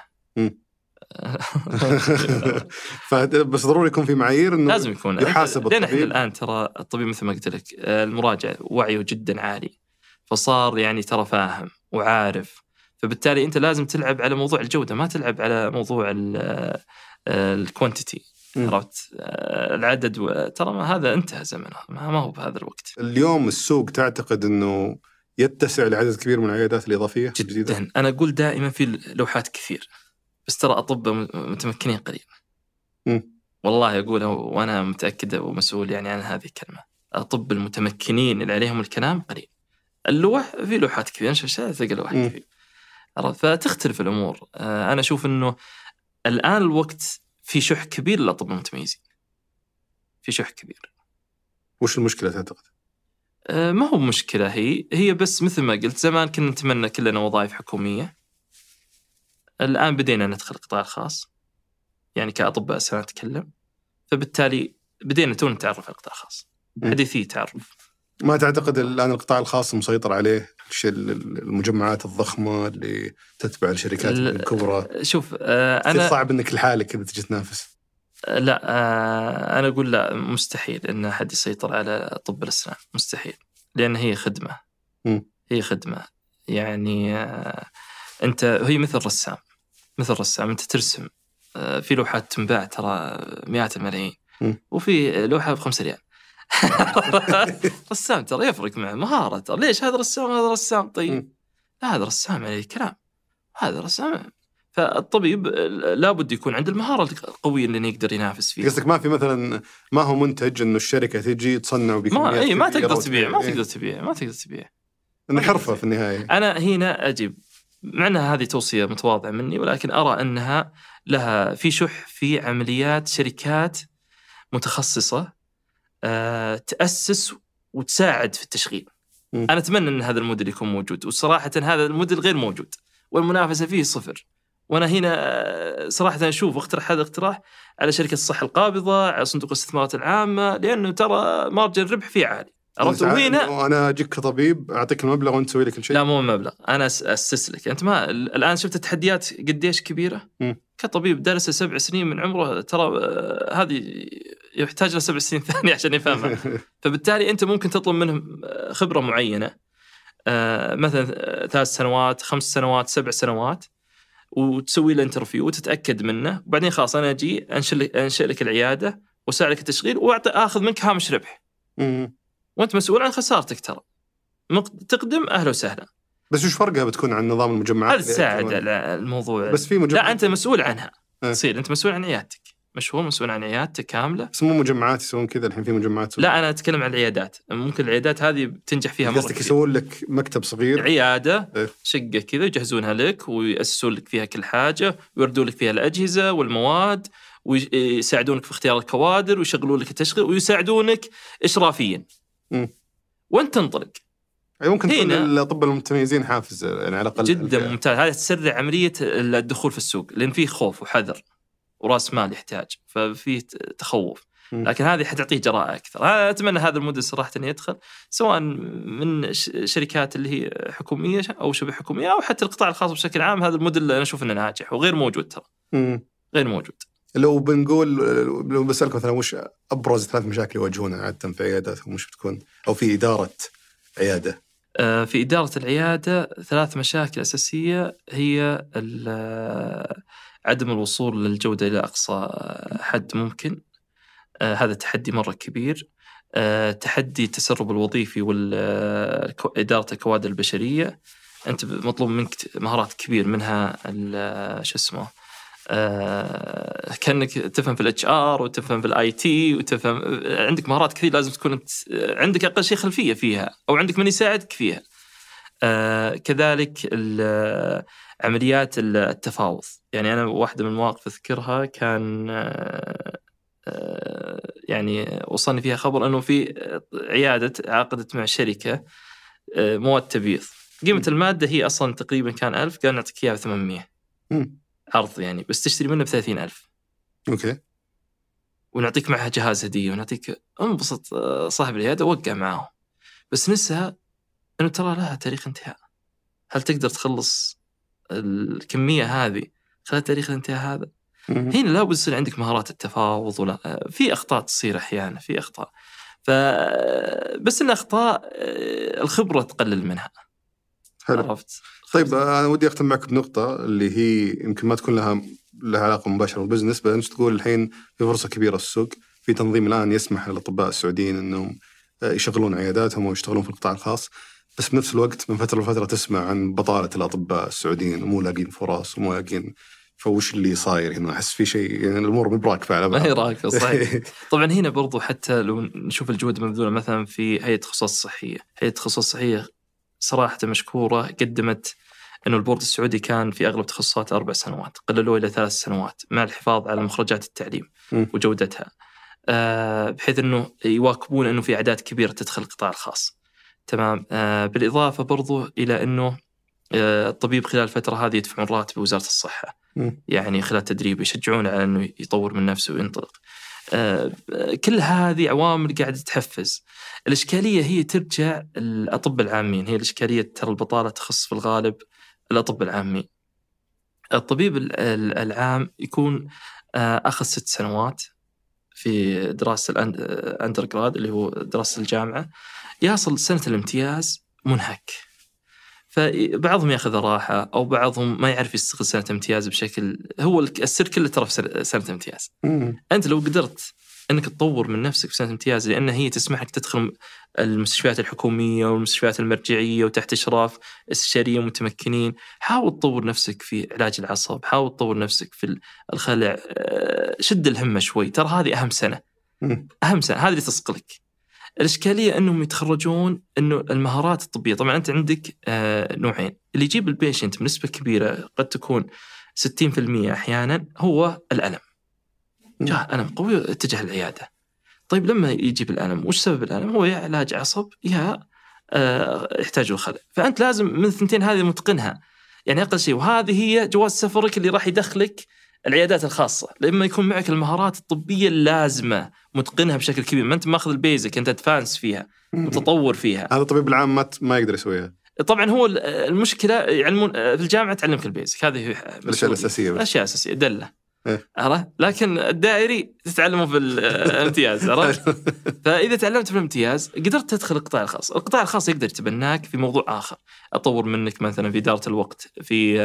بس ضروري يكون في معايير إنه لازم يكون يحاسب الطبيب. لأن الآن ترى الطبيب مثل ما قلت لك المراجع وعيه جدا عالي، فصار يعني ترى فاهم وعارف، فبالتالي أنت لازم تلعب على موضوع الجودة، ما تلعب على موضوع الكوانتيتي. عرفت العدد و... ترى ما هذا انتهى زمنه، ما هو بهذا الوقت. اليوم السوق تعتقد انه يتسع لعدد كبير من العيادات الإضافية جدا جديدة؟ أنا أقول دائما في لوحات كثير، بس ترى أطباء متمكنين قليل. م. والله أقولها وأنا متأكد ومسؤول يعني عن هذه الكلمة. الأطباء المتمكنين اللي عليهم الكلام قليل. اللوح في لوحات كثير، أنا شفت ثقل لوحات كثير، فتختلف الأمور. أنا أشوف إنه الآن الوقت في شح كبير للأطباء المتميزين، في شح كبير. وش المشكلة تعتقد؟ أه ما هو مشكلة، هي هي بس مثل ما قلت زمان كنا نتمنى كلنا وظائف حكومية، الآن بدينا ندخل القطاع الخاص يعني كأطباء أسنان نتكلم، فبالتالي بدينا تونا نتعرف على القطاع الخاص، حديثي تعرف. ما تعتقد الآن القطاع الخاص مسيطر عليه المجمعات الضخمة اللي تتبع الشركات الكبرى؟ شوف آه أنا صعب إنك لحالك كذا تجي تنافس. آه لا آه أنا أقول لا، مستحيل إن أحد يسيطر على طب الأسنان، مستحيل، لأن هي خدمة. م. هي خدمة يعني آه أنت هي مثل رسام، مثل رسام أنت ترسم آه في لوحات تنباع ترى مئات الملايين، م. وفي لوحة بخمسة ريال. رسام ترى يفرق معه مهارة، ترى ليش هذا رسام هذا رسام طيب، لا هذا رسام عليه كلام، هذا رسام. فالطبيب لابد يكون عنده المهارة القوية اللي يقدر ينافس فيها. قصدك ما في مثلا ما هو منتج إنه الشركة تيجي تصنع بكميات ما أي ما تقدر وتبيع. تبيع ما إيه؟ تقدر تبيع ما تقدر تبيع إنه حرفة في النهاية. أنا هنا أجيب مع أنها هذه توصية متواضعة مني، ولكن أرى أنها لها في شح في عمليات شركات متخصصة أه تأسس وتساعد في التشغيل. م. أنا أتمنى أن هذا الموديل يكون موجود، وصراحة هذا الموديل غير موجود والمنافسة فيه صفر. وأنا هنا صراحة أشوف اقترح هذا اقتراح على شركة الصحة القابضة، على صندوق الاستثمارات العامة، لأنه ترى مارجن الربح فيه عالي. عرفت؟ وهنا أنا أجيك كطبيب أعطيك المبلغ وأنت تسوي لك كل شيء. لا مو المبلغ، أنا أسس لك. أنت ما الآن شفت التحديات قديش كبيرة؟ م. كطبيب درس سبع سنين من عمره، ترى هذه يحتاج له سبع سنين ثانية عشان يفهمها. فبالتالي أنت ممكن تطلب منهم خبرة معينة، مثلا ثلاث سنوات خمس سنوات سبع سنوات، وتسوي له انترفيو وتتأكد منه، وبعدين خلاص أنا أجي أنشئ لك العيادة وساعد لك التشغيل وأعطي آخذ منك هامش ربح، م. وأنت مسؤول عن خسارتك. ترى تقدم أهلا وسهلا. بس وش فرقها بتكون عن نظام المجمعات؟ هذا تساعد على الموضوع. بس في مجمع... لا أنت مسؤول عنها. تصير أنت مسؤول عن عيادتك، مش هو مسؤول عن عيادتك كاملة. بس مو مجمعات يسوون كذا الحين، في مجمعات سوون. لا أنا أتكلم عن العيادات، ممكن العيادات هذه بتنجح فيها مرة. قصدك يسوون لك مكتب صغير، عيادة إيه؟ شقة كذا يجهزونها لك ويأسسون لك فيها كل حاجة، ويردون لك فيها الأجهزة والمواد، ويساعدونك في اختيار الكوادر، ويشغلون لك التشغيل، ويساعدونك إشرافيا. م. وأنت تنطلق. أي ممكن تكون الأطباء المتميزين حافز يعني على الأقل. جدا ممتاز. هذا تسرع عملية الدخول في السوق، لأن فيه خوف وحذر ورأس مال يحتاج، ففيه تخوف. لكن هذه حتعطيه جراءة أكثر. أنا أتمنى هذا الموديل صراحة أن يدخل، سواء من شركات اللي هي حكومية أو شبه حكومية، أو حتى القطاع الخاص بشكل عام. هذا الموديل أنا أشوف أنه ناجح وغير موجود ترى. غير موجود. لو بنقول لو بسألك مثلا وش أبرز ثلاث مشاكل يواجهونها عادة في عياداتهم، وش بتكون، أو في إدارة عيادة؟ في إدارة العيادة ثلاث مشاكل أساسية هي عدم الوصول للجودة إلى أقصى حد ممكن. هذا تحدي مرة كبير. تحدي التسرب الوظيفي وإدارة الكوادر البشرية. أنت مطلوب منك مهارات كبير، منها شو اسمه آه، كأنك تفهم في الاتش ار وتفهم في الاي تي وتفهم، عندك مهارات كثير لازم تكون عندك اقل شيء خلفيه فيها او عندك من يساعدك فيها. آه، كذلك عمليات التفاوض. يعني انا واحده من المواقف اذكرها كان آه، آه، يعني وصلني فيها خبر انه في عياده عقدت مع شركه آه، مواد تبييض، قيمه الماده هي اصلا تقريبا كان ألف، قال نعطيك اياها ثمانمية عرض يعني، بس تشتري منه بثلاثين ألف. أوكي. ونعطيك معها جهاز هدية ونعطيك. انبسط صاحب العيادة وقع معه، بس نسى أنه ترى لها تاريخ انتهاء. هل تقدر تخلص الكمية هذه خلال تاريخ الانتهاء هذا؟ هنا لا بد يصير عندك مهارات التفاوض، ولا في أخطاء تصير أحيانا، في أخطاء ف بس إن أخطاء الخبرة تقلل منها. حلو. عرفت؟ طيب أنا ودي أختم معك بنقطة اللي هي يمكن ما تكون لها لها علاقة مباشرة بالبزنس، بس أنت تقول الحين في فرصة كبيرة في السوق، في تنظيم الآن يسمح للأطباء السعوديين أنهم يشغلون عياداتهم ويشتغلون في القطاع الخاص، بس بنفس الوقت من فترة لفترة تسمع عن بطالة الأطباء السعوديين ومو لاقين فرص ومو لاقين. فوش اللي صاير هنا؟ أحس في شيء يعني الأمور مو براكبة على بعض. ما هي راكبة صحيح. طبعا هنا برضو حتى لو نشوف الجودة مبذولة مثلا في هيئة التخصصات الصحية، هيئة التخصصات الصحية صراحة مشكورة، قدمت أنه البورد السعودي كان في أغلب تخصصات أربع سنوات، قللوه إلى ثلاث سنوات مع الحفاظ على مخرجات التعليم م. وجودتها، أه بحيث أنه يواكبون أنه في أعداد كبيرة تدخل القطاع الخاص. تمام. أه بالإضافة برضو إلى أنه أه الطبيب خلال الفترة هذه يدفعون راتب وزارة الصحة م. يعني خلال تدريب يشجعون على أنه يطور من نفسه وينطلق. أه كل هذه عوامل قاعدة تحفز. الإشكالية هي ترجع الأطباء العامين، هي الإشكالية ترى البطالة تخص في الغالب الأطباء العامين. الطبيب العام يكون أخذ ست سنوات في دراسة الأندرغراد اللي هو دراسة الجامعة، يصل سنة الامتياز منهك، فبعضهم يأخذ راحة أو بعضهم ما يعرف يستغل سنة الامتياز بشكل. هو السر كله ترى في سنة الامتياز. أنت لو قدرت أنك تطور من نفسك في سنة امتياز، لأن هي تسمحك تدخل المستشفيات الحكومية والمستشفيات المرجعية وتحت إشراف استشاريين متمكنين. حاول تطور نفسك في علاج العصب، حاول تطور نفسك في الخلع، شد الهمة شوي، ترى هذه أهم سنة. أهم سنة هذه اللي تصقلك. الإشكالية أنهم يتخرجون أنه المهارات الطبية. طبعا أنت عندك نوعين، اللي يجيب البيشنت بنسبة كبيرة قد تكون ستين بالمئة أحيانا هو الألم. جاء ألم قوي اتجه العيادة. طيب لما يجيب الألم وش سبب الألم؟ هو يا علاج عصب يا آه يحتاج الخلع. فأنت لازم من الثنتين هذه متقنها، يعني أقل شيء. وهذه هي جواز سفرك اللي راح يدخلك العيادات الخاصة، لما يكون معك المهارات الطبية اللازمة متقنها بشكل كبير. ما أنت ماخذ البيزك، أنت أدفانس فيها متطور فيها. هذا الطبيب العام ما ما يقدر يسويها. طبعا هو المشكلة يعلمون في الجامعة تعلمك البيزك، هذه الأشياء الأساسية. الأشياء الأساسية دلة. إيه؟ عرفت؟ لكن الدائري تتعلمه في الامتياز. عرفت؟ فإذا تعلمت في الامتياز قدرت تدخل القطاع الخاص. القطاع الخاص يقدر يتبناك في موضوع آخر، أطور منك مثلا في إدارة الوقت، في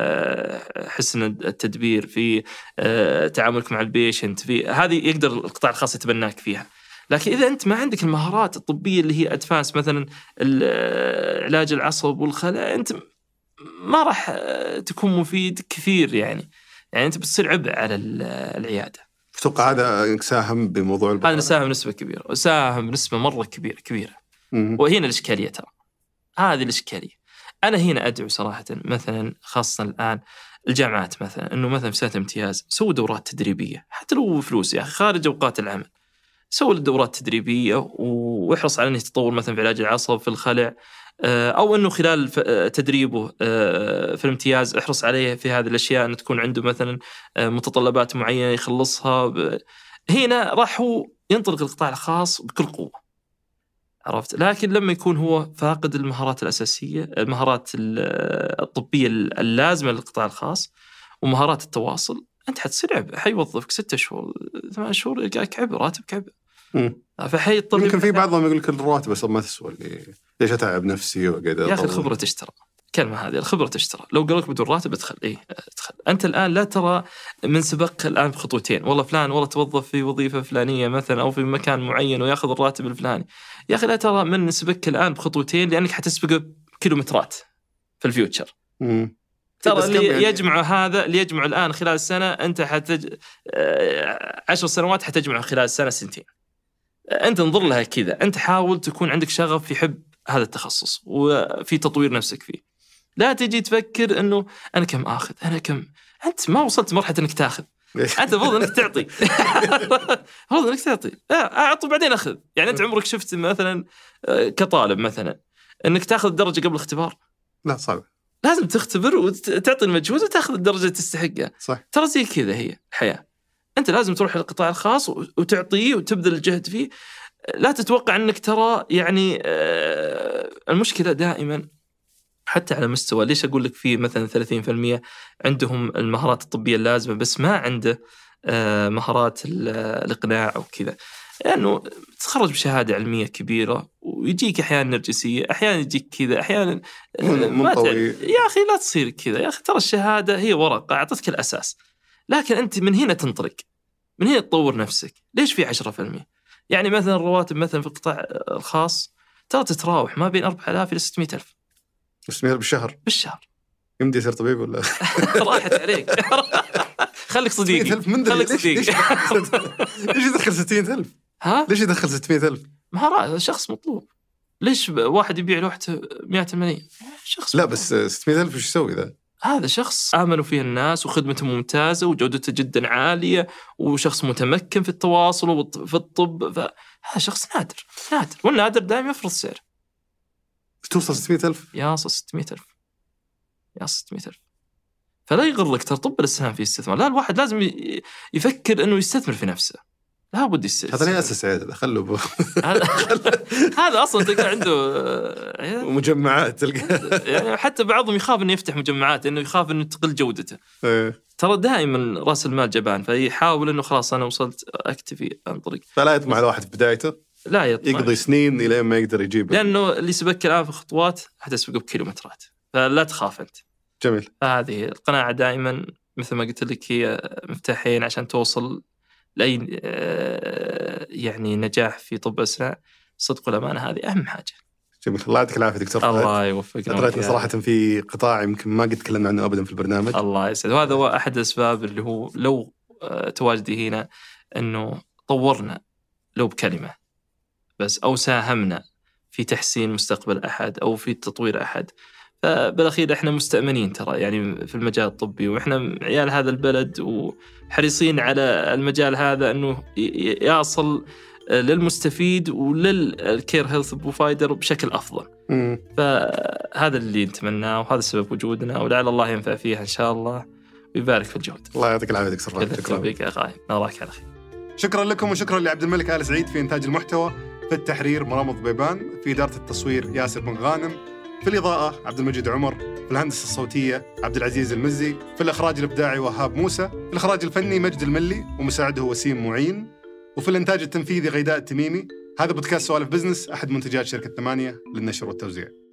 حسن التدبير، في تعاملك مع البيشنت، في هذه يقدر القطاع الخاص يتبناك فيها. لكن إذا أنت ما عندك المهارات الطبية اللي هي أدفانس، مثلا علاج العصب والخلع، أنت ما راح تكون مفيد كثير. يعني يعني أنت بتصير عبء على العيادة. أتوقع هذا ساهم بموضوع البطالة. هذا ساهم بنسبة كبيرة، وساهم بنسبة مرة كبيرة كبيرة. وهنا الإشكالية، ترى هذه الإشكالية. أنا هنا أدعو صراحة مثلا خاصة الآن الجامعات مثلا إنه مثلا في سنة امتياز سووا دورات تدريبية، حتى لو فلوس يا أخي خارج أوقات العمل، سووا الدورات التدريبية واحرص على أنه يتطور مثلا في علاج العصب، في الخلع، أو أنه خلال تدريبه في الامتياز احرص عليه في هذه الأشياء، أن تكون عنده مثلا متطلبات معينة يخلصها. هنا راح هو ينطلق القطاع الخاص بكل قوة. عرفت؟ لكن لما يكون هو فاقد المهارات الأساسية، المهارات الطبية اللازمة للقطاع الخاص ومهارات التواصل، أنت حتصير عبء. حيوظفك ستة شهور ثمان شهور يلقاك عبء، راتبك عبء. فحي الطبيب يمكن في بعضهم يقول لك الرواتب بس ما تسوى اللي ليش اتعب نفسي وقاعد يا اخي الخبره تشترى. الكلمه هذه الخبره تشترى. لو قالوا لك بدون راتب ادخل ايه ادخل. انت الان لا ترى من سبق الان بخطوتين، والله فلان والله توظف في وظيفه فلانيه مثلا او في مكان معين وياخذ الراتب الفلاني. يا اخي لا ترى من سبق الان بخطوتين، لانك حتسبق كيلومترات في الفيوتشر. امم ترى اللي يعني يجمع هذا اللي يجمع الان خلال السنه انت حتج عشر سنوات حتجمع خلال سنه سنتين. انت انظر لها كذا، انت حاول تكون عندك شغف في حب هذا التخصص وفي تطوير نفسك فيه. لا تجي تفكر انه انا كم اخذ انا كم انت ما وصلت مرحله انك تاخذ. انت المفروض انك تعطي المفروض انك تعطي اعطي بعدين اخذ. يعني انت عمرك شفت مثلا كطالب مثلا انك تاخذ درجه قبل الاختبار؟ لا صعب. لازم تختبر وتعطي المجهود وتاخذ الدرجه اللي تستحقها. صح. ترى زي كذا هي الحياه. انت لازم تروح للقطاع الخاص وتعطيه وتبذل الجهد فيه. لا تتوقع انك ترى يعني المشكله دائما حتى على مستوى، ليش أقول لك في مثلا ثلاثين بالمئة عندهم المهارات الطبية اللازمة بس ما عنده مهارات الإقناع أو كذا، لأنه يعني تخرج بشهادة علمية كبيرة ويجيك أحيانا نرجسية، أحيانا يجيك كذا، أحيانا منطوي. يا أخي لا تصير كذا يا أخي. ترى الشهادة هي ورقة أعطتك الأساس، لكن أنت من هنا تنطلق، من هنا تطور نفسك. ليش في عشرة بالمئة؟ يعني مثلا الرواتب مثلا في القطاع الخاص ترى تتراوح ما بين أربعة آلاف إلى ستمائة ألف ستمائة بالشهر. بالشهر يمدي يصير طبيب ولا راحت عليك. خليك صديقي خليك صديقي. ليش يدخل ستين ألف؟ ها ليش يدخل ستمائة ألف؟ مهارات شخص مطلوب. ليش واحد يبيع لوحته مئة ملايين؟ شخص لا بس ستمائة ألف وش يسوي ذا؟ هذا شخص آمنوا فيه الناس وخدمته ممتازة وجودته جدا عالية وشخص متمكن في التواصل وفي الطب. فهذا شخص نادر نادر والنادر دائما يفرض سعر. توصل ستمائة ألف يا أصل ستمائة ألف يا أصل ستمائة ألف. فلا يغرك ترى طب الأسنان في استثمار. لا الواحد لازم يفكر إنه يستثمر في نفسه. لا بد يستثمر. هذا ليه أساس عيادة خلوا ب... هذا أصلا تلقى عنده مجمعات تلقى يعني حتى بعضهم يخاف إنه يفتح مجمعات إنه يخاف إنه تقل جودته. ترى دائما رأس المال جبان فيحاول إنه خلاص أنا وصلت أكتفي أنطلق. فلا يطمع الواحد في بدايته. لا يطمع. يقضي سنين إلى ما يقدر يجيب. لأنه اللي سبك الآن في خطوات حتسبقه بكيلومترات. فلا تخاف أنت. جميل. فهذه القناعة دائما مثل ما قلت لك هي مفتاحين عشان توصل لأي يعني نجاح في طب الأسنان. صدق والأمانة هذه أهم حاجة. جميل. الله يعطيك العافية دكتور فهد. الله يوفقنا. أدريتنا صراحة في قطاع يمكن ما قد تكلمنا عنه أبدا في البرنامج. الله يسعد. وهذا هو أحد الأسباب اللي هو لو تواجدي هنا أنه طورنا لو بكلمة بس أو ساهمنا في تحسين مستقبل أحد أو في تطوير أحد. فبالأخير إحنا مستأمنين ترى يعني في المجال الطبي وإحنا عيال هذا البلد وحريصين على المجال هذا أنه يصل للمستفيد وللكير هيلث بروفايدر بشكل أفضل. مم. فهذا اللي نتمناه وهذا سبب وجودنا ولعل الله ينفع فيها إن شاء الله ويبارك في الجهد. الله يعطيك العافية دكتور فهد. شكرا بك يا غايب. نراك على خير. شكرا لكم وشكرا لعبد الملك آل سعيد في إنتاج المحتوى، في التحرير مرام ضبيبان، في إدارة التصوير ياسر بن غانم، في الإضاءة عبد المجيد عمر، في الهندسة الصوتية عبد العزيز المزي، في الإخراج الإبداعي وهاب موسى، في الإخراج الفني مجد الملي ومساعده وسيم معين، وفي الإنتاج التنفيذي غيداء التميمي. هذا بودكاست سوالف بزنس أحد منتجات شركة ثمانية للنشر والتوزيع.